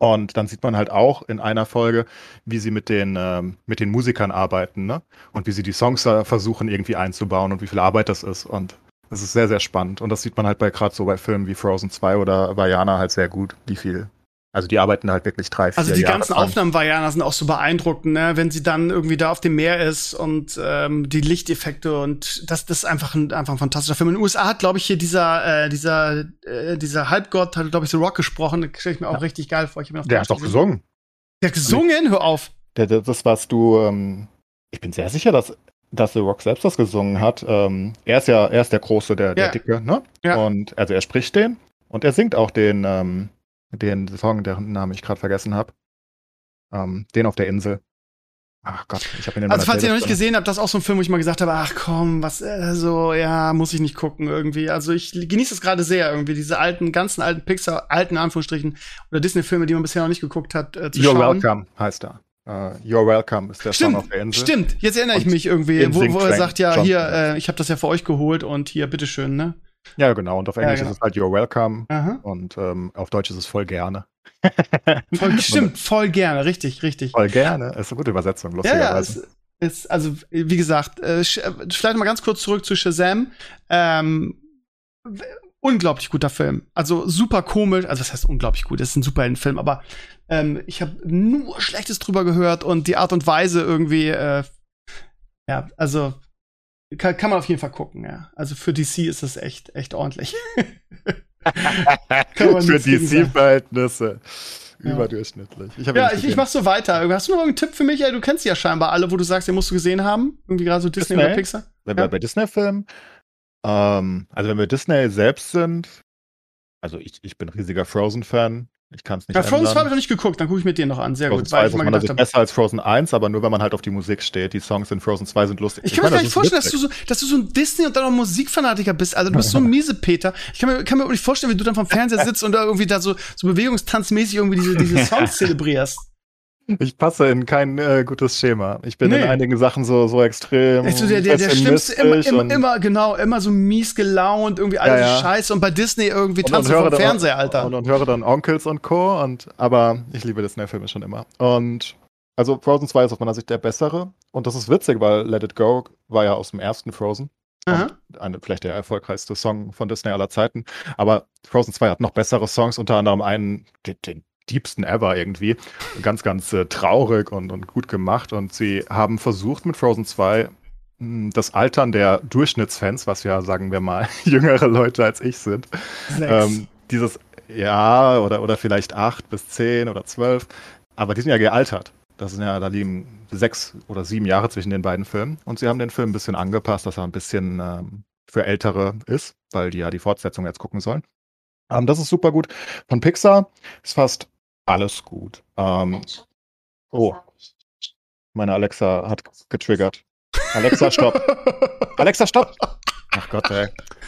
D: Und dann sieht man halt auch in einer Folge, wie sie mit den, ähm, mit den Musikern arbeiten, ne? Und wie sie die Songs da versuchen irgendwie einzubauen und wie viel Arbeit das ist. Und das ist sehr, sehr spannend. Und das sieht man halt bei gerade so bei Filmen wie Frozen zwei oder Vaiana halt sehr gut, wie viel. Also die arbeiten halt wirklich drei, vier
B: Also die
D: Jahre
B: ganzen
D: dran.
B: Aufnahmen Vaiana sind auch so beeindruckend, ne? Wenn sie dann irgendwie da auf dem Meer ist und ähm, die Lichteffekte und das, das ist einfach ein, einfach ein fantastischer Film. In den U S A hat, glaube ich, hier dieser, äh, dieser, äh, dieser Halbgott, hat, glaube ich, The Rock gesprochen. Das stelle ich mir auch
D: Ja.
B: richtig geil vor. Ich hab ihn auf
D: Der
B: Deutsch
D: hat doch
B: gesehen.
D: gesungen.
B: Der hat gesungen? Hör auf.
D: Der, der, das, was du, ähm, ich bin sehr sicher, dass, dass The Rock selbst das gesungen hat. Ähm, er ist ja, er ist der Große, der, der
B: Ja.
D: Dicke, ne?
B: Ja.
D: Und also er spricht den und er singt auch den, ähm, den Song, deren Namen ich gerade vergessen habe. Ähm, den auf der Insel. Ach Gott, ich habe ihn in meiner
B: Also falls ihr noch nicht
D: Playlist
B: gesehen habt, das ist auch so ein Film, wo ich mal gesagt habe, ach komm, was, äh, so, ja, muss ich nicht gucken irgendwie. Also ich genieße es gerade sehr irgendwie, diese alten, ganzen alten Pixar, alten Anführungsstrichen, oder Disney-Filme, die man bisher noch nicht geguckt hat, äh, zu
D: You're
B: schauen.
D: Welcome heißt er. Uh, You're Welcome ist der Song auf
B: Stimmt,
D: der Insel.
B: stimmt. Jetzt erinnere ich
D: Und
B: mich irgendwie,
D: den
B: wo,
D: singt
B: wo er
D: Frank
B: sagt, ja,
D: Johnson.
B: hier, äh, ich habe das ja für euch geholt und hier, bitteschön, ne?
D: Ja, genau. Und auf
B: Ja,
D: Englisch
B: genau.
D: ist es halt You're Welcome.
B: Aha.
D: Und ähm, auf Deutsch ist es voll gerne.
B: Voll, stimmt, voll gerne, richtig, richtig.
D: Voll gerne. Ist eine gute Übersetzung,
B: Ja,
D: lustigerweise.
B: ja, es ist, also, wie gesagt, äh, Sh- äh, vielleicht mal ganz kurz zurück zu Shazam. Ähm, w- unglaublich guter Film. Also super komisch, also das heißt unglaublich gut, das ist ein Superheldenfilm, aber ähm, ich habe nur Schlechtes drüber gehört und die Art und Weise irgendwie, äh, ja, also kann, kann man auf jeden Fall gucken, ja. Also für D C ist das echt, echt ordentlich. Kann man
D: Für
B: nichts gegen
D: D
B: sagen.
D: C-Verhältnisse
B: Ja.
D: überdurchschnittlich. Ich habe ihn
B: Ja,
D: nicht
B: ich, ich
D: gesehen.
B: mach so weiter. Hast du noch einen Tipp für mich? Ey, du kennst die ja scheinbar alle, wo du sagst, den musst du gesehen haben. Irgendwie gerade so Disney,
D: Disney?
B: oder Pixar.
D: Wenn
B: Ja.
D: wir bei Disney-Filmen, ähm, also wenn wir Disney selbst sind, also ich, ich bin riesiger Frozen-Fan. Ich kann es nicht
B: Ja, Frozen zwei habe ich
D: ändern.
B: noch nicht geguckt, dann gucke ich mit dir noch an. Sehr
D: Frozen
B: gut,
D: zwei
B: weil
D: ist
B: ich
D: aus
B: mal
D: meiner
B: gedacht
D: Sicht
B: habe.
D: besser als Frozen eins, aber nur wenn man halt auf die Musik steht. Die Songs in Frozen zwei sind lustig.
B: Ich kann mir
D: meine,
B: gar nicht
D: das ist
B: vorstellen, dass du,
D: witzig.
B: so, dass du so ein Disney- und dann noch Musikfanatiker bist, Alter. Du bist so ein miese Peter. Ich kann mir, kann mir nicht vorstellen, wie du dann vom Fernseher sitzt und da irgendwie da so, so bewegungstanzmäßig irgendwie diese, diese Songs zelebrierst.
D: Ich passe in kein äh, gutes Schema. Ich bin
B: Nee.
D: in einigen Sachen so, so extrem
B: Weißt du, der, der, der Schlimmste, immer,
D: pessimistisch
B: immer,
D: und-
B: immer, genau, immer so mies gelaunt, irgendwie alles
D: Ja, ja.
B: Scheiße und bei Disney irgendwie
D: und,
B: tanzt
D: und
B: du
D: höre
B: vom
D: dann,
B: Fernseher, Alter.
D: Und, und höre dann Onkels und Co. Und, aber ich liebe Disney-Filme schon immer. Und also Frozen zwei ist aus meiner Sicht der bessere. Und das ist witzig, weil Let It Go war ja aus dem ersten Frozen.
B: Aha.
D: Und eine, vielleicht der erfolgreichste Song von Disney aller Zeiten. Aber Frozen zwei hat noch bessere Songs, unter anderem einen, den, den diebsten ever irgendwie. Ganz, ganz äh, traurig und, und gut gemacht. Und sie haben versucht mit Frozen zwei mh, das Altern der Durchschnittsfans, was ja, sagen wir mal, jüngere Leute als ich sind,
B: Sechs.
D: ähm, dieses, ja, oder, oder vielleicht acht bis zehn oder zwölf, aber die sind ja gealtert. Das sind ja, da liegen sechs oder sieben Jahre zwischen den beiden Filmen. Und sie haben den Film ein bisschen angepasst, dass er ein bisschen ähm, für Ältere ist, weil die ja die Fortsetzung jetzt gucken sollen. Ähm, das ist super gut. Von Pixar ist fast alles gut. Ähm, oh, meine Alexa hat getriggert. Alexa, stopp. Alexa, stopp. Ach Gott, ey.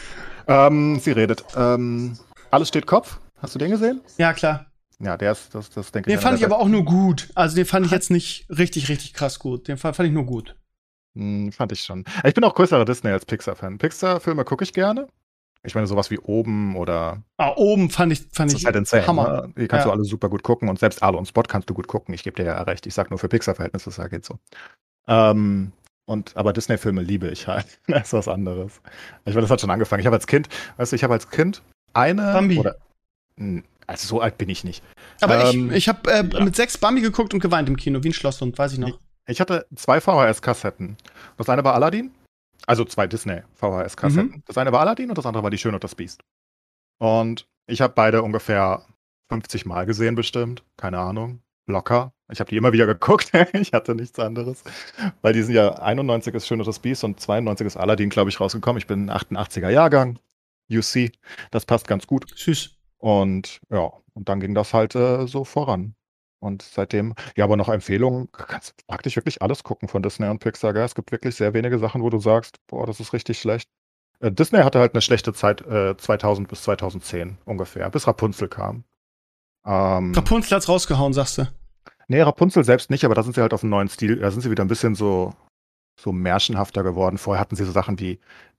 D: Ähm, sie redet. Ähm, alles steht Kopf. Hast du den gesehen?
B: Ja, klar.
D: Ja, der ist, das, das denke ich.
B: Den fand
D: einer
B: ich
D: der
B: aber auch nur gut. Also den fand ich jetzt nicht richtig, richtig krass gut. Den fand, fand ich nur gut.
D: Hm, fand ich schon. Ich bin auch größerer Disney als Pixar-Fan. Pixar-Filme gucke ich gerne. Ich meine, sowas wie Oben oder
B: Ah, oben fand ich, fand
D: das
B: ich
D: ist halt insane.
B: Hammer.
D: Ne? Die kannst
B: Ja.
D: du alle super gut gucken und selbst Arlo und Spot kannst du gut gucken. Ich gebe dir ja recht. Ich sag nur für Pixar-Verhältnisse, das geht so. Ähm, und, aber Disney-Filme liebe ich halt. Das ist was anderes. Ich meine, das hat schon angefangen. Ich habe als Kind, weißt du, ich habe als Kind eine
B: Bambi.
D: oder Hm, also so alt bin ich nicht.
B: Aber
D: Ähm,
B: ich, ich habe äh,
D: ja.
B: mit sechs Bambi geguckt und geweint im Kino, wie ein Schlosshund, weiß ich noch.
D: Ich hatte zwei V H S-Kassetten. Das eine war Aladdin, also zwei Disney-V H S-Kassetten.
B: Mhm.
D: Das eine war Aladdin und das andere war Die Schöne und das Biest. Und ich habe beide ungefähr fünfzig Mal gesehen bestimmt. Keine Ahnung. Locker. Ich habe die immer wieder geguckt. Ich hatte nichts anderes. Weil die sind ja einundneunzig ist Schön und das Biest und zweiundneunzig ist Aladdin, glaube ich, rausgekommen. Ich bin ein achtundachtziger Jahrgang. You see. Das passt ganz gut.
B: Süß.
D: Und ja, und dann ging das halt äh, so voran. Und seitdem, ja, aber noch Empfehlungen, kannst praktisch wirklich alles gucken von Disney und Pixar. Gell? Es gibt wirklich sehr wenige Sachen, wo du sagst, boah, das ist richtig schlecht. Äh, Disney hatte halt eine schlechte Zeit äh, zweitausend bis zweitausendzehn ungefähr, bis Rapunzel kam. Ähm,
B: Rapunzel hat's rausgehauen, sagst du.
D: nee, Rapunzel selbst nicht, aber da sind sie halt auf einen neuen Stil, da sind sie wieder ein bisschen so so märchenhafter geworden. Vorher hatten sie so Sachen wie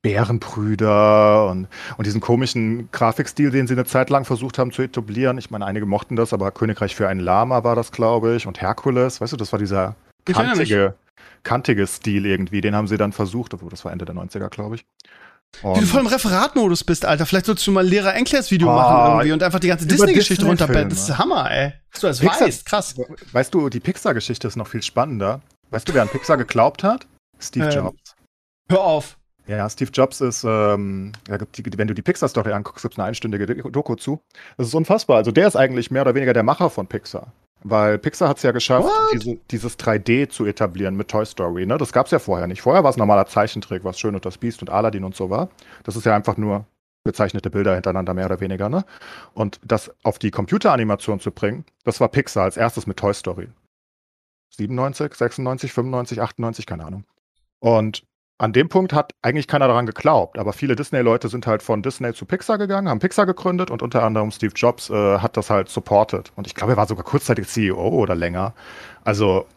D: Bärenbrüder und, und diesen komischen Grafikstil, den sie eine Zeit lang versucht haben zu etablieren. Ich meine, einige mochten das, aber Königreich für einen Lama war das, glaube ich, und Herkules, weißt du, das war dieser kantige, kantige Stil irgendwie, den haben sie dann versucht, obwohl das war Ende der neunziger, glaube ich. Und
B: Wie du voll im Referatmodus bist, Alter. Vielleicht solltest du mal Lehrer-Enklers-Video
D: Ah,
B: machen irgendwie und einfach die ganze
D: über
B: Disney-Geschichte runterbetten.
D: Disney-Filme.
B: Das ist der Hammer, ey. Dass du das
D: Pixar-
B: weißt, krass.
D: Weißt du, die Pixar-Geschichte ist noch viel spannender. Weißt du, wer an Pixar geglaubt hat? Steve
B: Ähm.
D: Jobs.
B: Hör auf.
D: Ja, Steve Jobs ist, ähm, ja, gibt die, wenn du die Pixar-Story anguckst, gibt es eine einstündige Doku zu. Das ist unfassbar. Also der ist eigentlich mehr oder weniger der Macher von Pixar. Weil Pixar hat es ja geschafft,
B: What?
D: diese, dieses drei D zu etablieren mit Toy Story. Ne? Das gab es ja vorher nicht. Vorher war es normaler Zeichentrick, was Schön und das Biest und Aladdin und so war. Das ist ja einfach nur gezeichnete Bilder hintereinander, mehr oder weniger. Ne? Und das auf die Computeranimation zu bringen, das war Pixar als erstes mit Toy Story. siebenundneunzig, sechsundneunzig, fünfundneunzig, achtundneunzig, keine Ahnung. Und an dem Punkt hat eigentlich keiner daran geglaubt, aber viele Disney-Leute sind halt von Disney zu Pixar gegangen, haben Pixar gegründet und unter anderem Steve Jobs äh, hat das halt supported. Und ich glaube, er war sogar kurzzeitig C E O oder länger. Also,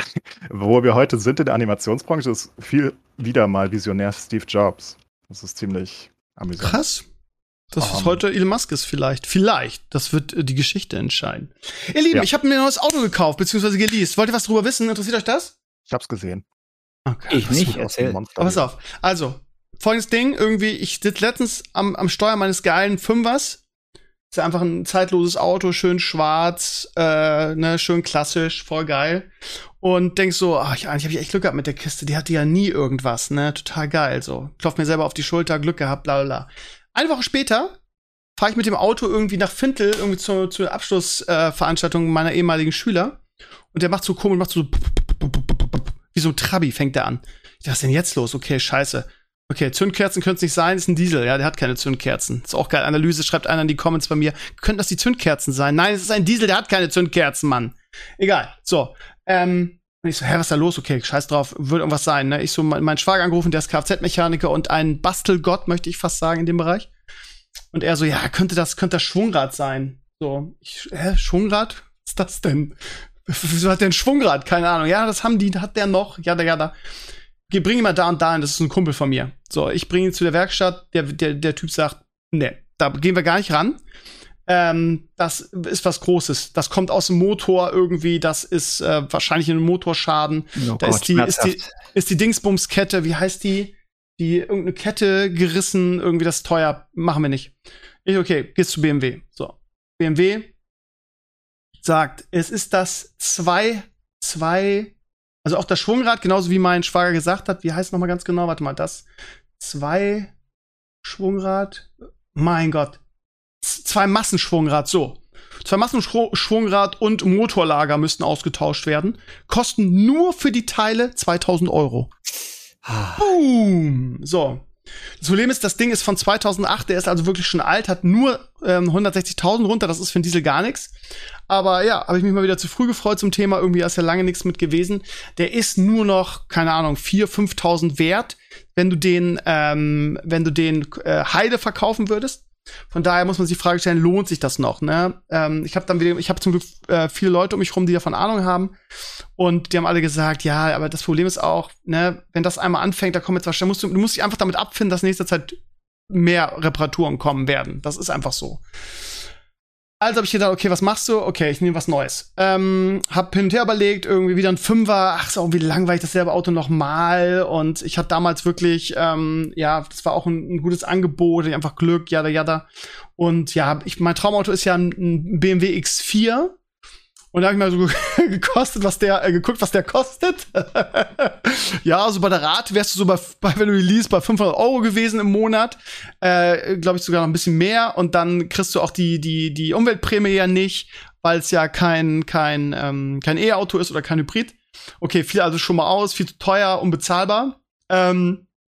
D: wo wir heute sind in der Animationsbranche, ist viel wieder mal visionär Steve Jobs. Das ist ziemlich amüsant.
B: Krass. Das, was
D: Um.
B: heute Elon Musk ist, vielleicht. Vielleicht. Das wird äh, die Geschichte entscheiden. Ihr Lieben,
D: Ja.
B: ich habe mir ein neues Auto gekauft, beziehungsweise geleast. Wollt ihr was drüber wissen? Interessiert euch das?
D: Ich hab's gesehen.
B: Okay.
C: Ich
D: Das
C: nicht,
D: sieht aus wie ein
C: erzähl.
D: Monster.
B: Aber pass auf. Also, folgendes Ding, irgendwie, ich sitze letztens am, am Steuer meines geilen Fünfers. Ist ja einfach ein zeitloses Auto, schön schwarz, äh, ne, schön klassisch, voll geil. Und denk so, ach, ich, eigentlich habe ich echt Glück gehabt mit der Kiste, die hatte ja nie irgendwas, ne, total geil, so. Klopf mir selber auf die Schulter, Glück gehabt, bla, bla, bla. Eine Woche später fahre ich mit dem Auto irgendwie nach Fintel, irgendwie zur, zur Abschlussveranstaltung äh, meiner ehemaligen Schüler. Und der macht so komisch, macht so wie so ein Trabi fängt der an. Ich dachte, was ist denn jetzt los? Okay, scheiße. Okay, Zündkerzen können es nicht sein, ist ein Diesel. Ja, der hat keine Zündkerzen. Ist auch geil. Analyse schreibt einer in die Comments bei mir. Könnten das die Zündkerzen sein? Nein, es ist ein Diesel, der hat keine Zündkerzen, Mann. Egal. So. Ähm, und ich so, hä, was ist da los? Okay, scheiß drauf, wird irgendwas sein, ne? Ich so, mein, mein Schwager angerufen, der ist Kfz-Mechaniker und ein Bastelgott, möchte ich fast sagen, in dem Bereich. Und er so, ja, könnte das, könnte das Schwungrad sein? So, ich, hä, Schwungrad? Was ist das denn? Wieso hat der ein Schwungrad? Keine Ahnung. Ja, das haben die, hat der noch. Ja, da, ja, da. Okay, bring ihn mal da und da hin. Das ist ein Kumpel von mir. So, ich bringe ihn zu der Werkstatt. Der, der, der Typ sagt, nee, da gehen wir gar nicht ran. Ähm, das ist was Großes. Das kommt aus dem Motor irgendwie. Das ist äh, wahrscheinlich ein Motorschaden.
C: Oh
B: da
C: Gott,
B: ist, die, ist, die,
C: schmerzhaft.
B: ist die Dingsbumskette, wie heißt die? Die irgendeine Kette gerissen. Irgendwie das ist teuer. Machen wir nicht. Ich, okay, gehst zu B M W. So, B M W sagt, es ist das zwei, zwei, also auch das Schwungrad, genauso wie mein Schwager gesagt hat, wie heißt nochmal ganz genau, warte mal, das zwei Schwungrad, mein Gott, Z- zwei Massenschwungrad, so. Zwei Massenschwungrad und Motorlager müssten ausgetauscht werden, kosten nur für die Teile zweitausend Euro.
C: Ah,
B: Boom! So. Das Problem ist, das Ding ist von zweitausendacht, der ist also wirklich schon alt, hat nur ähm, hundertsechzigtausend runter, das ist für einen Diesel gar nichts. Aber ja, habe ich mich mal wieder zu früh gefreut zum Thema, irgendwie ist ja lange nichts mit gewesen. Der ist nur noch, keine Ahnung, viertausend, fünftausend wert, wenn du den, ähm, wenn du den äh, Heide verkaufen würdest. Von daher muss man sich die Frage stellen, lohnt sich das noch, ne? Ähm, ich habe dann wieder, ich habe zum Glück äh, viele Leute um mich rum, die davon Ahnung haben. Und die haben alle gesagt, ja, aber das Problem ist auch, ne, wenn das einmal anfängt, da kommen jetzt wahrscheinlich, musst du, du musst dich einfach damit abfinden, dass in nächster Zeit mehr Reparaturen kommen werden. Das ist einfach so. Also habe ich gedacht, okay, was machst du? Okay, ich nehme was Neues. Ähm, hab hin und her überlegt, irgendwie wieder ein Fünfer. Ach, ist auch irgendwie langweilig, dasselbe Auto nochmal. Und ich hatte damals wirklich, ähm, ja, das war auch ein, ein gutes Angebot, einfach Glück, jada, jada. Und ja, ich, mein Traumauto ist ja ein, ein B M W X vier. Und da habe ich mal so gekostet, was der, äh, geguckt, was der kostet. Ja, also bei der Rate wärst du so bei, bei wenn du die liest, bei fünfhundert Euro gewesen im Monat. Äh, glaube ich sogar noch ein bisschen mehr. Und dann kriegst du auch die, die, die Umweltprämie ja nicht, weil es ja kein, kein, ähm, kein E-Auto ist oder kein Hybrid. Okay, fiel also schon mal aus, viel zu teuer, unbezahlbar. Ähm,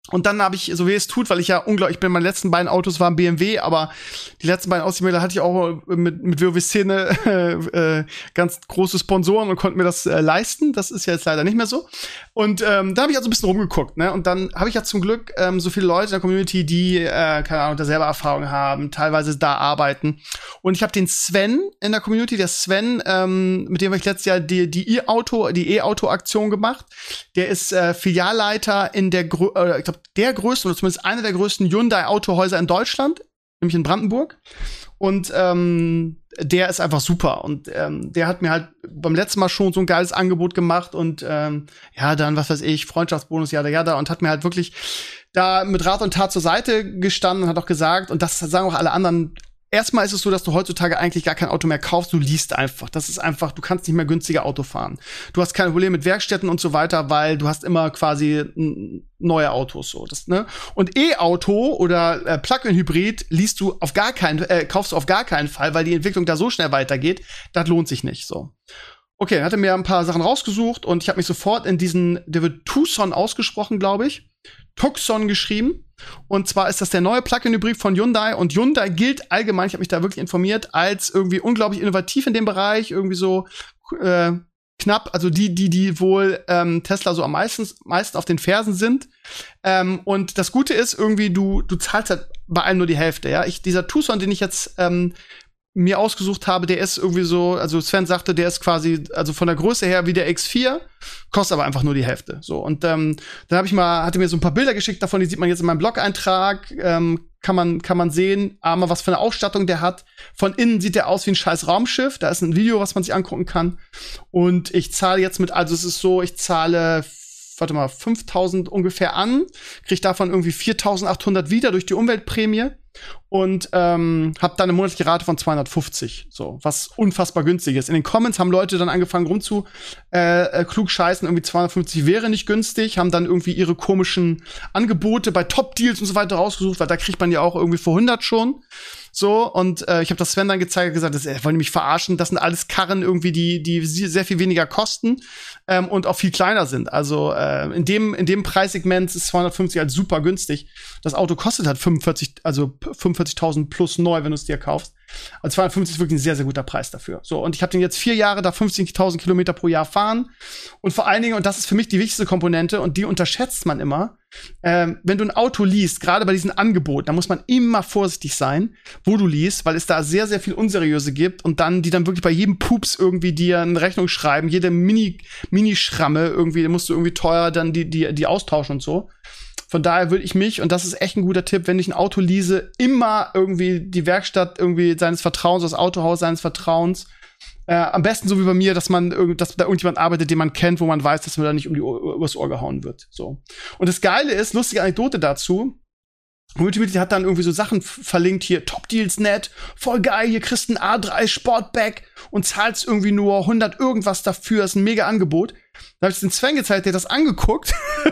B: Und dann habe ich, so wie es tut, weil ich ja unglaublich, ich bin, meine letzten beiden Autos waren B M W, aber die letzten beiden Autos, die mir hatte ich auch mit, mit WoW-Szene äh, ganz große Sponsoren und konnte mir das äh, leisten. Das ist ja jetzt leider nicht mehr so. Und ähm, da habe ich also ein bisschen rumgeguckt, ne? Und dann habe ich ja zum Glück ähm, so viele Leute in der Community, die, äh, keine Ahnung, da selber Erfahrung haben, teilweise da arbeiten. Und ich habe den Sven in der Community, der Sven, ähm, mit dem habe ich letztes Jahr die die E-Auto, die E-Auto-Aktion gemacht. Der ist äh, Filialleiter in der, Gro- äh, ich glaube, der größten, oder zumindest einer der größten Hyundai-Autohäuser in Deutschland, nämlich in Brandenburg. Und ähm, der ist einfach super. Und ähm, der hat mir halt beim letzten Mal schon so ein geiles Angebot gemacht und ähm, ja, dann, was weiß ich, Freundschaftsbonus, ja, ja, da und hat mir halt wirklich da mit Rat und Tat zur Seite gestanden und hat auch gesagt, und das sagen auch alle anderen, erstmal ist es so, dass du heutzutage eigentlich gar kein Auto mehr kaufst, du liest einfach. Das ist einfach, du kannst nicht mehr günstiger Auto fahren. Du hast keine Probleme mit Werkstätten und so weiter, weil du hast immer quasi n- neue Autos so, das, ne? Und E-Auto oder äh, Plug-in-Hybrid liest du auf gar keinen, äh, kaufst du auf gar keinen Fall, weil die Entwicklung da so schnell weitergeht, das lohnt sich nicht so. Okay, dann hat er mir ein paar Sachen rausgesucht und ich habe mich sofort in diesen, der wird Tucson ausgesprochen, glaube ich, Tucson geschrieben. Und zwar ist das der neue Plug-in-Hybrid von Hyundai. Und Hyundai gilt allgemein, ich habe mich da wirklich informiert, als irgendwie unglaublich innovativ in dem Bereich, irgendwie so äh, knapp, also die, die, die wohl ähm, Tesla so am meisten, meisten auf den Fersen sind. Ähm, und das Gute ist irgendwie, du, du zahlst halt bei allem nur die Hälfte. Ja, ich, dieser Tucson, den ich jetzt ähm, mir ausgesucht habe, der ist irgendwie so, also Sven sagte, der ist quasi, also von der Größe her wie der X vier, kostet aber einfach nur die Hälfte. So, und ähm, dann habe ich mal, hatte mir so ein paar Bilder geschickt davon, die sieht man jetzt in meinem Blog-Eintrag, ähm, kann man, kann man sehen, aber was für eine Ausstattung der hat. Von innen sieht der aus wie ein scheiß Raumschiff, da ist ein Video, was man sich angucken kann. Und ich zahle jetzt mit, also es ist so, ich zahle warte mal, fünftausend ungefähr an, krieg davon irgendwie viertausendachthundert wieder durch die Umweltprämie und ähm, hab dann eine monatliche Rate von zweihundertfünfzig, so, was unfassbar günstig ist. In den Comments haben Leute dann angefangen rumzu äh, äh, klug scheißen, irgendwie zweihundertfünfzig wäre nicht günstig, haben dann irgendwie ihre komischen Angebote bei Top-Deals und so weiter rausgesucht, weil da kriegt man ja auch irgendwie für hundert schon. So, und äh, ich habe das Sven dann gezeigt, gesagt, das, äh, wollen die mich verarschen? Das sind alles Karren irgendwie, die die sehr viel weniger kosten ähm, und auch viel kleiner sind. Also äh, in dem in dem Preissegment ist zweihundertfünfzig halt super günstig. Das Auto kostet halt fünfundvierzig, also fünfundvierzigtausend plus neu, wenn du es dir kaufst. Also zweihundertfünfzig ist wirklich ein sehr, sehr guter Preis dafür. So, und ich habe den jetzt vier Jahre, da fünfzigtausend Kilometer pro Jahr fahren. Und vor allen Dingen, und das ist für mich die wichtigste Komponente, und die unterschätzt man immer, ähm, wenn du ein Auto liest, gerade bei diesen Angeboten, da muss man immer vorsichtig sein, wo du liest, weil es da sehr, sehr viel Unseriöse gibt und dann, die dann wirklich bei jedem Pups irgendwie dir eine Rechnung schreiben, jede Mini, Mini-Schramme irgendwie, da musst du irgendwie teuer dann die, die, die austauschen und so. Von daher würde ich mich, und das ist echt ein guter Tipp, wenn ich ein Auto lease, immer irgendwie die Werkstatt irgendwie seines Vertrauens, das Autohaus seines Vertrauens, äh, am besten so wie bei mir, dass man irg- dass da irgendjemand arbeitet, den man kennt, wo man weiß, dass man da nicht um die Ohr, übers Ohr gehauen wird. So. Und das Geile ist, lustige Anekdote dazu, Multimedia hat dann irgendwie so Sachen f- verlinkt, hier Top Deals Net, voll geil, hier kriegst du ein A drei Sportback und zahlst irgendwie nur hundert irgendwas dafür, ist ein mega Angebot. Da habe ich den Sven gezeigt, der hat das angeguckt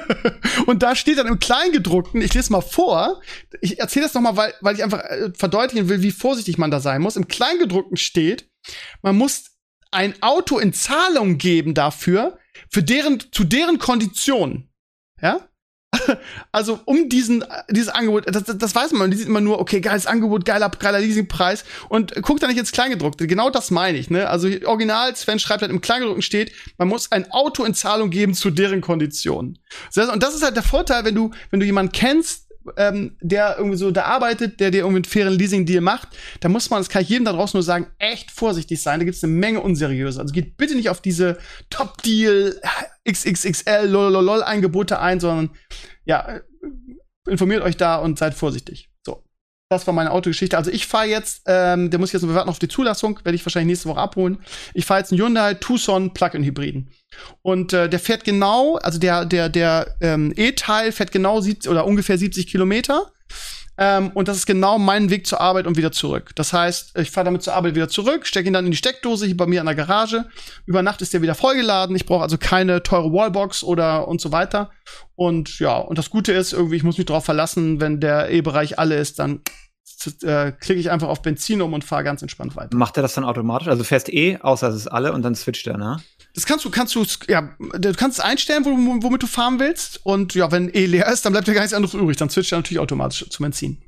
B: und da steht dann im Kleingedruckten, ich lese mal vor, ich erzähle das noch mal, weil, weil ich einfach äh, verdeutlichen will, wie vorsichtig man da sein muss. Im Kleingedruckten steht, man muss ein Auto in Zahlung geben dafür, für deren, zu deren Konditionen. Ja? Also um diesen dieses Angebot, das, das, das weiß man, die sieht immer nur, okay, geiles Angebot, geiler, geiler Leasingpreis und guckt da nicht ins Kleingedruckte. Genau das meine ich, ne? Also original, Sven schreibt halt, im Kleingedruckten steht, man muss ein Auto in Zahlung geben zu deren Konditionen. Und das ist halt der Vorteil, wenn du, wenn du jemanden kennst, ähm, der irgendwie so da arbeitet, der dir irgendwie einen fairen Leasing-Deal macht, da muss man, das kann ich jedem da draußen nur sagen, echt vorsichtig sein. Da gibt's eine Menge unseriöse. Also geht bitte nicht auf diese Top-Deal, X X X L, lololol Angebote ein, sondern ja, informiert euch da und seid vorsichtig. So, das war meine Autogeschichte. Also ich fahre jetzt, ähm, der muss jetzt noch warten auf die Zulassung, werde ich wahrscheinlich nächste Woche abholen. Ich fahre jetzt einen Hyundai Tucson Plug-in-Hybriden. Und äh, der fährt genau, also der der der ähm, E-Teil fährt genau siebzig oder ungefähr siebzig Kilometer. Ähm, und das ist genau mein Weg zur Arbeit und wieder zurück. Das heißt, ich fahre damit zur Arbeit wieder zurück, stecke ihn dann in die Steckdose hier bei mir in der Garage. Über Nacht ist der wieder vollgeladen. Ich brauche also keine teure Wallbox oder und so weiter. Und ja, und das Gute ist, irgendwie, ich muss mich darauf verlassen, wenn der E-Bereich alle ist, dann äh, klicke ich einfach auf Benzin um und fahre ganz entspannt weiter.
C: Macht er das dann automatisch? Also fährst eh, außer es ist alle, und dann switcht er, ne?
B: Das kannst du, kannst du, ja, du kannst es einstellen, wo, womit du fahren willst. Und ja, wenn eh leer ist, dann bleibt dir gar nichts anderes übrig. Dann switcht er natürlich automatisch zum Benzin.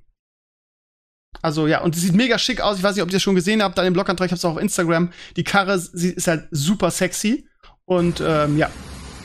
B: Also ja, und es sieht mega schick aus. Ich weiß nicht, ob ihr das schon gesehen habt, da in dem Blogantrag, ich hab's auch auf Instagram. Die Karre sie ist halt super sexy. Und ähm, ja.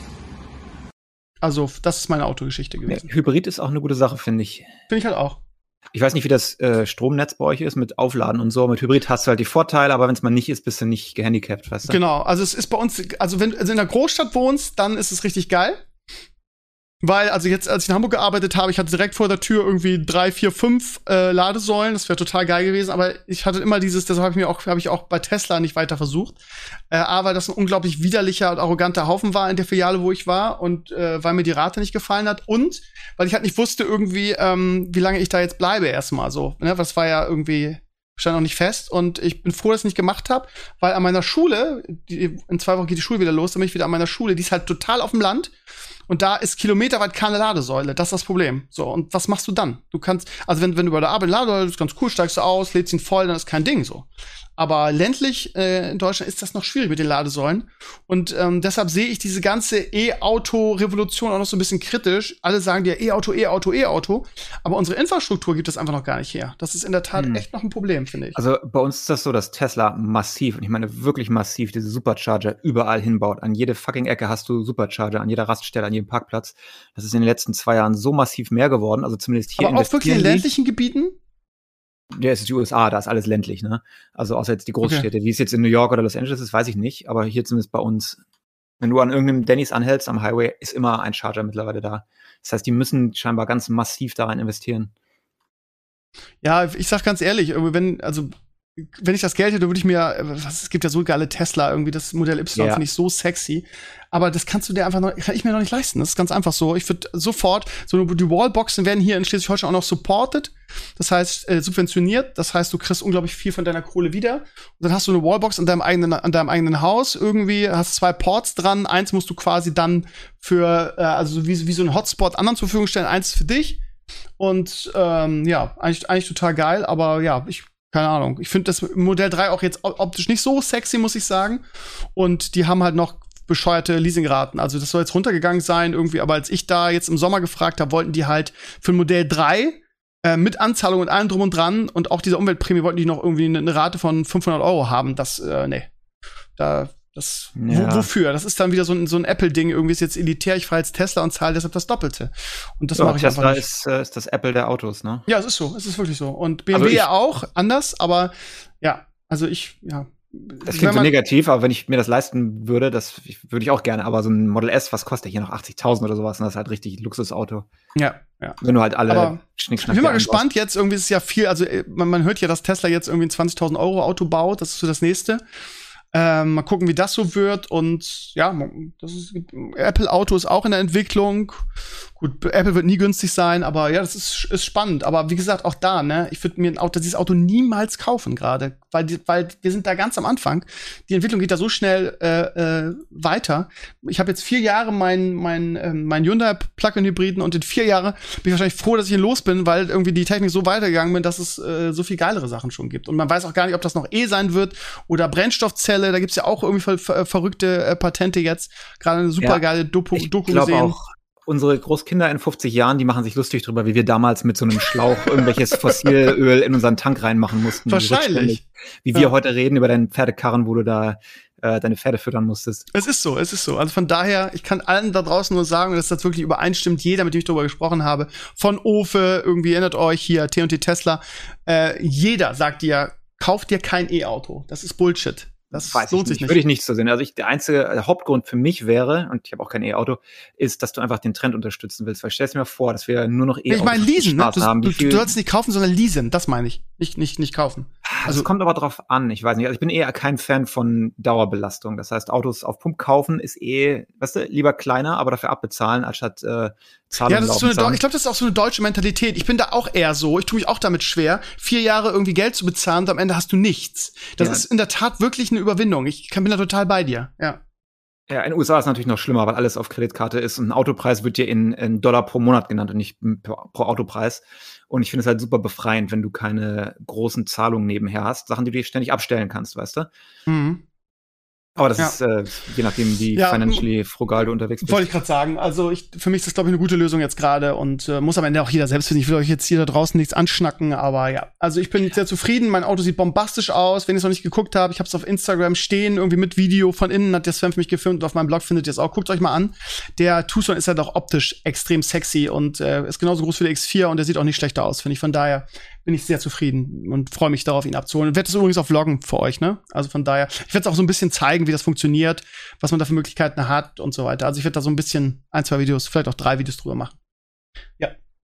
B: Also, das ist meine Autogeschichte gewesen.
C: Ja, Hybrid ist auch eine gute Sache, finde ich.
B: Finde ich halt auch.
C: Ich weiß nicht, wie das äh, Stromnetz bei euch ist mit Aufladen und so. Mit Hybrid hast du halt die Vorteile, aber wenn es mal nicht ist, bist du nicht gehandicapt, weißt du?
B: Genau, also es ist bei uns, also wenn du also in der Großstadt wohnst, dann ist es richtig geil. Weil, also jetzt, als ich in Hamburg gearbeitet habe, ich hatte direkt vor der Tür irgendwie drei, vier, fünf äh, Ladesäulen. Das wäre total geil gewesen. Aber ich hatte immer dieses, deshalb habe ich mir auch, habe ich auch bei Tesla nicht weiter versucht. Äh, A, weil das ein unglaublich widerlicher und arroganter Haufen war in der Filiale, wo ich war. Und äh, weil mir die Rate nicht gefallen hat. Und weil ich halt nicht wusste irgendwie, ähm, wie lange ich da jetzt bleibe erstmal so. Ne? Das war ja irgendwie, stand noch nicht fest. Und ich bin froh, dass ich nicht gemacht habe. Weil an meiner Schule, die, in zwei Wochen geht die Schule wieder los, dann bin ich wieder an meiner Schule. Die ist halt total auf dem Land. Und da ist kilometerweit keine Ladesäule. Das ist das Problem. So, und was machst du dann? Du kannst, also wenn, wenn du bei der Arbeit Ladesäule, das ist ganz cool, steigst du aus, lädst ihn voll, dann ist kein Ding so. Aber ländlich äh, in Deutschland ist das noch schwierig mit den Ladesäulen. Und ähm, deshalb sehe ich diese ganze E-Auto-Revolution auch noch so ein bisschen kritisch. Alle sagen dir E-Auto, E-Auto, E-Auto. Aber unsere Infrastruktur gibt es einfach noch gar nicht her. Das ist in der Tat hm. echt noch ein Problem, finde ich.
C: Also bei uns ist das so, dass Tesla massiv, und ich meine wirklich massiv, diese Supercharger überall hinbaut. An jede fucking Ecke hast du Supercharger, an jeder Raststelle, an jedem Parkplatz. Das ist in den letzten zwei Jahren so massiv mehr geworden. Also zumindest hier.
B: Aber auch wirklich in ländlichen Gebieten?
C: Ja, es ist die U S A, da ist alles ländlich, ne? Also außer jetzt die Großstädte. Okay. Wie es jetzt in New York oder Los Angeles ist, weiß ich nicht. Aber hier zumindest bei uns, wenn du an irgendeinem Denny's anhältst am Highway, ist immer ein Charger mittlerweile da. Das heißt, die müssen scheinbar ganz massiv da rein investieren.
B: Ja, ich sag ganz ehrlich, wenn, also wenn ich das Geld hätte, würde ich mir, was, es gibt ja so geile Tesla, irgendwie das Modell Y, ja. Finde ich so sexy. Aber das kannst du dir einfach noch, kann ich mir noch nicht leisten. Das ist ganz einfach so. Ich würde sofort, so die Wallboxen werden hier in Schleswig-Holstein auch noch supported. Das heißt, äh, subventioniert. Das heißt, du kriegst unglaublich viel von deiner Kohle wieder. Und dann hast du eine Wallbox an deinem eigenen, an deinem eigenen Haus. Irgendwie hast zwei Ports dran. Eins musst du quasi dann für, äh, also wie, wie so ein Hotspot anderen zur Verfügung stellen. Eins für dich. Und ähm, ja, eigentlich, eigentlich total geil. Aber ja, ich keine Ahnung. Ich finde das Modell drei auch jetzt optisch nicht so sexy, muss ich sagen. Und die haben halt noch bescheuerte Leasingraten. Also das soll jetzt runtergegangen sein irgendwie. Aber als ich da jetzt im Sommer gefragt habe, wollten die halt für ein Modell drei äh, mit Anzahlung und allem drum und dran und auch dieser Umweltprämie wollten die noch irgendwie eine, eine Rate von fünfhundert Euro haben. Das, äh, nee. Da, das,
C: ja.
B: wo, wofür? Das ist dann wieder so ein, so ein Apple-Ding. Irgendwie ist jetzt elitär. Ich fahre jetzt Tesla und zahle deshalb das Doppelte. Und das
C: ja,
B: mache ich
C: Tesla
B: einfach nicht.
C: Ist, äh, ist das Apple der Autos, ne?
B: Ja, es ist so. Es ist wirklich so. Und B M W
C: also ich,
B: ja auch anders, aber ja, also ich, ja.
C: Das klingt so negativ, aber wenn ich mir das leisten würde, das ich, würde ich auch gerne. Aber so ein Model S, was kostet hier noch achtzigtausend oder sowas? Und das ist halt richtig Luxusauto.
B: Ja, ja.
C: Wenn du halt alle
B: aber
C: Schnickschnack.
B: Ich bin mal gespannt jetzt. Irgendwie ist es ja viel, also man, man hört ja, dass Tesla jetzt irgendwie ein zwanzigtausend Euro Auto baut. Das ist so das nächste. Ähm, mal gucken, wie das so wird. Und ja, das ist, Apple-Auto ist auch in der Entwicklung. Gut, Apple wird nie günstig sein, aber ja, das ist, ist spannend. Aber wie gesagt, auch da, ne, ich würde mir ein Auto, dieses Auto niemals kaufen gerade, weil, die, weil wir sind da ganz am Anfang. Die Entwicklung geht da so schnell äh, äh, weiter. Ich habe jetzt vier Jahre mein, mein, äh, mein Hyundai Plug-in-Hybriden und in vier Jahren bin ich wahrscheinlich froh, dass ich hier los bin, weil irgendwie die Technik so weitergegangen bin, dass es äh, so viel geilere Sachen schon gibt. Und man weiß auch gar nicht, ob das noch E sein wird oder Brennstoffzelle. Da gibt's ja auch irgendwie ver ver verrückte äh, Patente jetzt. Gerade eine super geile ja, Doku, Doku gesehen.
C: Auch unsere Großkinder in fünfzig Jahren, die machen sich lustig drüber, wie wir damals mit so einem Schlauch irgendwelches Fossilöl in unseren Tank reinmachen mussten.
B: Wahrscheinlich.
C: Wie wir ja. heute reden über deinen Pferdekarren, wo du da äh, deine Pferde füttern musstest.
B: Es ist so, es ist so. Also von daher, ich kann allen da draußen nur sagen, dass das wirklich übereinstimmt, jeder, mit dem ich darüber gesprochen habe, von Ofe, irgendwie erinnert euch hier, T und T Tesla, äh, jeder sagt dir, kauft dir kein E-Auto. Das ist Bullshit. Das
C: Weiß
B: lohnt
C: ich
B: sich
C: nicht.
B: nicht.
C: Würde ich nicht so sehen. Also ich, der einzige der Hauptgrund für mich wäre, und ich habe auch kein E-Auto, ist, dass du einfach den Trend unterstützen willst. Weil stell dir mal vor, dass wir nur noch E-Autos
B: ich meine leasen, ne? Du,
C: haben.
B: Du, du sollst nicht kaufen, sondern leasen. Das meine ich. Nicht, nicht, nicht kaufen.
C: Also es kommt aber drauf an. Ich weiß nicht. Also ich bin eher kein Fan von Dauerbelastung. Das heißt, Autos auf Pump kaufen ist eh, weißt du, lieber kleiner, aber dafür abbezahlen, anstatt äh, Zahlungen.
B: Ja, das ist so eine, ich glaube, das ist auch so eine deutsche Mentalität. Ich bin da auch eher so. Ich tue mich auch damit schwer, vier Jahre irgendwie Geld zu bezahlen und am Ende hast du nichts. Das ja. ist in der Tat wirklich eine Überwindung. Ich kann, bin da total bei dir. Ja.
C: Ja, in den U S A ist es natürlich noch schlimmer, weil alles auf Kreditkarte ist und ein Autopreis wird dir in, in Dollar pro Monat genannt und nicht pro, pro Autopreis. Und ich finde es halt super befreiend, wenn du keine großen Zahlungen nebenher hast. Sachen, die du dir ständig abstellen kannst, weißt du?
B: Mhm.
C: Aber das
B: Ja.
C: ist äh, je nachdem, wie
B: Ja,
C: financially frugal du unterwegs bist.
B: Wollte ich gerade sagen. Also ich, für mich ist das, glaube ich, eine gute Lösung jetzt gerade und äh, muss am Ende auch jeder selbst finden. Ich will euch jetzt hier da draußen nichts anschnacken, aber ja. Also ich bin sehr zufrieden. Mein Auto sieht bombastisch aus. Wenn ihr es noch nicht geguckt habt, ich habe es auf Instagram stehen, irgendwie mit Video von innen, hat der Sven für mich gefilmt und auf meinem Blog findet ihr es auch. Guckt euch mal an. Der Tucson ist ja doch optisch extrem sexy und äh, ist genauso groß wie der X vier und der sieht auch nicht schlechter aus, finde ich. Von daher bin ich sehr zufrieden und freue mich darauf, ihn abzuholen. Und werde das übrigens auch vloggen für euch, ne? Also von daher, ich werde es auch so ein bisschen zeigen, wie das funktioniert, was man da für Möglichkeiten hat und so weiter. Also ich werde da so ein bisschen ein, zwei Videos, vielleicht auch drei Videos drüber machen. Ja.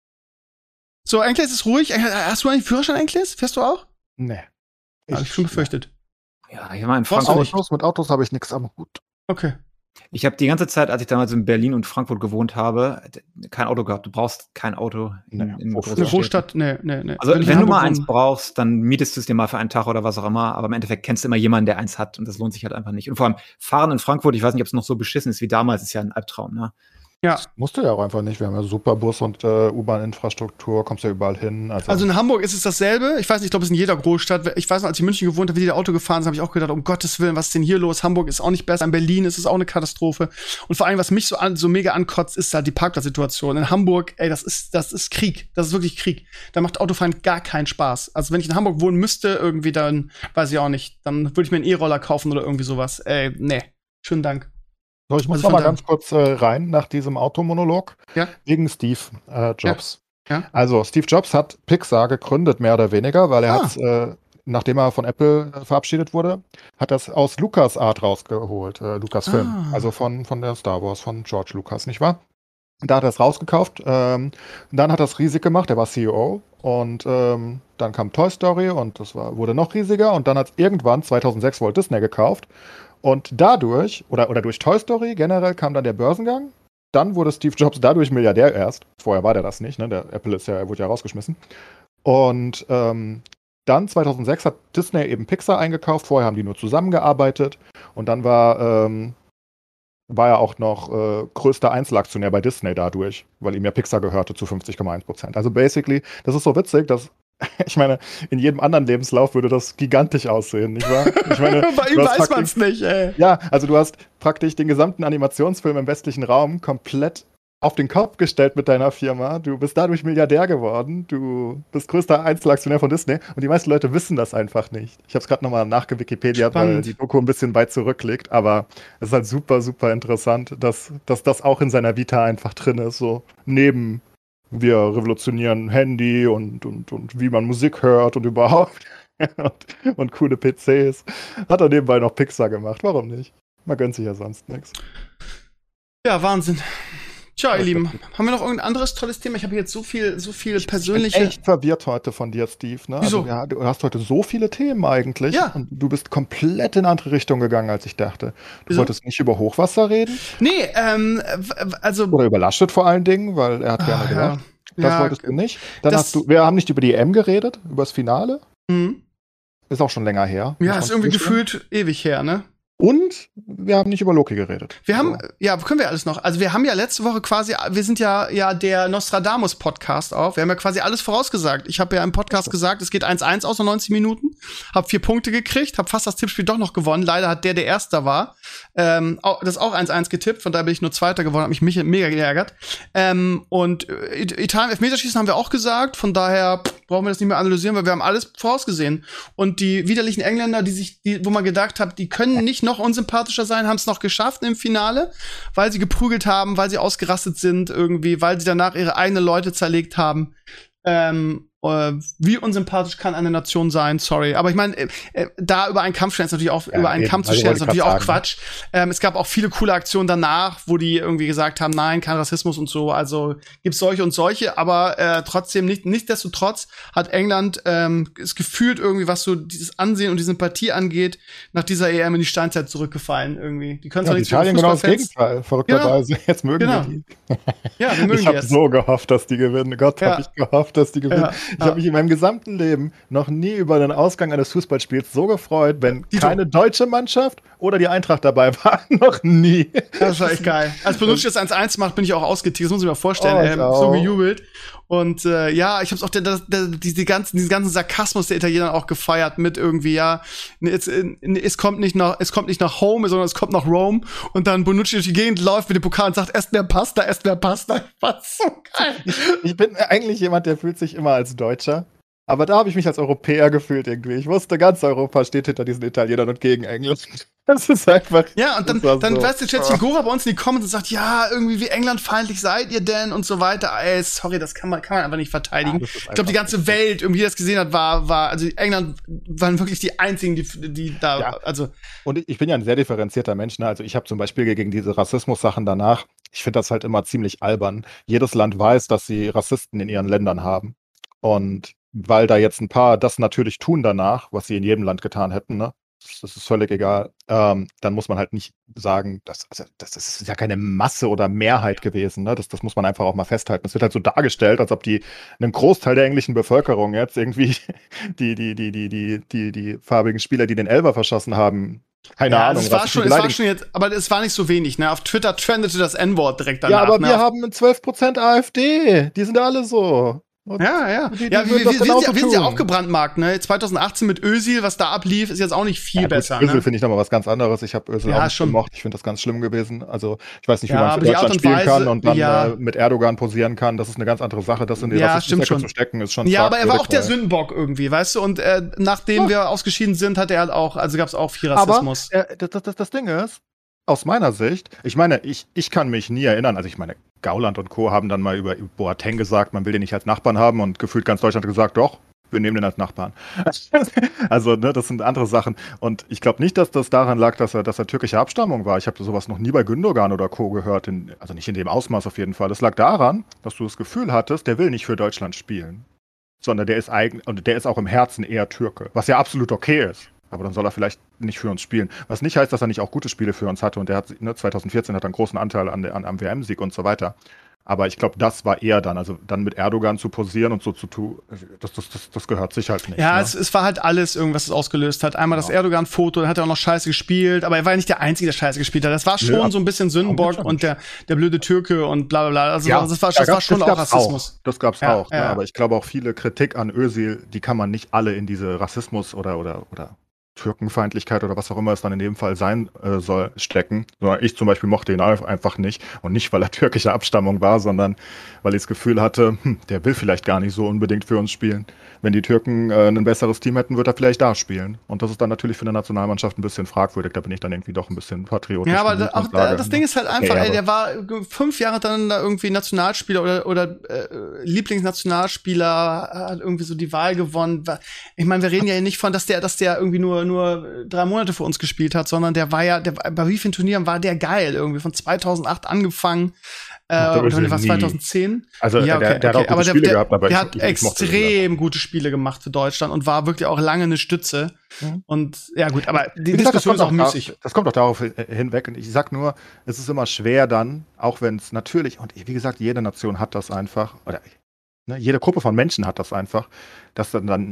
B: So, Enkles ist es ruhig. Hast du eigentlich Führerschein, Enkles? Fährst du auch?
D: Nee.
B: Habe ich schon befürchtet.
C: Ja, ich war in
B: Brauchst du
C: Frankfurt.
B: nicht?
D: Autos, mit Autos habe ich nichts am Hut.
B: Okay.
C: Ich habe die ganze Zeit, als ich damals in Berlin und Frankfurt gewohnt habe, kein Auto gehabt. Du brauchst kein Auto in,
D: Nee,
C: in
D: wofür?
B: Eine
C: großen
B: Großstadt, nee, nee, nee.
C: Also
B: ich
C: wenn
B: in
C: du mal
B: Hamburg
C: eins
B: wohne-
C: brauchst, dann mietest du es dir mal für einen Tag oder was auch immer, aber im Endeffekt kennst du immer jemanden, der eins hat und das lohnt sich halt einfach nicht. Und vor allem Fahren in Frankfurt, ich weiß nicht, ob es noch so beschissen ist wie damals, ist ja ein Albtraum, ne?
B: Ja.
D: Musst du ja auch einfach nicht. Wir haben ja super Bus- und äh, U-Bahn-Infrastruktur, kommst ja überall hin. Also,
B: Also in Hamburg ist es dasselbe. Ich weiß nicht, ich glaube, es ist in jeder Großstadt. Ich weiß noch, als ich in München gewohnt habe, wie die da Auto gefahren sind, habe ich auch gedacht, um Gottes Willen, was ist denn hier los? Hamburg ist auch nicht besser. In Berlin ist es auch eine Katastrophe. Und vor allem, was mich so, an, so mega ankotzt, ist halt die Parkplatzsituation. In Hamburg, ey, das ist, das ist Krieg. Das ist wirklich Krieg. Da macht Autofahren gar keinen Spaß. Also wenn ich in Hamburg wohnen müsste, irgendwie, dann weiß ich auch nicht. Dann würde ich mir einen E-Roller kaufen oder irgendwie sowas. Ey, nee. Schönen Dank.
D: so, ich muss
B: also
D: noch mal
B: von
D: ganz kurz äh, rein nach diesem Automonolog.
B: Ja.
D: Wegen Steve äh, Jobs.
B: Ja. Ja.
D: Also, Steve Jobs hat Pixar gegründet, mehr oder weniger, weil er
B: Ah.
D: hat, äh, nachdem er von Apple äh, verabschiedet wurde, hat das aus LucasArt rausgeholt, äh, Lucasfilm.
B: Ah.
D: Also von, von der Star Wars, von George Lucas, nicht wahr? Da hat er es rausgekauft. Ähm, dann hat er es riesig gemacht, er war C E O. Und ähm, dann kam Toy Story und das war, wurde noch riesiger. Und dann hat es irgendwann, zweitausendsechs, Walt Disney gekauft. Und dadurch, oder, oder durch Toy Story generell, kam dann der Börsengang. Dann wurde Steve Jobs dadurch Milliardär erst. Vorher war der das nicht, ne? Der Apple ist ja, er wurde ja rausgeschmissen. Und ähm, dann zweitausendsechs hat Disney eben Pixar eingekauft. Vorher haben die nur zusammengearbeitet. Und dann war, ähm, war er auch noch äh, größter Einzelaktionär bei Disney dadurch, weil ihm ja Pixar gehörte zu fünfzig Komma eins Prozent. Also basically, das ist so witzig, dass ich meine, in jedem anderen Lebenslauf würde das gigantisch aussehen, nicht wahr? Ich meine,
B: Bei ihm
D: du hast
B: weiß
D: praktisch-
B: man es nicht, ey.
D: Ja, also du hast praktisch den gesamten Animationsfilm im westlichen Raum komplett auf den Kopf gestellt mit deiner Firma. Du bist dadurch Milliardär geworden. Du bist größter Einzelaktionär von Disney. Und die meisten Leute wissen das einfach nicht. Ich habe es gerade nochmal nachgewikipediat, weil
B: Spannend.
D: die Doku ein bisschen weit zurückliegt. Aber es ist halt super, super interessant, dass, dass das auch in seiner Vita einfach drin ist. So neben wir revolutionieren Handy und, und, und wie man Musik hört und überhaupt. und, und coole P Cs. Hat er nebenbei noch Pixar gemacht. Warum nicht? Man gönnt sich ja sonst nichts.
B: Ja, Wahnsinn. Tja, ihr Lieben, haben wir noch irgendein anderes tolles Thema? Ich habe jetzt so viel, so viel
D: Ich bin
B: persönliche.
D: echt verwirrt heute von dir, Steve. Ne?
B: Wieso?
D: Also, ja, du hast heute so viele Themen eigentlich.
B: Ja.
D: Und du bist komplett in eine andere Richtung gegangen, als ich dachte. Du
B: Wieso?
D: wolltest nicht über Hochwasser reden
B: Nee, ähm, w- also.
D: oder über Laschet vor allen Dingen, weil er hat gerne
B: Ah,
D: gemacht. Das
B: ja.
D: wolltest du nicht. Dann
B: das-
D: hast du, wir haben nicht über die E M geredet, über das Finale.
B: Hm.
D: Ist auch schon länger her.
B: Ja,
D: muss
B: ist
D: man
B: irgendwie
D: zugestehen.
B: gefühlt ewig her, ne?
D: Und wir haben nicht über Loki geredet.
B: Wir haben,
D: So.
B: ja, können wir alles noch. Also wir haben ja letzte Woche quasi, wir sind ja ja der Nostradamus-Podcast auch. Wir haben ja quasi alles vorausgesagt. Ich habe ja im Podcast gesagt, es geht eins eins aus nach neunzig Minuten. Hab vier Punkte gekriegt, hab fast das Tippspiel doch noch gewonnen. Leider hat der, der Erster war, ähm, auch, das auch eins eins getippt. Von daher bin ich nur Zweiter geworden, hab mich mich mega geärgert. Ähm, und äh, Italien Elfmeterschießen haben wir auch gesagt. Von daher pff, brauchen wir das nicht mehr analysieren, weil wir haben alles vorausgesehen. Und die widerlichen Engländer, die sich, die, wo man gedacht hat, die können nicht noch unsympathischer sein, haben es noch geschafft im Finale, weil sie geprügelt haben, weil sie ausgerastet sind irgendwie, weil sie danach ihre eigenen Leute zerlegt haben. Ähm, äh, wie unsympathisch kann eine Nation sein? Sorry. Aber ich meine, äh, äh, da über einen Kampf stellen ist natürlich auch,
D: Ja,
B: über einen
D: eben.
B: Kampf zu
D: Also
B: stellen ist
D: wollte ich
B: natürlich auch
D: grad
B: Quatsch. Ähm, es gab auch viele coole Aktionen danach, wo die irgendwie gesagt haben, nein, kein Rassismus und so. Also gibt's solche und solche, aber äh, trotzdem nicht, nichtsdestotrotz hat England ähm, es gefühlt irgendwie, was so dieses Ansehen und die Sympathie angeht, nach dieser E M in die Steinzeit zurückgefallen irgendwie. Die können zwar
D: Ja,
B: nichts
D: Italien genau das
B: Fußballfans.
D: Gegenteil. Verrückterweise. Jetzt mögen
B: Genau.
D: wir die.
B: Ja, wir mögen
D: Ich
B: die
D: habe
B: jetzt.
D: so gehofft, dass die gewinnen. Gott,
B: Ja.
D: habe ich gehofft, dass die gewinnen.
B: Ja,
D: Ich
B: ja.
D: habe mich in meinem gesamten Leben noch nie über den Ausgang eines Fußballspiels so gefreut, wenn
B: Dito.
D: keine deutsche Mannschaft oder die Eintracht dabei war. Noch nie.
B: Das war echt geil. Als Benutzung jetzt eins eins macht, bin ich auch ausgetickt. Das muss ich mir vorstellen.
D: Oh, ich
B: ähm, so
D: auch.
B: gejubelt. Und äh, ja, ich habe auch der, der, der, diese ganzen, diesen ganzen Sarkasmus der Italiener auch gefeiert mit irgendwie, ja, es, es kommt nicht nach, es kommt nicht nach Home, sondern es kommt nach Rome. Und dann Bonucci durch die Gegend läuft mit dem Pokal und sagt, esst mehr Pasta, esst mehr Pasta. Was so geil.
D: Ich bin eigentlich jemand, der fühlt sich immer als Deutscher. Aber da habe ich mich als Europäer gefühlt irgendwie. Ich wusste, ganz Europa steht hinter diesen Italienern und gegen England. Das ist einfach.
B: Ja, und dann, dann so. Weißt du, stellt sich Gora bei uns in die Comments und sagt, ja, irgendwie, wie englandfeindlich seid ihr denn und so weiter. Ey, sorry, das kann man, kann man einfach nicht verteidigen. Ja, ich glaube, die ganze Welt, irgendwie, die das gesehen hat, war, war, also England waren wirklich die einzigen, die, die da, ja. also.
D: Und ich bin ja ein sehr differenzierter Mensch, ne? Also ich habe zum Beispiel gegen diese Rassismus-Sachen danach, ich finde das halt immer ziemlich albern. Jedes Land weiß, dass sie Rassisten in ihren Ländern haben. Und weil da jetzt ein paar das natürlich tun danach, was sie in jedem Land getan hätten, ne? Das, das ist völlig egal. Ähm, dann muss man halt nicht sagen, das, also, das ist ja keine Masse oder Mehrheit gewesen, ne? Das, das muss man einfach auch mal festhalten. Es wird halt so dargestellt, als ob die einen Großteil der englischen Bevölkerung jetzt irgendwie die, die, die, die, die, die, die farbigen Spieler, die den Elfer verschossen haben, keine
B: ja,
D: Ahnung.
B: Es war, schon, es war schon jetzt, aber es war nicht so wenig, ne? Auf Twitter trendete das N-Wort direkt danach.
D: Ja, aber
B: ne?
D: wir haben zwölf Prozent AfD. Die sind ja alle so. Und
B: ja, ja.
D: Die, die
B: ja, wir, wir, wir, sind ja, wir sind ja auch gebrandmarkt, ne? zwanzig achtzehn mit Özil, was da ablief, ist jetzt auch nicht viel ja, gut, besser.
D: Özil
B: ne?
D: finde ich nochmal was ganz anderes. Ich habe Özil
B: ja,
D: auch nicht
B: schon.
D: gemocht. Ich finde das ganz schlimm gewesen. Also ich weiß nicht, wie
B: ja,
D: man für Deutschland spielen
B: Weise,
D: kann und dann
B: ja.
D: äh, mit Erdogan posieren kann. Das ist eine ganz andere Sache. Das in die
B: ja,
D: Rassismus-Ecke zu stecken, ist schon
B: Ja, aber er war auch der
D: weil.
B: Sündenbock irgendwie, weißt du? Und äh, nachdem ja. wir ausgeschieden sind, hat er halt auch, also gab es auch viel Rassismus.
D: Aber äh, das, das, das Ding ist, aus meiner Sicht, ich meine, ich, ich kann mich nie erinnern, also ich meine, Gauland und Co. haben dann mal über Boateng gesagt, man will den nicht als Nachbarn haben und gefühlt ganz Deutschland gesagt, doch, wir nehmen den als Nachbarn. Also, ne, das sind andere Sachen. Und ich glaube nicht, dass das daran lag, dass er, dass er türkischer Abstammung war. Ich habe sowas noch nie bei Gündogan oder Co. gehört, in, also nicht in dem Ausmaß auf jeden Fall. Das lag daran, dass du das Gefühl hattest, der will nicht für Deutschland spielen. Sondern der ist eigen, und der ist auch im Herzen eher Türke, was ja absolut okay ist. Aber dann soll er vielleicht nicht für uns spielen. Was nicht heißt, dass er nicht auch gute Spiele für uns hatte. Und der hat, ne, zwanzig vierzehn hat einen großen Anteil an, der, an am W M-Sieg und so weiter. Aber ich glaube, das war eher dann, also dann mit Erdogan zu posieren und so zu tun, das, das, das, das gehört sich halt nicht.
B: Ja,
D: ne?
B: es, es war halt alles irgendwas, das ausgelöst hat. Einmal genau. das Erdogan-Foto, dann hat er auch noch Scheiße gespielt, aber er war ja nicht der Einzige, der Scheiße gespielt hat. Das war schon Nö, so ein bisschen Sündenbock und der, der blöde Türke und bla bla bla. Also
D: ja,
B: das war, das
D: ja,
B: war schon
D: das
B: auch Rassismus.
D: Auch. Das gab's
B: ja,
D: auch.
B: Ja.
D: Ne? Aber ich glaube auch viele Kritik an Özil, die kann man nicht alle in diese Rassismus oder oder oder Türkenfeindlichkeit oder was auch immer es dann in dem Fall sein äh, soll, stecken. Sondern ich zum Beispiel mochte ihn einfach nicht. Und nicht, weil er türkischer Abstammung war, sondern weil ich das Gefühl hatte, hm, der will vielleicht gar nicht so unbedingt für uns spielen. Wenn die Türken äh, ein besseres Team hätten, würde er vielleicht da spielen. Und das ist dann natürlich für eine Nationalmannschaft ein bisschen fragwürdig. Da bin ich dann irgendwie doch ein bisschen patriotisch.
B: Ja, aber da, auch, sage, das Ding ist halt einfach,
D: okay,
B: ey, der war fünf Jahre dann da irgendwie Nationalspieler oder, oder äh, Lieblingsnationalspieler, hat irgendwie so die Wahl gewonnen. Ich meine, wir reden ja nicht von, dass der, dass der irgendwie nur, nur drei Monate für uns gespielt hat, sondern der war ja, der, bei wie vielen Turnieren war der geil? Irgendwie von zweitausendacht angefangen. Äh, oder was, zwanzig zehn?
D: Also
B: ja, okay,
D: der, der
B: okay.
D: hat auch gute
B: aber
D: Spiele
B: der,
D: gehabt, aber
B: der
D: ich,
B: hat
D: ich, ich
B: extrem gute Spiele gemacht für Deutschland und war wirklich auch lange eine Stütze. Mhm. Und ja gut, aber die
D: gesagt,
B: Diskussion ist auch müßig.
D: Da, das kommt auch darauf hinweg. Und ich sag nur, es ist immer schwer dann, auch wenn es natürlich, und wie gesagt, jede Nation hat das einfach, oder ne, jede Gruppe von Menschen hat das einfach, dass dann dann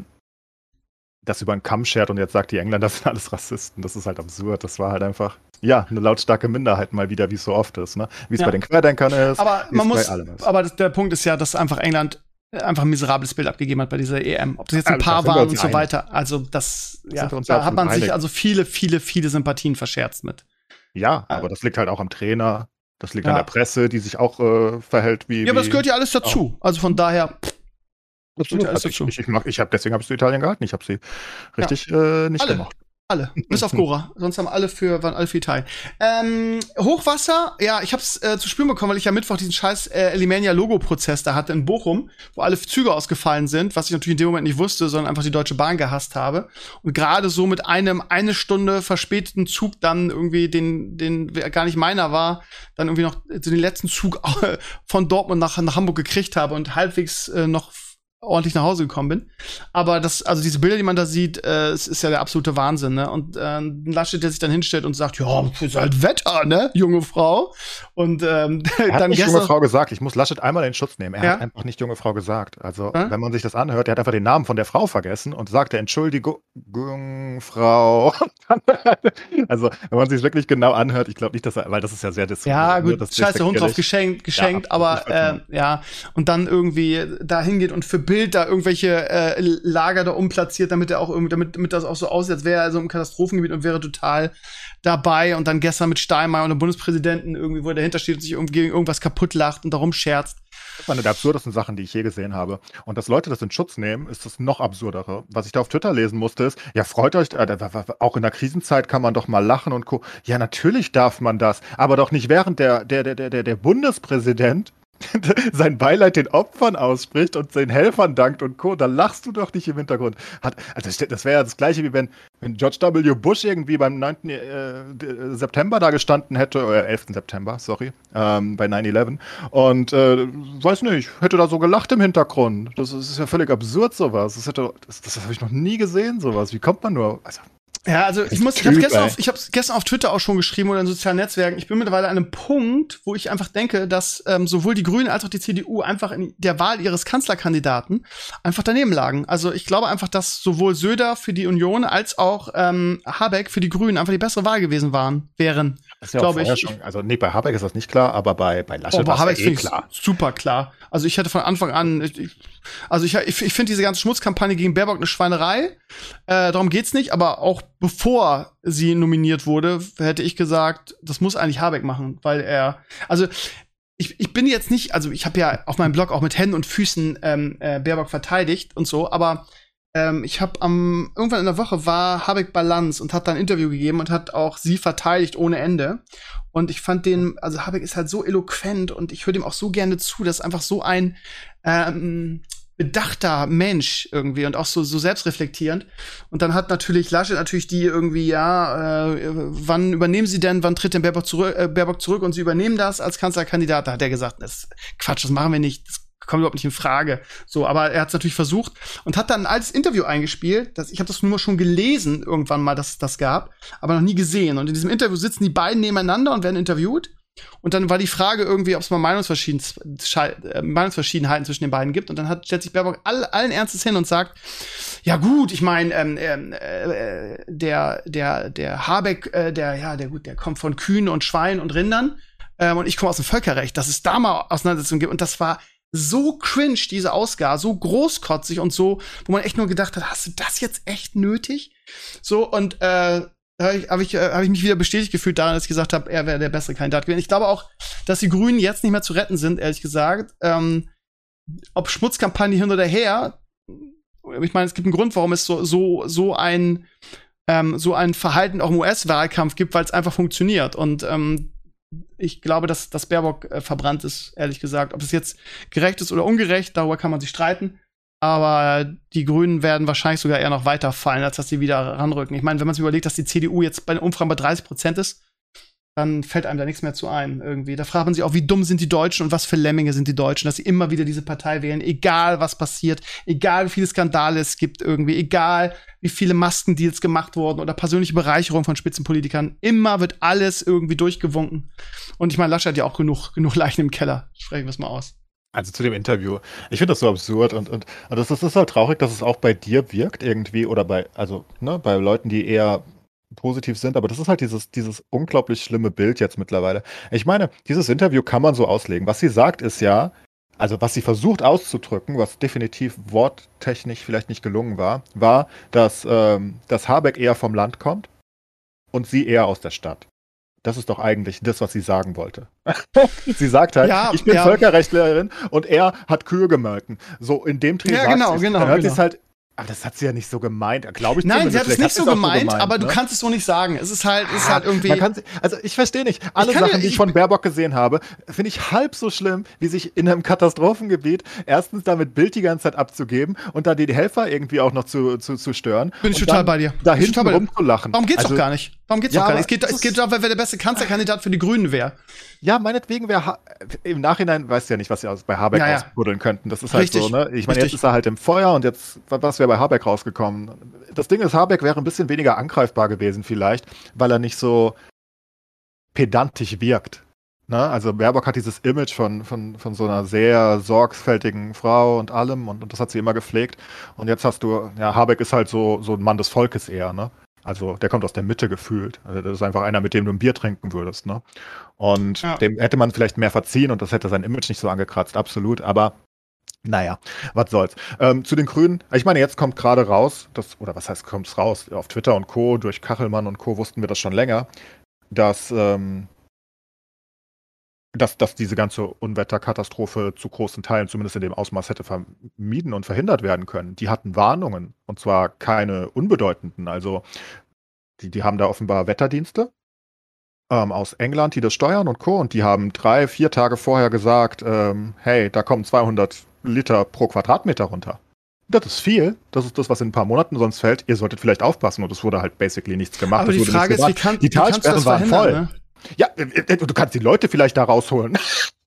D: das über den Kamm schert und jetzt sagt, die Engländer sind alles Rassisten. Das ist halt absurd. Das war halt einfach, ja, eine lautstarke Minderheit mal wieder, wie es so oft ist, ne? Wie es ja. bei den Querdenkern ist,
B: aber
D: wie
B: man
D: es
B: muss,
D: bei allem ist.
B: Aber das, der Punkt ist ja, dass einfach England einfach ein miserables Bild abgegeben hat bei dieser E M. Ob das jetzt ein
D: ja,
B: paar
D: waren
B: und so
D: einig.
B: weiter. Also das,
D: das
B: ja,
D: da
B: da hat man
D: einig.
B: sich also viele, viele, viele Sympathien verscherzt mit.
D: Ja, aber das liegt halt auch am Trainer. Das liegt
B: ja.
D: an der Presse, die sich auch äh, verhält wie.
B: Ja, aber
D: wie,
B: das gehört ja alles dazu. Auch. Also von daher.
D: Absolut. Also ich, ich, ich, mag, ich hab, deswegen habe ich zu Italien gehalten. Ich habe sie richtig ja. äh, nicht
B: alle.
D: gemocht.
B: Alle, bis auf Gora. Sonst haben alle für, waren alle für Italien. Ähm, Hochwasser, ja, ich hab's äh, zu spüren bekommen, weil ich ja Mittwoch diesen scheiß äh, Elimania-Logo-Prozess da hatte in Bochum, wo alle Züge ausgefallen sind, was ich natürlich in dem Moment nicht wusste, sondern einfach die Deutsche Bahn gehasst habe. Und gerade so mit einem eine Stunde verspäteten Zug dann irgendwie, den, den gar nicht meiner war, dann irgendwie noch den letzten Zug von Dortmund nach, nach Hamburg gekriegt habe und halbwegs äh, noch ordentlich nach Hause gekommen bin. Aber das, also diese Bilder, die man da sieht, äh, es ist ja der absolute Wahnsinn, ne? Und äh, Laschet, der sich dann hinstellt und sagt, ja, ist halt Wetter, ne, junge Frau. Und ähm,
D: er hat
B: dann
D: nicht
B: gestern,
D: junge Frau gesagt. Ich muss Laschet einmal in Schutz nehmen. Er
B: Ja?
D: hat einfach nicht junge Frau gesagt. Also,
B: Hä?
D: wenn man sich das anhört, er hat einfach den Namen von der Frau vergessen und sagte, Entschuldigung, Frau. Also, wenn man sich wirklich genau anhört, ich glaube nicht, dass er, weil das ist ja sehr dis-
B: Ja,
D: ne,
B: gut,
D: das ist
B: scheiß der Hund drauf,
D: despektierlich.
B: geschenkt, geschenkt,
D: Ja,
B: aber
D: absolut, ich weiß
B: äh, ja, und dann irgendwie da hingeht und für Bild da irgendwelche äh, Lager da umplatziert, damit er auch irgendwie, damit, damit das auch so aussieht, als wäre er also im Katastrophengebiet und wäre total dabei und dann gestern mit Steinmeier und dem Bundespräsidenten irgendwie, wo er dahinter steht und sich irgendwie gegen irgendwas kaputt lacht und darum scherzt.
D: Das ist eine der absurdesten Sachen, die ich je gesehen habe. Und dass Leute das in Schutz nehmen, ist das noch absurdere. Was ich da auf Twitter lesen musste, ist, ja, freut euch, äh, auch in der Krisenzeit kann man doch mal lachen und co. Ja, natürlich darf man das, aber doch nicht während der, der, der, der, der Bundespräsident sein Beileid den Opfern ausspricht und den Helfern dankt und Co., da lachst du doch nicht im Hintergrund. Hat, also das wäre ja das Gleiche, wie wenn, wenn George W. Bush irgendwie beim neunten Äh, September da gestanden hätte, oder elften September, sorry, ähm, bei neun elf und, äh, weiß nicht, hätte da so gelacht im Hintergrund. Das ist, das ist ja völlig absurd, sowas. Das, hätte, das, das habe ich noch nie gesehen, sowas. Wie kommt man nur, also,
B: Ja, also ich muss, ich
D: Typ,
B: habe gestern,
D: ey.
B: auf, ich hab's gestern auf Twitter auch schon geschrieben oder in sozialen Netzwerken. Ich bin mittlerweile an einem Punkt, wo ich einfach denke, dass ähm, sowohl die Grünen als auch die C D U einfach in der Wahl ihres Kanzlerkandidaten einfach daneben lagen. Also ich glaube einfach, dass sowohl Söder für die Union als auch ähm, Habeck für die Grünen einfach die bessere Wahl gewesen waren, wären.
D: das ist ja auch
B: Glaube
D: vorher
B: ich.
D: schon, also nee, bei Habeck ist das nicht klar, aber bei, bei Laschet
B: Oh, aber
D: war
B: Habeck
D: es ja eh
B: finde ich
D: klar.
B: super klar. Also ich hatte von Anfang an, ich, ich, also ich, ich, ich finde diese ganze Schmutzkampagne gegen Baerbock eine Schweinerei. Äh, darum geht's nicht, aber auch bevor sie nominiert wurde, hätte ich gesagt, das muss eigentlich Habeck machen, weil er, also ich, ich bin jetzt nicht, also ich habe ja auf meinem Blog auch mit Händen und Füßen ähm, äh, Baerbock verteidigt und so, aber ähm, ich habe am irgendwann in der Woche war Habeck bei Lanz und hat da ein Interview gegeben und hat auch sie verteidigt ohne Ende. Und ich fand den, also Habeck ist halt so eloquent und ich höre dem auch so gerne zu, dass einfach so ein ähm, bedachter Mensch irgendwie und auch so, so selbstreflektierend. Und dann hat natürlich Laschet natürlich die irgendwie, ja, äh, wann übernehmen sie denn, wann tritt denn Baerbock zurück, äh, Baerbock zurück und sie übernehmen das als Kanzlerkandidat? Da hat er gesagt, das ist Quatsch, das machen wir nicht, das kommt überhaupt nicht in Frage. So, aber er hat es natürlich versucht und hat dann ein altes Interview eingespielt. Das, ich habe das nur schon gelesen irgendwann mal, dass es das gab, aber noch nie gesehen. Und in diesem Interview sitzen die beiden nebeneinander und werden interviewt. Und dann war die Frage irgendwie, ob es mal Meinungsverschien äh, Meinungsverschiedenheiten zwischen den beiden gibt. Und dann hat, stellt sich Baerbock all, allen Ernstes hin und sagt, ja gut, ich meine, ähm, äh, der, der, der Habeck, äh, der, ja, der gut, der kommt von Kühen und Schweinen und Rindern. Ähm, und ich komme aus dem Völkerrecht, dass es da mal Auseinandersetzungen gibt. Und das war so cringe, diese Ausgabe, so großkotzig und so, wo man echt nur gedacht hat, hast du das jetzt echt nötig? So, und äh, da habe ich, hab ich, hab ich mich wieder bestätigt gefühlt daran, dass ich gesagt habe, er wäre der bessere Kandidat gewesen. Ich glaube auch, dass die Grünen jetzt nicht mehr zu retten sind, ehrlich gesagt. Ähm, ob Schmutzkampagne hin oder her, ich meine, es gibt einen Grund, warum es so, so, so ein ähm, so ein Verhalten auch im U S-Wahlkampf gibt, weil es einfach funktioniert. Und ähm, ich glaube, dass, dass Baerbock äh, verbrannt ist, ehrlich gesagt. Ob es jetzt gerecht ist oder ungerecht, darüber kann man sich streiten. Aber die Grünen werden wahrscheinlich sogar eher noch weiter fallen, als dass sie wieder ranrücken. Ich meine, wenn man sich überlegt, dass die C D U jetzt bei den Umfragen bei dreißig Prozent ist, dann fällt einem da nichts mehr zu ein irgendwie. Da fragt man sich auch, wie dumm sind die Deutschen und was für Lemminge sind die Deutschen, dass sie immer wieder diese Partei wählen, egal was passiert, egal wie viele Skandale es gibt irgendwie, egal wie viele Maskendeals gemacht wurden oder persönliche Bereicherung von Spitzenpolitikern. Immer wird alles irgendwie durchgewunken. Und ich meine, Laschet hat ja auch genug, genug Leichen im Keller. Sprechen wir es mal aus.
D: Also zu dem Interview. Ich finde das so absurd und, und, und das, das ist halt traurig, dass es auch bei dir wirkt irgendwie oder bei, also, ne, bei Leuten, die eher positiv sind, aber das ist halt dieses, dieses unglaublich schlimme Bild jetzt mittlerweile. Ich meine, dieses Interview kann man so auslegen. Was sie sagt, ist ja, also was sie versucht auszudrücken, was definitiv worttechnisch vielleicht nicht gelungen war, war, dass, ähm, dass Habeck eher vom Land kommt und sie eher aus der Stadt. Das ist doch eigentlich das, was sie sagen wollte. Sie sagt halt,
B: Ja,
D: ich bin
B: ja.
D: Völkerrechtlerin und er hat Kühe gemolken. So in dem Dreh
B: Ja,
D: sagt
B: genau,
D: sie's.
B: genau,
D: Dann hört
B: genau.
D: sie's halt, aber das hat sie ja nicht so gemeint, glaube ich.
B: Nein, sie hat es
D: Vielleicht
B: nicht so
D: sie's auch
B: gemeint, aber
D: ne?
B: du kannst es so nicht sagen. Es ist halt, es ist halt irgendwie.
D: Man kann, also ich verstehe nicht. Alle
B: kann
D: Sachen,
B: ja-
D: die ich
B: ich-
D: von Baerbock gesehen habe, finde ich halb so schlimm, wie sich in einem Katastrophengebiet erstens damit Bild die ganze Zeit abzugeben und da die Helfer irgendwie auch noch zu, zu, zu stören.
B: Bin ich
D: und
B: total
D: dann
B: bei dir.
D: Da
B: Bin ich
D: hinten
B: total bei dir.
D: rumzulachen.
B: Darum geht's
D: also,
B: doch gar nicht. Warum geht's
D: Ja,
B: doch gar
D: aber
B: nicht? Es geht,
D: das
B: es geht
D: ist-
B: doch, wer der beste Kanzlerkandidat für die Grünen wäre.
D: Ja, meinetwegen wäre ha- im Nachhinein, weißt du ja nicht, was sie aus, bei Habeck
B: Ja, ja.
D: ausbuddeln könnten. Das ist halt
B: Richtig,
D: so, ne? Ich meine,
B: richtig.
D: jetzt ist er halt im Feuer und jetzt, was wäre bei Habeck rausgekommen? Das Ding ist, Habeck wäre ein bisschen weniger angreifbar gewesen vielleicht, weil er nicht so pedantisch wirkt. Ne? Also Baerbock hat dieses Image von, von, von so einer sehr sorgfältigen Frau und allem und, und das hat sie immer gepflegt. Und jetzt hast du, ja, Habeck ist halt so, so ein Mann des Volkes eher, ne? Also der kommt aus der Mitte gefühlt. Also das ist einfach einer, mit dem du ein Bier trinken würdest, ne? Und
B: Ja.
D: dem hätte man vielleicht mehr verziehen und das hätte sein Image nicht so angekratzt, absolut. Aber naja, was soll's. Ähm, zu den Grünen, ich meine, jetzt kommt gerade raus, das, oder was heißt kommt's raus? Auf Twitter und Co., durch Kachelmann und Co. wussten wir das schon länger, dass, ähm, dass, dass diese ganze Unwetterkatastrophe zu großen Teilen, zumindest in dem Ausmaß, hätte vermieden und verhindert werden können. Die hatten Warnungen, und zwar keine unbedeutenden. Also die, die haben da offenbar Wetterdienste ähm, aus England, die das steuern und Co. Und die haben drei, vier Tage vorher gesagt, ähm, hey, da kommen zweihundert Liter pro Quadratmeter runter. Das ist viel. Das ist das, was in ein paar Monaten sonst fällt. Ihr solltet vielleicht aufpassen. Und es wurde halt basically nichts gemacht.
B: Aber
D: Es
B: die
D: wurde
B: Frage
D: nichts
B: ist, wie,
D: gemacht.
B: kann,
D: Die
B: wie kannst du
D: Talsperren
B: das
D: waren
B: verhindern?
D: voll.
B: Ne?
D: Ja, äh, äh, du kannst die Leute vielleicht da rausholen.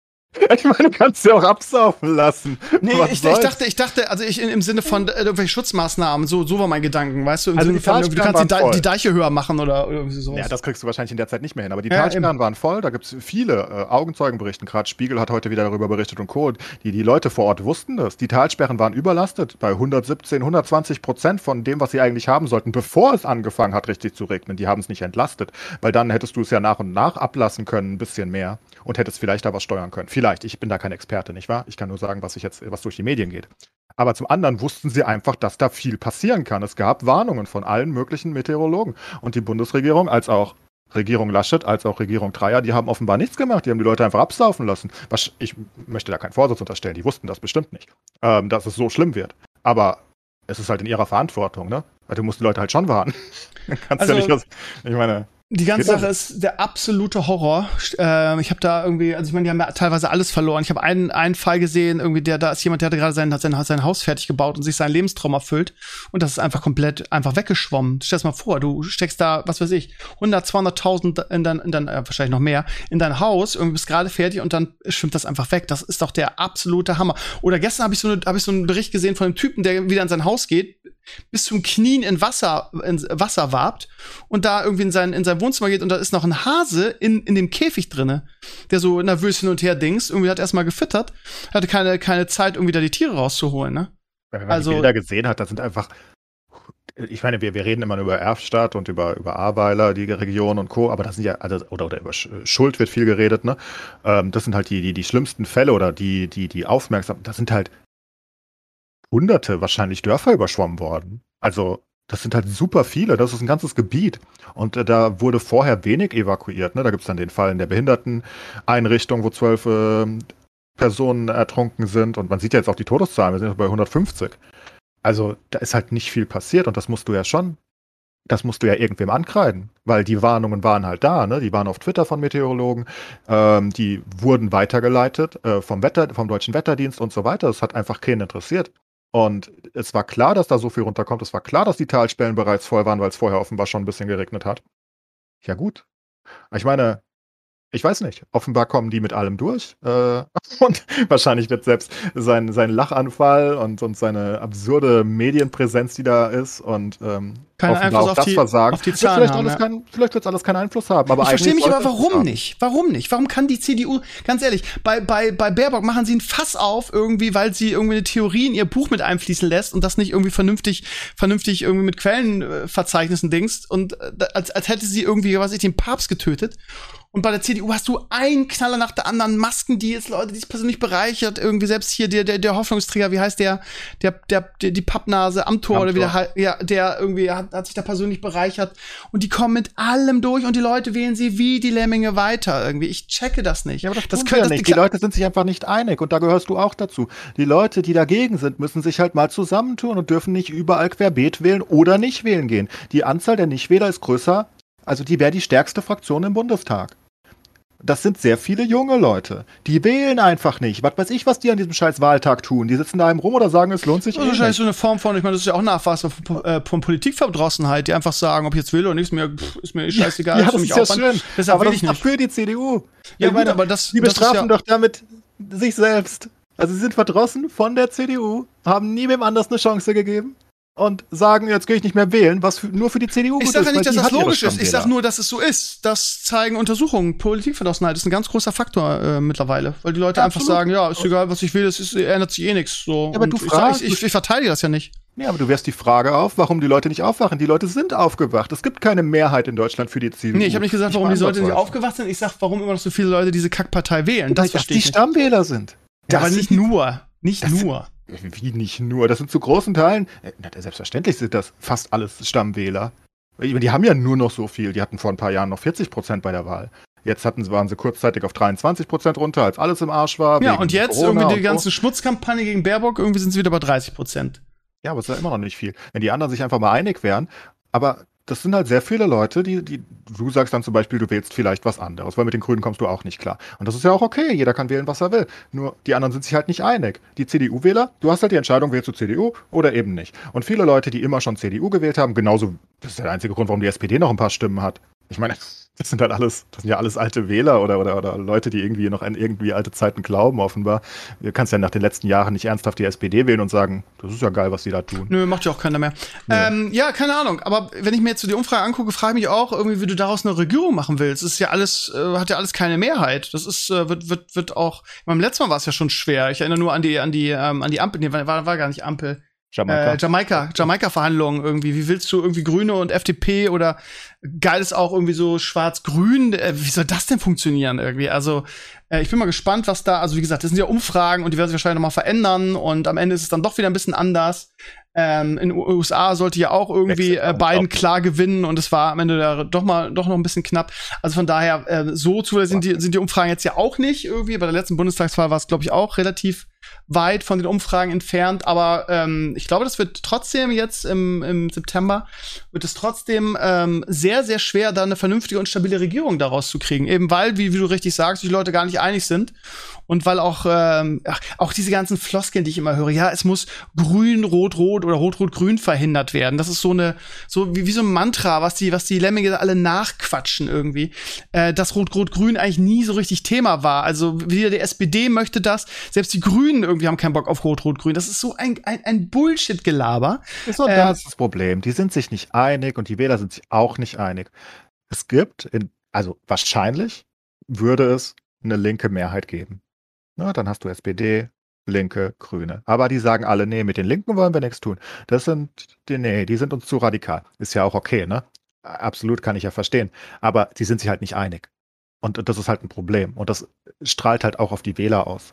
D: Ich meine, du kannst sie auch absaufen lassen.
B: Nee,
D: Was
B: ich, ich
D: soll's?
B: dachte, ich dachte, also ich in, im Sinne von äh, irgendwelche Schutzmaßnahmen, so, so war mein Gedanken, weißt du, im
D: Also
B: Sinne
D: die
B: von, irgendwie, du
D: Talsperren
B: kannst die,
D: waren
B: Dei-
D: voll.
B: die Deiche höher machen oder, oder irgendwie sowas.
D: Ja, das kriegst du wahrscheinlich in der Zeit nicht mehr hin. Aber die
B: Ja,
D: Talsperren waren voll. Da gibt es viele äh, Augenzeugen berichten. Gerade Spiegel hat heute wieder darüber berichtet und Co. Die, die Leute vor Ort wussten das. Die Talsperren waren überlastet bei hundertsiebzehn, hundertzwanzig Prozent von dem, was sie eigentlich haben sollten, bevor es angefangen hat, richtig zu regnen. Die haben es nicht entlastet. Weil dann hättest du es ja nach und nach ablassen können, ein bisschen mehr. Und hättest vielleicht da was steuern können. Vielleicht. Ich bin da kein Experte, nicht wahr? Ich kann nur sagen, was ich jetzt, was durch die Medien geht. Aber zum anderen wussten sie einfach, dass da viel passieren kann. Es gab Warnungen von allen möglichen Meteorologen. Und die Bundesregierung, als auch Regierung Laschet, als auch Regierung Dreier, die haben offenbar nichts gemacht. Die haben die Leute einfach absaufen lassen. Was, ich möchte da keinen Vorsatz unterstellen. Die wussten das bestimmt nicht, ähm, dass es so schlimm wird. Aber es ist halt in ihrer Verantwortung, ne? Weil du musst die Leute halt schon warnen. Kannst
B: Also-
D: ja nicht was, ich meine,
B: Die ganze
D: Geht das?
B: Sache ist der absolute Horror. Ähm, ich habe da irgendwie, also ich meine, die haben ja teilweise alles verloren. Ich habe einen, einen Fall gesehen, irgendwie, der da ist jemand, der hatte gerade sein, hat sein, sein Haus fertig gebaut und sich seinen Lebenstraum erfüllt. Und das ist einfach komplett einfach weggeschwommen. Stell dir das mal vor, du steckst da, was weiß ich, hundert, zweihunderttausend in dein, in dein äh, wahrscheinlich noch mehr, in dein Haus, irgendwie bist gerade fertig und dann schwimmt das einfach weg. Das ist doch der absolute Hammer. Oder gestern habe ich so eine, habe ich so einen Bericht gesehen von einem Typen, der wieder in sein Haus geht, bis zum Knien in Wasser, in Wasser wabt und da irgendwie in sein, in sein Wohnzimmer geht und da ist noch ein Hase in, in dem Käfig drinne, der so nervös hin und her dings, irgendwie hat erstmal gefüttert, hatte keine, keine Zeit, irgendwie da die Tiere rauszuholen, ne?
D: wenn man
B: Also-
D: die Bilder gesehen hat, das sind einfach, ich meine, wir, wir reden immer nur über Erfstadt und über, über Ahrweiler, die Region und Co., aber das sind ja, also, oder, oder über Sch- Schuld wird viel geredet, ne? Ähm, das sind halt die, die, die schlimmsten Fälle oder die, die, die aufmerksam, das sind halt hunderte wahrscheinlich Dörfer überschwommen worden. Also, das sind halt super viele, das ist ein ganzes Gebiet. Und äh, da wurde vorher wenig evakuiert, ne? Da gibt es dann den Fall in der Behinderteneinrichtung, wo zwölf ähm, Personen ertrunken sind. Und man sieht ja jetzt auch die Todeszahlen, wir sind jetzt bei hundertfünfzig. Also, da ist halt nicht viel passiert und das musst du ja schon, das musst du ja irgendwem ankreiden, weil die Warnungen waren halt da, ne? Die waren auf Twitter von Meteorologen, ähm, die wurden weitergeleitet äh, vom Wetter, vom Deutschen Wetterdienst und so weiter. Das hat einfach keinen interessiert. Und es war klar, dass da so viel runterkommt. Es war klar, dass die Talsperren bereits voll waren, weil es vorher offenbar schon ein bisschen geregnet hat. Ja gut. Ich meine, ich weiß nicht. Offenbar kommen die mit allem durch. Äh, und wahrscheinlich wird selbst sein, sein Lachanfall und, und seine absurde Medienpräsenz, die da ist, und ähm,
B: Keinen
D: offenbar
B: Einfluss
D: auch
B: auf
D: das
B: die-
D: Versagen.
B: auf die
D: wird
B: Zahlen
D: vielleicht
B: haben,
D: alles
B: ja.
D: kein, vielleicht wird es alles keinen Einfluss haben. Aber
B: Ich verstehe
D: eigentlich
B: mich aber,
D: sollte es
B: warum
D: haben.
B: nicht? Warum nicht? Warum kann die C D U, ganz ehrlich, bei, bei, bei Baerbock machen sie ein Fass auf, irgendwie, weil sie irgendwie eine Theorie in ihr Buch mit einfließen lässt und das nicht irgendwie vernünftig, vernünftig irgendwie mit Quellenverzeichnissen dingst und äh, als, als hätte sie irgendwie, was weiß ich, den Papst getötet. Und bei der C D U hast du einen Knaller nach der anderen, Maskendeals, Leute, die es persönlich bereichert, irgendwie selbst hier der, der, der Hoffnungsträger, wie heißt der, der, der, der die Pappnase, Amthor, oder wie der,
D: Amthor.
B: hei- ja, der irgendwie hat, hat sich da persönlich bereichert und die kommen mit allem durch und die Leute wählen sie wie die Lemminge weiter irgendwie. Ich checke das nicht.
D: Ja, aber das,
B: das
D: tun
B: könnte
D: wir ja nicht. Die Leute sind sich einfach nicht einig und da gehörst du auch dazu. Die Leute, die dagegen sind, müssen sich halt mal zusammentun und dürfen nicht überall querbeet wählen oder nicht wählen gehen. Die Anzahl der Nichtwähler ist größer, also die wäre die stärkste Fraktion im Bundestag. das sind sehr viele junge Leute. Die wählen einfach nicht. Was weiß ich, was die an diesem scheiß Wahltag tun. Die sitzen da eben rum oder sagen, es lohnt sich
B: Das ist
D: eh
B: wahrscheinlich
D: nicht.
B: so eine Form von, ich meine, das ist ja auch Nachweis von, äh, von Politikverdrossenheit, die einfach sagen, ob ich jetzt will oder nicht, ist mir, pff, ist mir eh scheißegal.
D: Ja,
B: für
D: das
B: mich
D: ist ja
B: Aufwand.
D: schön.
B: Deshalb
D: Aber
B: will
D: das
B: ich
D: ist doch
B: nicht.
D: für die C D U.
B: Ja,
D: Ich
B: gut,
D: meine,
B: aber das,
D: die
B: das ist
D: bestrafen
B: ja,
D: doch damit sich selbst. Also sie sind verdrossen von der C D U, haben nie wem anders eine Chance gegeben und sagen, jetzt gehe ich nicht mehr wählen, was für, nur für die C D U
B: Ich
D: gut
B: sage
D: ist.
B: ja nicht,
D: weil
B: dass
D: die
B: das
D: hat ihre
B: logisch ist. Ich
D: Stammwähler.
B: sage nur, dass es so ist. Das zeigen Untersuchungen. Politikverdrossenheit ist ein ganz großer Faktor äh, mittlerweile. Weil die Leute
D: Ja,
B: einfach
D: absolut.
B: sagen, ja, ist egal, was ich will, es ist, ändert sich eh nichts. So.
D: Ja, aber
B: Und
D: du
B: ich,
D: fragst-
B: sag, ich, ich, ich verteidige das ja nicht.
D: Ja, aber du wirst die Frage auf, warum die Leute nicht aufwachen. Die Leute sind aufgewacht. Es gibt keine Mehrheit in Deutschland für die C D U.
B: Nee, ich habe nicht gesagt, warum
D: mal
B: die Leute nicht
D: ansatzweise.
B: aufgewacht sind. Ich sage, warum immer noch so viele Leute diese Kackpartei wählen.
D: Weil
B: Das
D: das
B: verstehe
D: die
B: ich nicht.
D: Stammwähler sind.
B: Ja, aber
D: Das
B: nicht
D: sind die-
B: nur. Nicht
D: Das sind-
B: nur.
D: Wie nicht nur? Das sind zu großen Teilen, äh, na, selbstverständlich sind das fast alles Stammwähler. Ich meine, die haben ja nur noch so viel. Die hatten vor ein paar Jahren noch vierzig Prozent bei der Wahl. Jetzt hatten, waren sie kurzzeitig auf dreiundzwanzig Prozent runter, als alles im Arsch war.
B: Ja,
D: wegen
B: und jetzt
D: Corona
B: irgendwie die
D: und
B: ganze
D: so.
B: Schmutzkampagne gegen Baerbock, irgendwie sind sie wieder bei dreißig Prozent.
D: Ja, aber es ist ja immer noch nicht viel. Wenn die anderen sich einfach mal einig wären. Aber das sind halt sehr viele Leute, die, die, du sagst dann zum Beispiel, du wählst vielleicht was anderes, weil mit den Grünen kommst du auch nicht klar. Und das ist ja auch okay, jeder kann wählen, was er will. Nur die anderen sind sich halt nicht einig. Die C D U-Wähler, du hast halt die Entscheidung, wählst du C D U oder eben nicht. Und viele Leute, die immer schon C D U gewählt haben, genauso, das ist der einzige Grund, warum die S P D noch ein paar Stimmen hat. Ich meine, das sind halt alles, das sind ja alles alte Wähler oder, oder, oder Leute, die irgendwie noch an irgendwie alte Zeiten glauben, offenbar. Du kannst ja nach den letzten Jahren nicht ernsthaft die S P D wählen und sagen, das ist ja geil, was die da tun.
B: Nö, macht ja auch keiner mehr.
D: Ja.
B: Ähm, ja, keine Ahnung. Aber wenn ich mir jetzt so die Umfrage angucke, frage ich mich auch irgendwie, wie du daraus eine Regierung machen willst. Das ist ja alles, äh, hat ja alles keine Mehrheit. Das ist, äh, wird, wird, wird auch, beim letzten Mal war es ja schon schwer. Ich erinnere nur an die, an die, ähm, an die Ampel, nee, war, war gar nicht Ampel.
D: Jamaika.
B: Äh, Jamaika, Jamaika-Verhandlungen irgendwie. Wie willst du irgendwie Grüne und F D P oder geil ist auch irgendwie so schwarz-grün? Äh, wie soll das denn funktionieren irgendwie? Also, äh, ich bin mal gespannt, was da, also wie gesagt, das sind ja Umfragen und die werden sich wahrscheinlich noch mal verändern und am Ende ist es dann doch wieder ein bisschen anders. Ähm, in den U S A sollte ja auch irgendwie
D: Wechselt
B: äh,
D: auch
B: Biden
D: nicht.
B: klar gewinnen und es war am Ende da doch mal doch noch ein bisschen knapp. Also von daher, äh, so zu sind die, sind die Umfragen jetzt ja auch nicht irgendwie. Bei der letzten Bundestagswahl war es, glaube ich, auch relativ weit von den Umfragen entfernt, aber ähm, ich glaube, das wird trotzdem jetzt im, im September, wird es trotzdem ähm, sehr, sehr schwer, da eine vernünftige und stabile Regierung daraus zu kriegen. Eben weil, wie, wie du richtig sagst, die Leute gar nicht einig sind und weil auch, ähm, ach, auch diese ganzen Floskeln, die ich immer höre, ja, es muss grün, rot, rot oder rot, rot, grün verhindert werden. Das ist so eine, so wie, wie so ein Mantra, was die, was die Lemminge alle nachquatschen irgendwie, äh, dass rot, rot, grün eigentlich nie so richtig Thema war. Also wieder die S P D möchte das, selbst die Grünen irgendwie haben keinen Bock auf rot, rot, grün. Das ist so ein, ein, ein Bullshit-Gelaber.
D: So,
B: Ähm,
D: das ist das Problem. Die sind sich nicht einig und die Wähler sind sich auch nicht einig. Es gibt, in, also wahrscheinlich würde es eine linke Mehrheit geben. Na, dann hast du S P D, Linke, Grüne. Aber die sagen alle, nee, mit den Linken wollen wir nichts tun. Das sind, die, nee, die sind uns zu radikal. Ist ja auch okay, ne? Absolut, kann ich ja verstehen. Aber die sind sich halt nicht einig. Und das ist halt ein Problem. Und das strahlt halt auch auf die Wähler aus.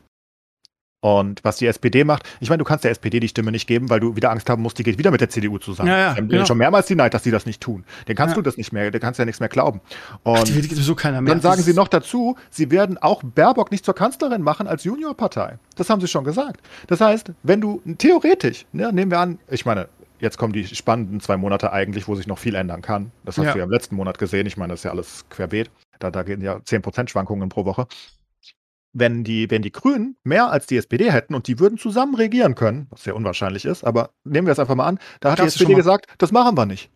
D: Und was die S P D macht, ich meine, du kannst der S P D die Stimme nicht geben, weil du wieder Angst haben musst, die geht wieder mit der C D U zusammen.
B: Ja, ja,
D: Die haben
B: genau.
D: schon mehrmals die Neid, dass sie das nicht tun. Den kannst
B: Ja.
D: du das nicht mehr, den kannst du ja nichts mehr glauben.
B: Ach,
D: Und
B: die will sowieso keiner mehr.
D: dann sagen
B: Das
D: sie
B: ist-
D: noch dazu, sie werden auch Baerbock nicht zur Kanzlerin machen als Juniorpartei. Das haben sie schon gesagt. Das heißt, wenn du theoretisch, ne, nehmen wir an, ich meine, jetzt kommen die spannenden zwei Monate eigentlich, wo sich noch viel ändern kann. Das hast
B: Ja.
D: du ja im letzten Monat gesehen. Ich meine, das ist ja alles querbeet. Da, da gehen ja zehn Prozent Schwankungen pro Woche. Wenn die, wenn die Grünen mehr als die S P D hätten und die würden zusammen regieren können, was sehr unwahrscheinlich ist, aber nehmen wir es einfach mal an, da hat
B: Gab's
D: die S P D
B: schon mal.
D: gesagt, das machen wir nicht.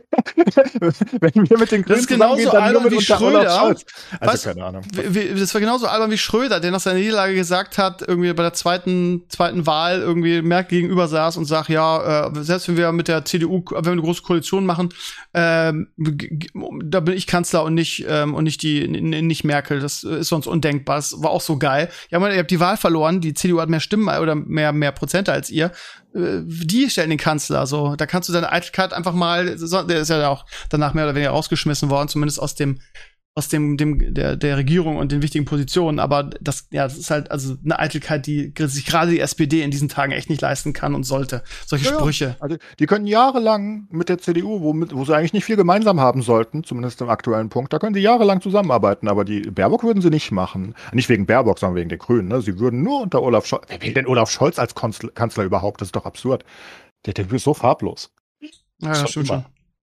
D: Wenn wir mit den Grünen
B: ist genauso
D: zusammengehen, dann nur
B: albern
D: mit
B: wie
D: unter Olaf
B: Schröder.
D: Scholz. Also
B: Was?
D: keine Ahnung.
B: Wie- wie- Das war genauso albern wie Schröder, der nach seiner Niederlage gesagt hat, irgendwie bei der zweiten, zweiten Wahl irgendwie Merkel gegenüber saß und sagt, ja, äh, selbst wenn wir mit der C D U, wenn wir eine große Koalition machen, ähm, g- g- da bin ich Kanzler und nicht, ähm, und nicht die, n- n- nicht Merkel. Das ist sonst undenkbar. Das war auch so geil. Ja, man, ihr habt die Wahl verloren, die C D U hat mehr Stimmen oder mehr, mehr Prozente als ihr. Äh, Die stellen den Kanzler, so. Da kannst du deine Eitelkeit einfach mal, so- der ist ja auch danach mehr oder weniger rausgeschmissen worden, zumindest aus dem, aus dem, dem der, der Regierung und den wichtigen Positionen, aber das, ja, das ist halt also eine Eitelkeit, die sich gerade die S P D in diesen Tagen echt nicht leisten kann und sollte. Solche
D: Ja, ja.
B: Sprüche.
D: Also die können jahrelang mit der C D U, womit, wo sie eigentlich nicht viel gemeinsam haben sollten, zumindest im aktuellen Punkt, da können sie jahrelang zusammenarbeiten, aber die Baerbock würden sie nicht machen. Nicht wegen Baerbock, sondern wegen den Grünen. Ne? Sie würden nur unter Olaf Scholz. Wer will denn Olaf Scholz als Kanzler, Kanzler überhaupt? Das ist doch absurd. Der, der ist so farblos.
B: Ja,
D: Schon
B: das stimmt
D: immer.
B: schon.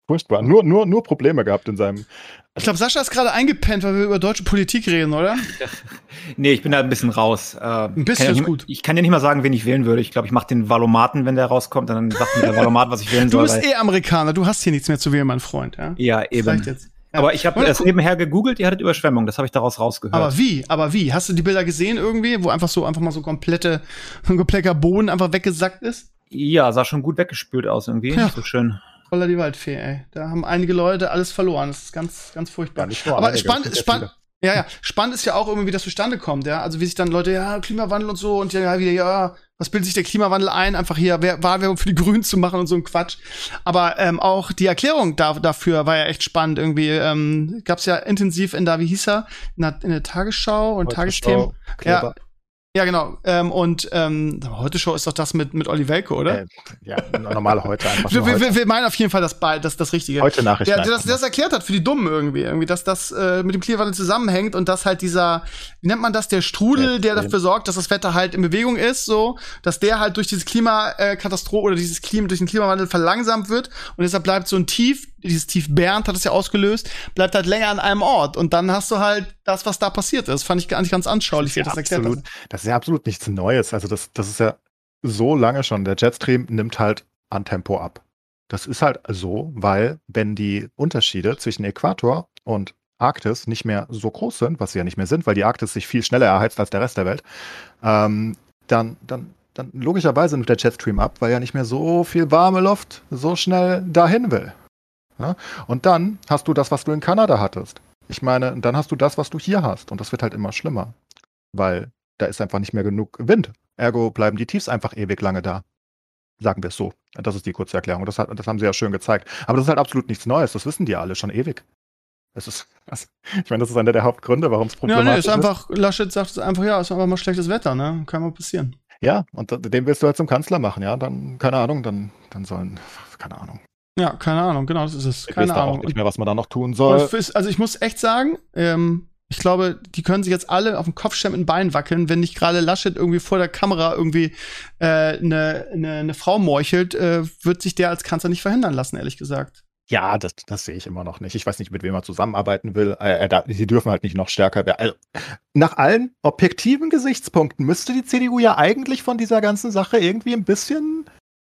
D: Furchtbar. Nur, nur, nur Probleme gehabt in seinem.
B: Ich glaube, Sascha ist gerade eingepennt, weil wir über deutsche Politik reden, oder?
C: Nee, ich bin da ein bisschen raus. Äh,
B: ein bisschen
C: ja
B: ist
C: nicht,
B: gut.
C: Ich kann dir nicht mal sagen, wen ich wählen würde. Ich glaube, ich mache den Valomaten, wenn der rauskommt. Dann sagt mir der Valomat, was ich wählen
B: du
C: soll.
B: Du bist eh Amerikaner. Du hast hier nichts mehr zu wählen, mein Freund. Ja,
C: ja eben.
B: Jetzt. Ja.
C: Aber ich habe das nebenher gegoogelt. Ihr hattet Überschwemmung. Das habe ich daraus rausgehört.
B: Aber wie? Aber wie? Hast du die Bilder gesehen irgendwie, wo einfach so einfach mal so komplette, ein kompletter Boden einfach weggesackt ist?
C: Ja, sah schon gut weggespült aus irgendwie.
B: Ja.
C: So schön.
B: Voller die Waldfee, ey. Da haben einige Leute alles verloren. Das ist ganz, ganz furchtbar.
D: Ja,
B: aber
D: einige,
B: spannend, spannend, ja, ja, spannend ist ja auch irgendwie, wie das zustande kommt, ja. Also wie sich dann Leute, ja, Klimawandel und so und ja, wieder, ja, was bildet sich der Klimawandel ein? Einfach hier wer, Wahlwerbung für die Grünen zu machen und so ein Quatsch. Aber ähm, auch die Erklärung da, dafür war ja echt spannend irgendwie. Ähm, gab's ja intensiv in da, wie hieß er? In der, in der Tagesschau und Tagesthemen. Ja. Ja, genau. Ähm, und ähm, heute Show ist doch das mit, mit Olli Welke, oder?
D: Äh, ja, normal heute einfach.
B: wir,
D: heute.
B: Wir, wir meinen auf jeden Fall das, das, das Richtige.
D: Heute Nachrichten.
B: Der, der, das, der das erklärt hat für die Dummen irgendwie. irgendwie dass das äh, mit dem Klimawandel zusammenhängt und dass halt dieser, wie nennt man das, der Strudel, der dafür sorgt, dass das Wetter halt in Bewegung ist, so, dass der halt durch diese Klimakatastrophe oder dieses Klima, durch den Klimawandel verlangsamt wird und deshalb bleibt so ein Tief, dieses Tief Bernd hat es ja ausgelöst, bleibt halt länger an einem Ort und dann hast du halt das, was da passiert ist. Fand ich gar nicht ganz anschaulich, wie er das erklärt hat.
D: Das ist ja absolut nichts Neues. Also das, das ist ja so lange schon. Der Jetstream nimmt halt an Tempo ab. Das ist halt so, weil wenn die Unterschiede zwischen Äquator und Arktis nicht mehr so groß sind, was sie ja nicht mehr sind, weil die Arktis sich viel schneller erheizt als der Rest der Welt, ähm, dann, dann, dann logischerweise nimmt der Jetstream ab, weil ja nicht mehr so viel warme Luft so schnell dahin will. Ja? Und dann hast du das, was du in Kanada hattest. Ich meine, dann hast du das, was du hier hast. Und das wird halt immer schlimmer. Weil da ist einfach nicht mehr genug Wind. Ergo bleiben die Tiefs einfach ewig lange da. Sagen wir es so. Das ist die kurze Erklärung. Das, hat, das haben sie ja schön gezeigt. Aber das ist halt absolut nichts Neues. Das wissen die alle schon ewig. Das ist, das, ich meine, das ist einer der Hauptgründe, warum es problematisch
B: ist. Ja, nee, ist einfach, Laschet sagt es einfach, ja, ist einfach mal schlechtes Wetter, ne? Kann mal passieren.
D: Ja, und den willst du halt zum Kanzler machen, ja? Dann, keine Ahnung, dann, dann sollen, keine Ahnung.
B: Ja, keine Ahnung, genau, das ist es.
D: Ich
B: keine
D: weiß
B: Ahnung.
D: auch nicht mehr, was man da noch tun soll.
B: Also ich muss echt sagen, ähm, ich glaube, die können sich jetzt alle auf den Kopf stemmen, in den Beinen wackeln, wenn nicht gerade Laschet irgendwie vor der Kamera irgendwie eine äh, ne, ne, ne Frau meuchelt, äh, wird sich der als Kanzler nicht verhindern lassen, ehrlich gesagt.
D: Ja, das, das sehe ich immer noch nicht. Ich weiß nicht, mit wem er zusammenarbeiten will. Äh, da, sie dürfen halt nicht noch stärker werden. Also, nach allen objektiven Gesichtspunkten müsste die C D U ja eigentlich von dieser ganzen Sache irgendwie ein bisschen.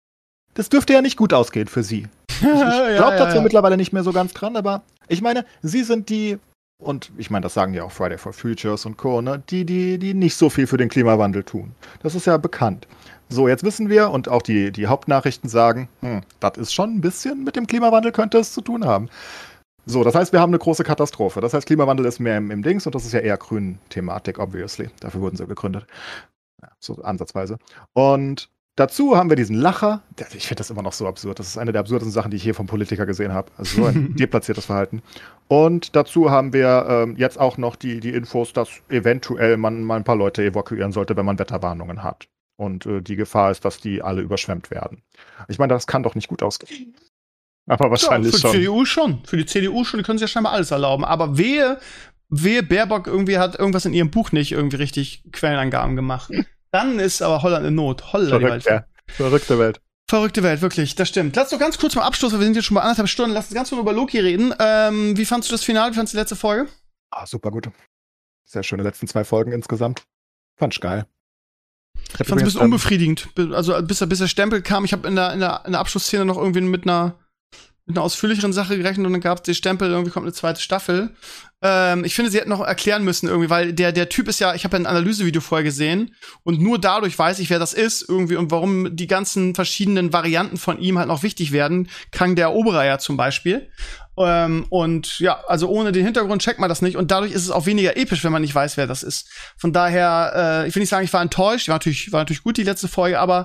D: Das dürfte ja nicht gut ausgehen für sie. Ich, ich glaube ja, dazu ja, ja. mittlerweile nicht mehr so ganz dran, aber ich meine, sie sind die, und ich meine, das sagen ja auch Friday for Futures und Co., ne, die, die, die nicht so viel für den Klimawandel tun. Das ist ja bekannt. So, jetzt wissen wir, und auch die, die Hauptnachrichten sagen, hm, das ist schon ein bisschen mit dem Klimawandel könnte es zu tun haben. So, das heißt, wir haben eine große Katastrophe. Das heißt, Klimawandel ist mehr im, im Dings und das ist ja eher Grün-Thematik, obviously. Dafür wurden sie gegründet. Ja, so ansatzweise. Und dazu haben wir diesen Lacher. Ich finde das immer noch so absurd. Das ist eine der absurdesten Sachen, die ich hier vom Politiker gesehen habe. Also so ein deplatziertes Verhalten. Und dazu haben wir ähm, jetzt auch noch die, die Infos, dass eventuell man mal ein paar Leute evakuieren sollte, wenn man Wetterwarnungen hat. Und äh, die Gefahr ist, dass die alle überschwemmt werden. Ich meine, das kann doch nicht gut ausgehen. Aber wahrscheinlich schon.
B: Ja, für die C D U schon. Für die C D U schon. Die können sich ja scheinbar alles erlauben. Aber wehe, wehe Baerbock irgendwie hat irgendwas in ihrem Buch nicht irgendwie richtig Quellenangaben gemacht. Dann ist aber Holland in Not. Holland
D: Verrückt, ja. Verrückte Welt.
B: Verrückte Welt, wirklich, das stimmt. Lass doch ganz kurz mal Abschluss, weil wir sind jetzt schon bei anderthalb Stunden. Lass uns ganz kurz über Loki reden. Ähm, wie fandst du das Finale? Wie fandst du die letzte Folge?
D: Ah, super gut. Sehr schöne letzten zwei Folgen insgesamt. Fand ich geil.
B: Ich fand es ein bisschen unbefriedigend. Also bis, bis der Stempel kam, ich habe in der, in, der, in der Abschlussszene noch irgendwie mit einer, mit einer ausführlicheren Sache gerechnet und dann gab es den Stempel, irgendwie kommt eine zweite Staffel. Ähm, ich finde, sie hätten noch erklären müssen irgendwie, weil der, der Typ ist ja, ich habe ja ein Analysevideo vorher gesehen und nur dadurch weiß ich, wer das ist irgendwie und warum die ganzen verschiedenen Varianten von ihm halt noch wichtig werden. Kang der Eroberer ja zum Beispiel. Ähm, und ja, also ohne den Hintergrund checkt man das nicht und dadurch ist es auch weniger episch, wenn man nicht weiß, wer das ist. Von daher, äh, ich will nicht sagen, ich war enttäuscht, war natürlich, war natürlich gut die letzte Folge, aber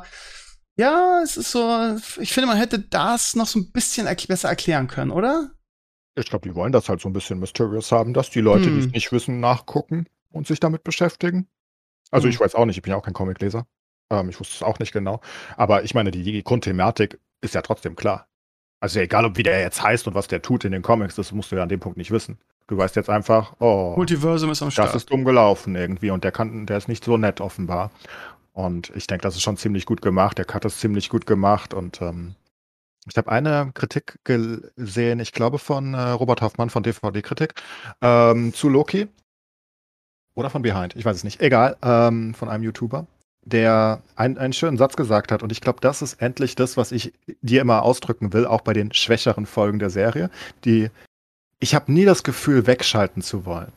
B: ja, es ist so, ich finde, man hätte das noch so ein bisschen erkl- besser erklären können, oder?
D: Ich glaube, die wollen das halt so ein bisschen mysterious haben, dass die Leute,
B: Hm.
D: die es nicht wissen, nachgucken und sich damit beschäftigen. Also
B: Hm.
D: ich weiß auch nicht, ich bin ja auch kein Comicleser. Ähm, ich wusste es auch nicht genau. Aber ich meine, die, die Grundthematik ist ja trotzdem klar. Also egal, ob wie der jetzt heißt und was der tut in den Comics, das musst du ja an dem Punkt nicht wissen. Du weißt jetzt einfach, oh,
B: Multiversum ist am Start.
D: das ist dumm gelaufen irgendwie und der kann, der ist nicht so nett offenbar. Und ich denke, das ist schon ziemlich gut gemacht. Der Cut ist ziemlich gut gemacht und ähm, Ich habe eine Kritik gesehen, ich glaube von äh, Robert Hoffmann von D V D-Kritik, ähm, zu Loki. Oder von Behind, ich weiß es nicht. Egal, ähm, von einem YouTuber, der ein, einen schönen Satz gesagt hat. Und ich glaube, das ist endlich das, was ich dir immer ausdrücken will, auch bei den schwächeren Folgen der Serie. Die, ich habe nie das Gefühl, wegschalten zu wollen.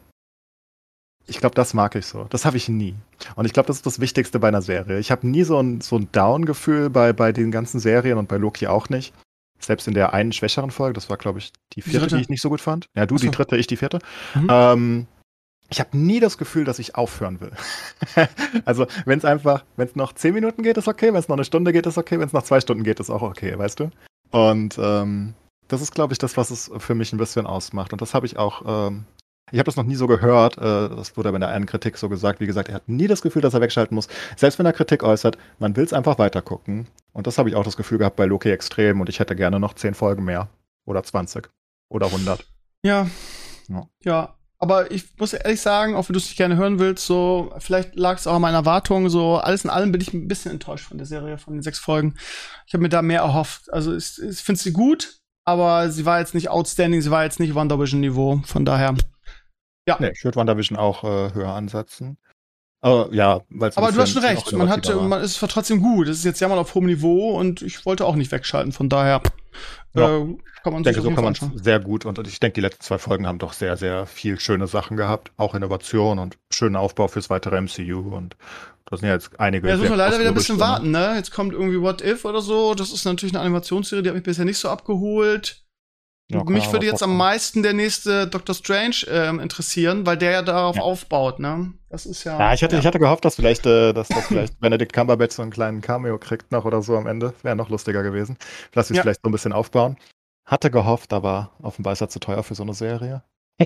D: Ich glaube, das mag ich so. Das habe ich nie. Und ich glaube, das ist das Wichtigste bei einer Serie. Ich habe nie so ein, so ein Down-Gefühl bei, bei den ganzen Serien und bei Loki auch nicht. Selbst in der einen schwächeren Folge, das war, glaube ich, die vierte, die, die ich nicht so gut fand. Ja, du
B: Ach so.
D: die dritte, ich die vierte.
B: Mhm.
D: Ähm, ich habe nie das Gefühl, dass ich aufhören will. Also, wenn es einfach, wenn es noch zehn Minuten geht, ist okay. Wenn es noch eine Stunde geht, ist okay. Wenn es noch zwei Stunden geht, ist auch okay, weißt du? Und ähm, das ist, glaube ich, das, was es für mich ein bisschen ausmacht. Und das habe ich auch ähm, ich habe das noch nie so gehört, äh, das wurde aber in der einen Kritik so gesagt, wie gesagt, er hat nie das Gefühl, dass er wegschalten muss. Selbst wenn er Kritik äußert, man will es einfach weitergucken. Und das habe ich auch das Gefühl gehabt bei Loki extrem und ich hätte gerne noch zehn Folgen mehr. Oder zwanzig. Oder hundert.
B: Ja.
D: Ja.
B: Ja. Aber ich muss ehrlich sagen, auch wenn du es nicht gerne hören willst, so, vielleicht lag es auch an meinen Erwartungen, so, alles in allem bin ich ein bisschen enttäuscht von der Serie, von den sechs Folgen. Ich habe mir da mehr erhofft. Also, ich, ich finde sie gut, aber sie war jetzt nicht outstanding, sie war jetzt nicht WandaVision-Niveau, von daher. Ja.
D: Nee, ich würde WandaVision auch äh, höher ansetzen. Aber ja, weil
B: Aber du hast schon recht, man hat, man ist trotzdem gut. Es ist jetzt ja mal auf hohem Niveau und ich wollte auch nicht wegschalten, von daher
D: ja.
B: äh, kann man
D: ich denke,
B: sich
D: so kann man
B: anschauen.
D: sehr gut und ich denke, die letzten zwei Folgen haben doch sehr, sehr viel schöne Sachen gehabt. Auch Innovation und schönen Aufbau fürs weitere M C U und da sind ja jetzt einige.
B: Ja, jetzt muss man leider wieder ein bisschen
D: Gerüchte,
B: warten, ne? Jetzt kommt irgendwie What If oder so. Das ist natürlich eine Animationsserie, die hat mich bisher nicht so abgeholt.
D: Ja,
B: Mich
D: kann
B: würde
D: aber
B: jetzt am
D: trotzdem.
B: meisten der nächste Doctor Strange ähm, interessieren, weil der ja darauf
D: Ja.
B: aufbaut, ne? Das ist ja.
D: Ja, ich hatte,
B: ja.
D: ich hatte gehofft, dass vielleicht, äh, dass, dass vielleicht Benedict Cumberbatch so einen kleinen Cameo kriegt noch oder so am Ende. Wäre noch lustiger gewesen. Lass sie es
B: Ja.
D: vielleicht so ein bisschen aufbauen. Hatte gehofft, aber offenbar ist er zu teuer für so eine Serie.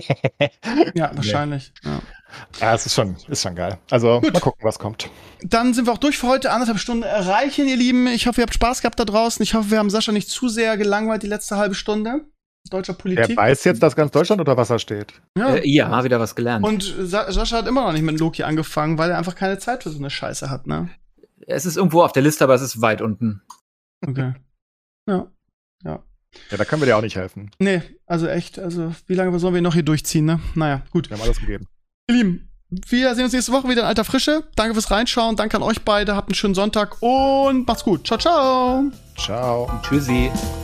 B: Ja, wahrscheinlich. Ja.
D: Ja, es ist schon, ist schon geil. Also
B: Gut.
D: mal gucken, was kommt.
B: Dann sind wir auch durch für heute. Anderthalb Stunden erreichen, ihr Lieben. Ich hoffe, ihr habt Spaß gehabt da draußen. Ich hoffe, wir haben Sascha nicht zu sehr gelangweilt die letzte halbe Stunde. Deutscher
D: Er
B: Politik.
D: weiß jetzt, dass ganz Deutschland unter Wasser steht.
B: Ja.
C: Äh, ja, wieder was gelernt.
B: Und Sa Sascha hat immer noch nicht mit Loki angefangen, weil er einfach keine Zeit für so eine Scheiße hat, ne?
C: Es ist irgendwo auf der Liste, aber es ist weit unten.
B: Okay. Ja. Ja.
D: Ja, da können wir dir auch nicht helfen.
B: Nee, also echt, also wie lange sollen wir noch hier durchziehen, ne? Naja, gut.
D: Wir haben alles gegeben.
B: Ihr Lieben, wir sehen uns nächste Woche wieder in alter Frische. Danke fürs Reinschauen, danke an euch beide, habt einen schönen Sonntag und macht's gut. Ciao, ciao.
D: Ciao.
C: Tschüssi.